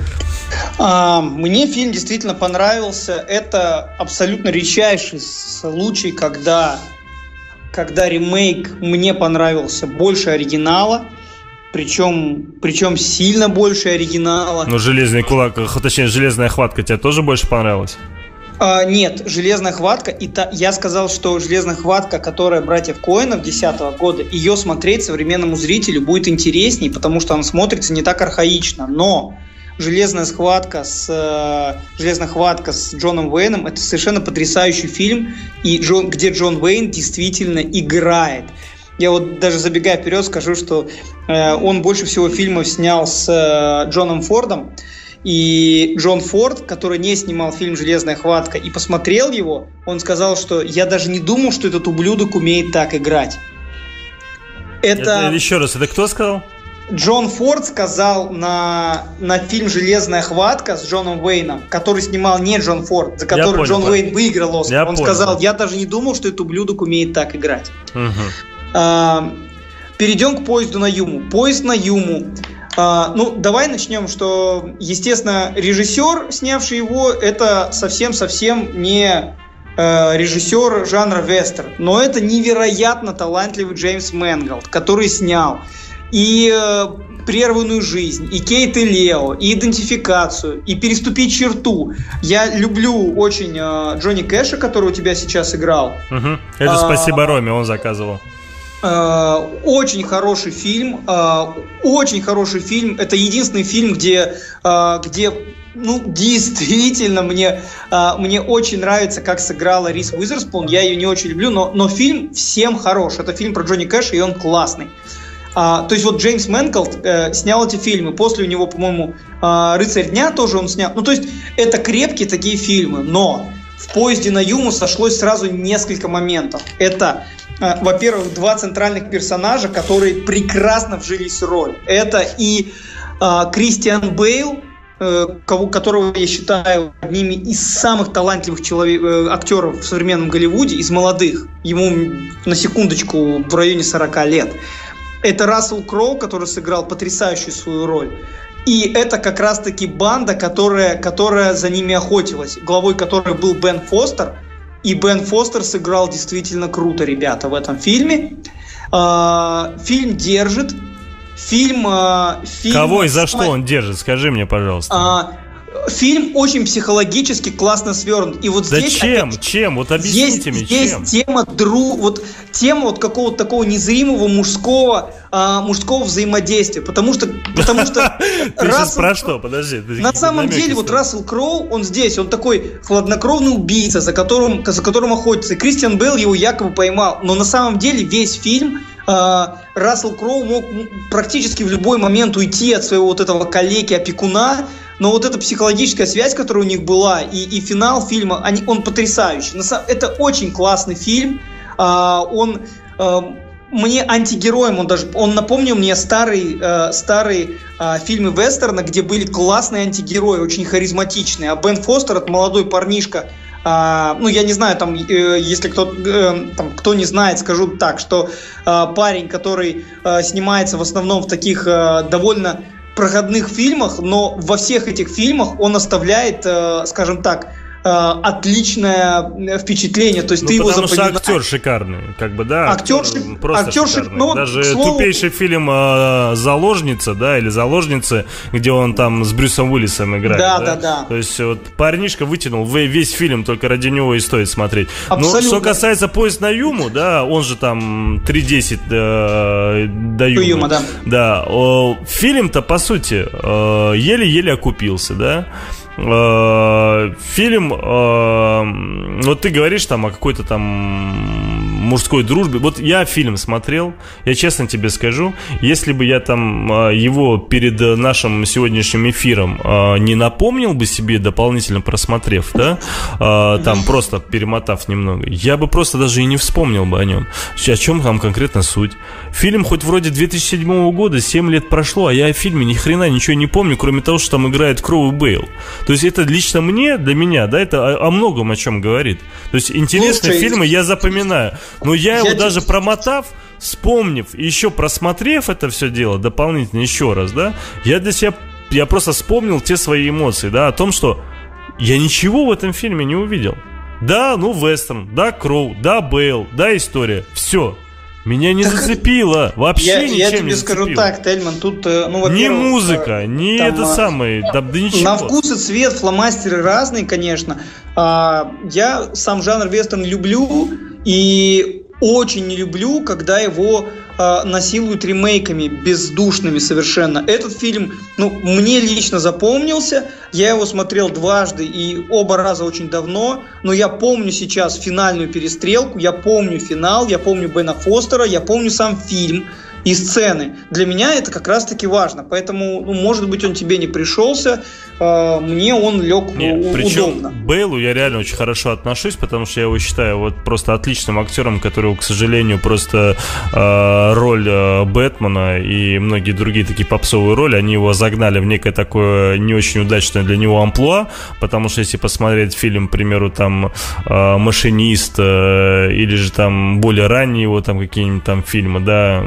[SPEAKER 3] А, мне фильм действительно понравился, это абсолютно редчайший случай, когда, когда ремейк мне понравился больше оригинала. Причем, причем сильно больше оригинала.
[SPEAKER 2] Ну, «Железный кулак», точнее, «Железная хватка» тебе тоже больше понравилась?
[SPEAKER 3] А, нет, «Железная хватка». И та, я сказал, что «Железная хватка», которая братьев Коэнов десятого года, ее смотреть современному зрителю будет интересней, потому что она смотрится не так архаично. Но «Железная схватка» с, э, «Железная хватка» с Джоном Уэйном — это совершенно потрясающий фильм, и Джон, где Джон Уэйн действительно играет. Я вот даже забегая вперед скажу, что э, он больше всего фильмов снял с э, Джоном Фордом. И Джон Форд, который не снимал фильм «Железная хватка» и посмотрел его, он сказал, что я даже не думал, что этот ублюдок умеет так играть. Это...
[SPEAKER 2] это еще раз, это кто сказал?
[SPEAKER 3] Джон Форд сказал на, на фильм «Железная хватка» с Джоном Уэйном, который снимал не Джон Форд, за который понял, Джон понял. Уэйн выиграл Оскар. Он понял. сказал, я даже не думал, что этот ублюдок умеет так играть. Угу. Перейдем к «Поезду на Юму». «Поезд на Юму». А, ну, давай начнем, что, естественно, режиссер, снявший его, это совсем-совсем не э, режиссер жанра вестерн. Но это невероятно талантливый Джеймс Мэнголд, который снял и э, «Прерванную жизнь», и «Кейт и Лео», и «Идентификацию», и «Переступить черту». Я люблю очень э, Джонни Кэша, который у тебя сейчас играл.
[SPEAKER 2] Угу. Это а, спасибо Роме, он заказывал.
[SPEAKER 3] Очень хороший фильм, очень хороший фильм. Это единственный фильм, где, где ну, действительно мне, мне очень нравится, как сыграла Риз Уизерспун. Я ее не очень люблю, но, но фильм всем хорош. Это фильм про Джонни Кэша, и он классный. То есть вот Джеймс Мэнголд снял эти фильмы. После у него, по-моему, «Рыцарь дня» тоже он снял. Ну, то есть это крепкие такие фильмы. Но в «Поезде на Юму» сошлось сразу несколько моментов. Это... Во-первых, два центральных персонажа, которые прекрасно вжились в роль. Это и э, Кристиан Бейл, э, кого, которого я считаю одним из самых талантливых человек, э, актеров в современном Голливуде, из молодых. Ему, на секундочку, в районе сорок лет. Это Рассел Кроу, который сыграл потрясающую свою роль. И это как раз-таки банда, которая, которая за ними охотилась, главой которой был Бен Фостер. И Бен Фостер сыграл действительно круто, ребята, в этом фильме. Фильм держит. фильм... Э, фильм
[SPEAKER 2] Кого и за что он держит? Скажи мне, пожалуйста.
[SPEAKER 3] Э, фильм очень психологически классно свернут. И вот
[SPEAKER 2] да
[SPEAKER 3] здесь...
[SPEAKER 2] чем?
[SPEAKER 3] Опять,
[SPEAKER 2] чем? Вот объясните мне,
[SPEAKER 3] здесь
[SPEAKER 2] чем?
[SPEAKER 3] тема дру... Вот тема вот какого-то такого незримого мужского, э, мужского взаимодействия. Потому что... Потому что
[SPEAKER 2] ты сейчас про что? Подожди.
[SPEAKER 3] На самом деле, вот Рассел Кроу, он здесь, он такой хладнокровный убийца, за которым, за которым охотится. И Кристиан Бейл его якобы поймал. Но на самом деле весь фильм э, Рассел Кроу мог практически в любой момент уйти от своего вот этого коллеги-опекуна. Но вот эта психологическая связь, которая у них была, и, и финал фильма, они, он потрясающий. Это очень классный фильм. Э, он... Э, Мне антигероем, он даже, он напомнил мне старые, э, старые э, фильмы вестерна, где были классные антигерои, очень харизматичные. А Бен Фостер, это молодой парнишка, э, ну я не знаю, там, э, если кто, э, там, кто не знает, скажу так, что э, парень, который э, снимается в основном в таких э, довольно проходных фильмах, но во всех этих фильмах он оставляет, э, скажем так, отличное впечатление, то есть ну, ты его запоминаешь.
[SPEAKER 2] Потому что актер шикарный, как бы, да.
[SPEAKER 3] Актер,
[SPEAKER 2] просто
[SPEAKER 3] актер
[SPEAKER 2] шикарный.
[SPEAKER 3] Ну,
[SPEAKER 2] Даже
[SPEAKER 3] слову...
[SPEAKER 2] тупейший фильм э, «Заложница», да, или «Заложницы», где он там с Брюсом Уиллисом играет.
[SPEAKER 3] Да,
[SPEAKER 2] да,
[SPEAKER 3] да, да.
[SPEAKER 2] То есть вот парнишка вытянул весь фильм, только ради него и стоит смотреть.
[SPEAKER 3] Абсолютно.
[SPEAKER 2] Но что касается «Поезд на Юму», да, он же там три десять э, до Юмы.
[SPEAKER 3] Юма, да.
[SPEAKER 2] Да. Э, фильм-то, по сути, э, еле-еле окупился, да. Фильм, вот ты говоришь там о какой-то там мужской дружбе. Вот я фильм смотрел, я честно тебе скажу, если бы я там его перед нашим сегодняшним эфиром не напомнил бы себе, дополнительно просмотрев, да, там просто перемотав немного, я бы просто даже и не вспомнил бы о нем. О чем там конкретно суть? Фильм хоть вроде две тысячи седьмого года, семь лет прошло, а я о фильме ни хрена ничего не помню, кроме того, что там играет Кроу и Бейл. То есть это лично мне, для меня, да, это о, о многом о чем говорит. То есть интересные Слушай, фильмы я запоминаю, но я, я его даже te... промотав, вспомнив и еще просмотрев это все дело дополнительно еще раз, да, я для себя, я просто вспомнил те свои эмоции, да, о том, что я ничего в этом фильме не увидел. Да, ну вестерн, да, Кроу, да, Бейл, да, история, все. Меня не так зацепило, вообще
[SPEAKER 3] я,
[SPEAKER 2] ничем
[SPEAKER 3] я тебе
[SPEAKER 2] не зацепило.
[SPEAKER 3] Скажу так, Тельман, тут, ну,
[SPEAKER 2] ни музыка, ни там, это самое, да, да ничего.
[SPEAKER 3] На вкус и цвет фломастеры разные, конечно. А, я сам жанр вестерн люблю и очень не люблю, когда его а, насилуют ремейками, бездушными совершенно. Этот фильм, ну, мне лично запомнился. Я его смотрел дважды и оба раза очень давно. Но я помню сейчас финальную перестрелку, я помню финал, я помню Бена Фостера, я помню сам фильм и сцены. Для меня это как раз-таки важно. Поэтому, ну, может быть, он тебе не пришелся. Э, мне он лег
[SPEAKER 2] Нет,
[SPEAKER 3] у-
[SPEAKER 2] причем
[SPEAKER 3] удобно.
[SPEAKER 2] К Бейлу я реально очень хорошо отношусь, потому что я его считаю вот просто отличным актером, которого, к сожалению, просто э, роль э, Бэтмена и многие другие такие попсовые роли, они его загнали в некое такое не очень удачное для него амплуа, потому что если посмотреть фильм, к примеру, там э, «Машинист» э, или же там более ранние его там какие-нибудь там фильмы, да,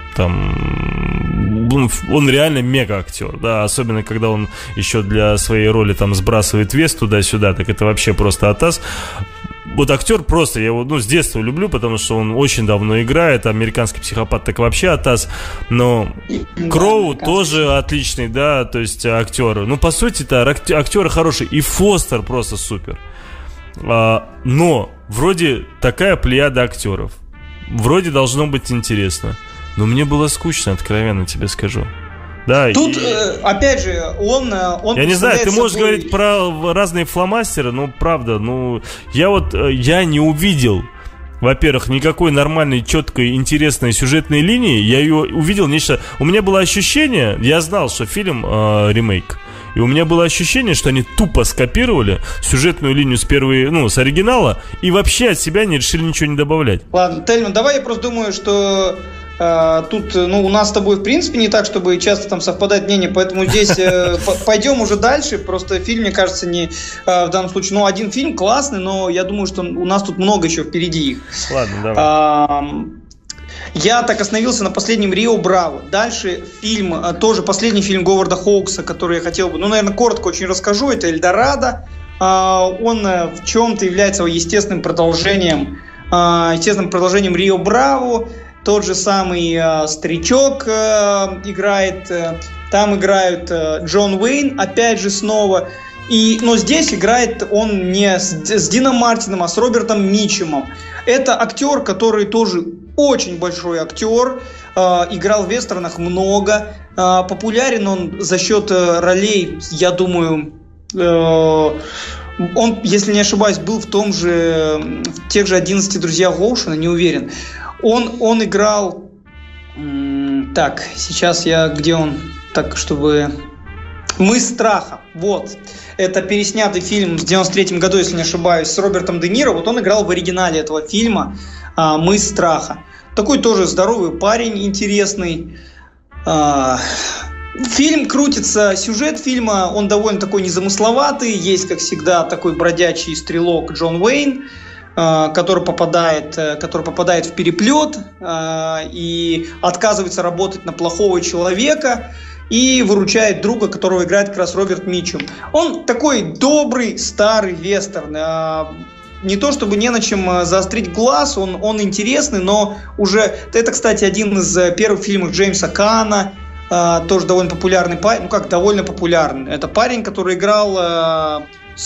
[SPEAKER 2] там он реально мега-актер, да, особенно когда он еще для своей роли там сбрасывает вес туда-сюда, так это вообще просто атас. Вот актер просто, я его, ну, с детства люблю, потому что он очень давно играет, «Американский психопат» так вообще атас, но Кроу да, тоже отличный, да, то есть актер. Ну, по сути-то актеры хорошие, и Фостер просто супер. А, но вроде такая плеяда актеров, вроде должно быть интересно. Но мне было скучно, откровенно тебе скажу. Да,
[SPEAKER 3] Тут,
[SPEAKER 2] и...
[SPEAKER 3] э, опять же, он... он
[SPEAKER 2] я не знаю, ты можешь
[SPEAKER 3] собой...
[SPEAKER 2] говорить про разные фломастеры, но правда, ну, я вот, я не увидел, во-первых, никакой нормальной, четкой, интересной сюжетной линии. Я ее увидел нечто... У меня было ощущение, я знал, что фильм э, ремейк. И у меня было ощущение, что они тупо скопировали сюжетную линию с первой, ну, с оригинала, и вообще от себя не решили ничего не добавлять.
[SPEAKER 3] Ладно, Тельман, давай я просто думаю, что э, тут, ну, у нас с тобой, в принципе, не так, чтобы часто там совпадать мнения, поэтому здесь э, пойдем уже дальше. Просто фильм, мне кажется, не э, в данном случае, ну, один фильм классный, но я думаю, что у нас тут много еще впереди их.
[SPEAKER 2] Ладно, давай.
[SPEAKER 3] Я так остановился на последнем «Рио Браво». Дальше фильм, тоже последний фильм Говарда Хоукса, который я хотел бы, ну, наверное, коротко очень расскажу. Это «Эльдорадо». Он в чем-то является естественным продолжением, естественным продолжением «Рио Браво». тот же самый э, старичок э, играет, э, там играют э, Джон Уэйн, опять же снова. И, но здесь играет он не с, с Дином Мартином, а с Робертом Мичемом. Это актер, который тоже очень большой актер, э, играл в вестернах много. Э, популярен он за счет э, ролей, я думаю, э, он, если не ошибаюсь, был в том же, в тех же одиннадцати друзьях Оушена, не уверен. Он, он играл... М- так, сейчас я... Где он? Так, чтобы... «Мы страха». Вот. Это переснятый фильм с девяносто третьем году, если не ошибаюсь, с Робертом Де Ниро. Вот он играл в оригинале этого фильма а, «Мы страха». Такой тоже здоровый парень, интересный. А, фильм крутится, сюжет фильма, он довольно такой незамысловатый. Есть, как всегда, такой бродячий стрелок Джон Уэйн, а, который попадает, который попадает в переплет а, и отказывается работать на плохого человека. И выручает друга, которого играет как раз Роберт Мичем. Он такой добрый, старый вестерн. Не то чтобы не на чем заострить глаз, он, он интересный, но уже... Это, кстати, один из первых фильмов Джеймса Каана, тоже довольно популярный парень. Ну как, довольно популярный. Это парень, который играл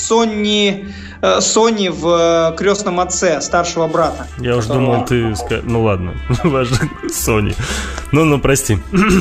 [SPEAKER 3] Сонни, Сонни в «Крестном отце», старшего брата.
[SPEAKER 2] Я уж
[SPEAKER 3] которого...
[SPEAKER 2] думал, ты... Ну ладно, важно, Сонни. Ну, ну, прости.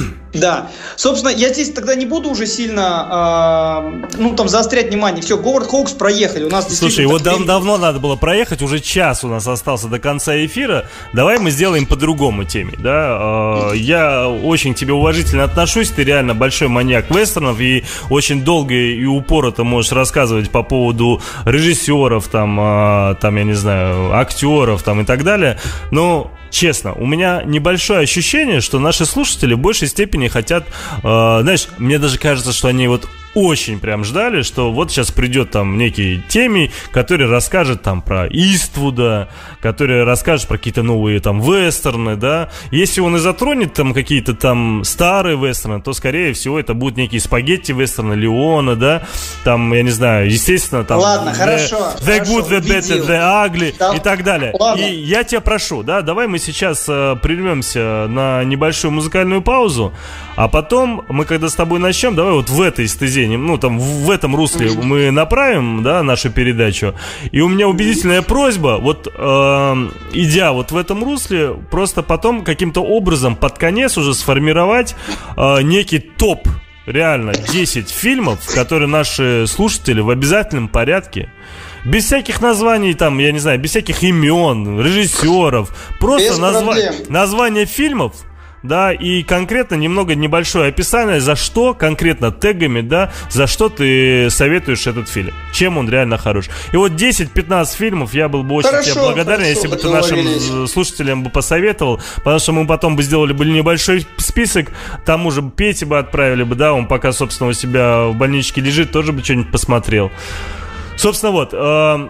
[SPEAKER 3] Да. Собственно, я здесь тогда не буду уже сильно, э, ну, там, заострять внимание. Все, Говард Хоукс проехали. У нас
[SPEAKER 2] Слушай, вот дав- давно надо было проехать, уже час у нас остался до конца эфира. Давай мы сделаем по-другому теме, да? Э, я очень к тебе уважительно отношусь, ты реально большой маньяк вестернов, и очень долго и упорото можешь рассказывать по поводу режиссеров, там, э, там, я не знаю, актеров, там, и так далее. Но... Честно, у меня небольшое ощущение, что наши слушатели в большей степени хотят, э, знаешь, мне даже кажется, что они вот очень прям ждали, что вот сейчас придет там некий Теми, который расскажет там про Иствуда, который расскажет про какие-то новые там вестерны, да. Если он и затронет там какие-то там старые вестерны, то скорее всего это будут некие спагетти вестерны Леона, да. Там, я не знаю, естественно там...
[SPEAKER 3] Ладно,
[SPEAKER 2] the,
[SPEAKER 3] хорошо.
[SPEAKER 2] The
[SPEAKER 3] хорошо,
[SPEAKER 2] Good, The Better, The Ugly
[SPEAKER 3] да.
[SPEAKER 2] и так далее.
[SPEAKER 3] Ладно.
[SPEAKER 2] И я тебя прошу, да, давай мы сейчас э, прервемся на небольшую музыкальную паузу, а потом мы, когда с тобой начнем, давай вот в этой стезе, ну там в этом русле мы направим, да, нашу передачу. И у меня убедительная просьба, вот э, идя вот в этом русле, просто потом каким-то образом под конец уже сформировать э, некий топ, реально десять фильмов, которые наши слушатели в обязательном порядке, без всяких названий, там, я не знаю, без всяких имен, режиссеров, просто назва... название фильмов, да, и конкретно немного небольшое описание, за что конкретно тегами, да, за что ты советуешь этот фильм, чем он реально хорош. И вот десять-пятнадцать фильмов я был бы очень хорошо, тебе благодарен, хорошо, если бы ты нашим слушателям бы посоветовал, потому что мы потом бы сделали бы небольшой список, тому же Пете бы отправили бы, да, он пока, собственно, у себя в больничке лежит, тоже бы что-нибудь посмотрел. Собственно, вот. Э,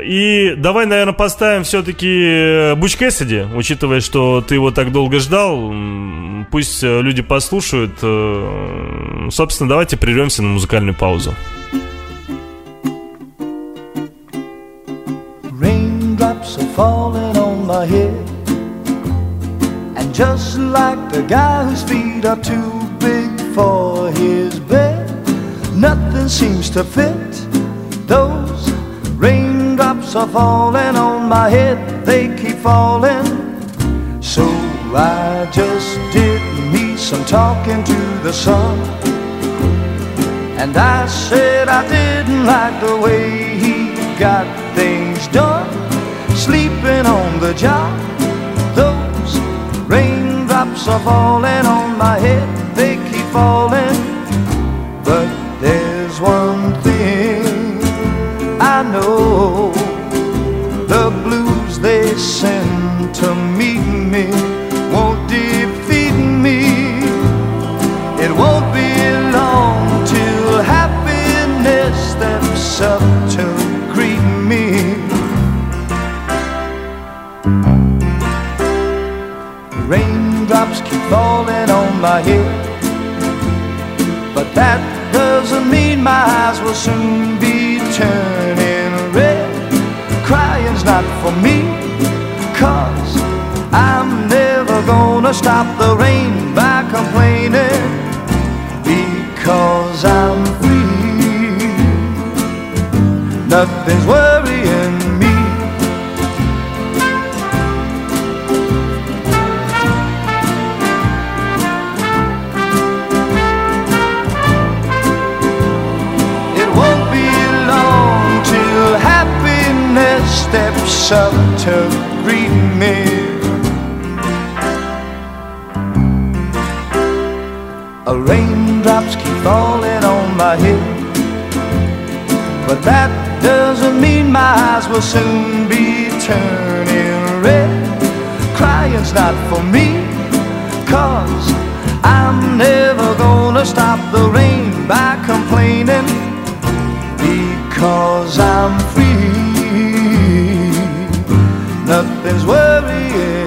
[SPEAKER 2] и давай, наверное, поставим все-таки Буч Кэссиди, учитывая, что ты его так долго ждал. Пусть люди послушают. Э, собственно, давайте прервемся на музыкальную паузу.
[SPEAKER 5] Raindrops are falling on my head, and just like the guy whose feet are too big for his bed, nothing seems to fit. Those raindrops are falling on my head, they keep falling. So I just did me some talking to the sun, and I said I didn't like the way he got things done, sleeping on the job. Those raindrops are falling on my head, they keep falling. But there's one thing I know, the blues they send to meet me won't defeat me. It won't be long till happiness steps up to greet me. Raindrops keep falling on my head, but that doesn't mean my eyes will soon be turning red. Crying's not for me, 'cause I'm never gonna gonna stop the rain by complaining, because I'm free. Nothing's worrying me. It won't be long till happiness steps up to greet me. Raindrops keep falling on my head, but that doesn't mean my eyes will soon be turning red. Crying's not for me, 'cause I'm never gonna stop the rain by complaining, because I'm free. Nothing's worrying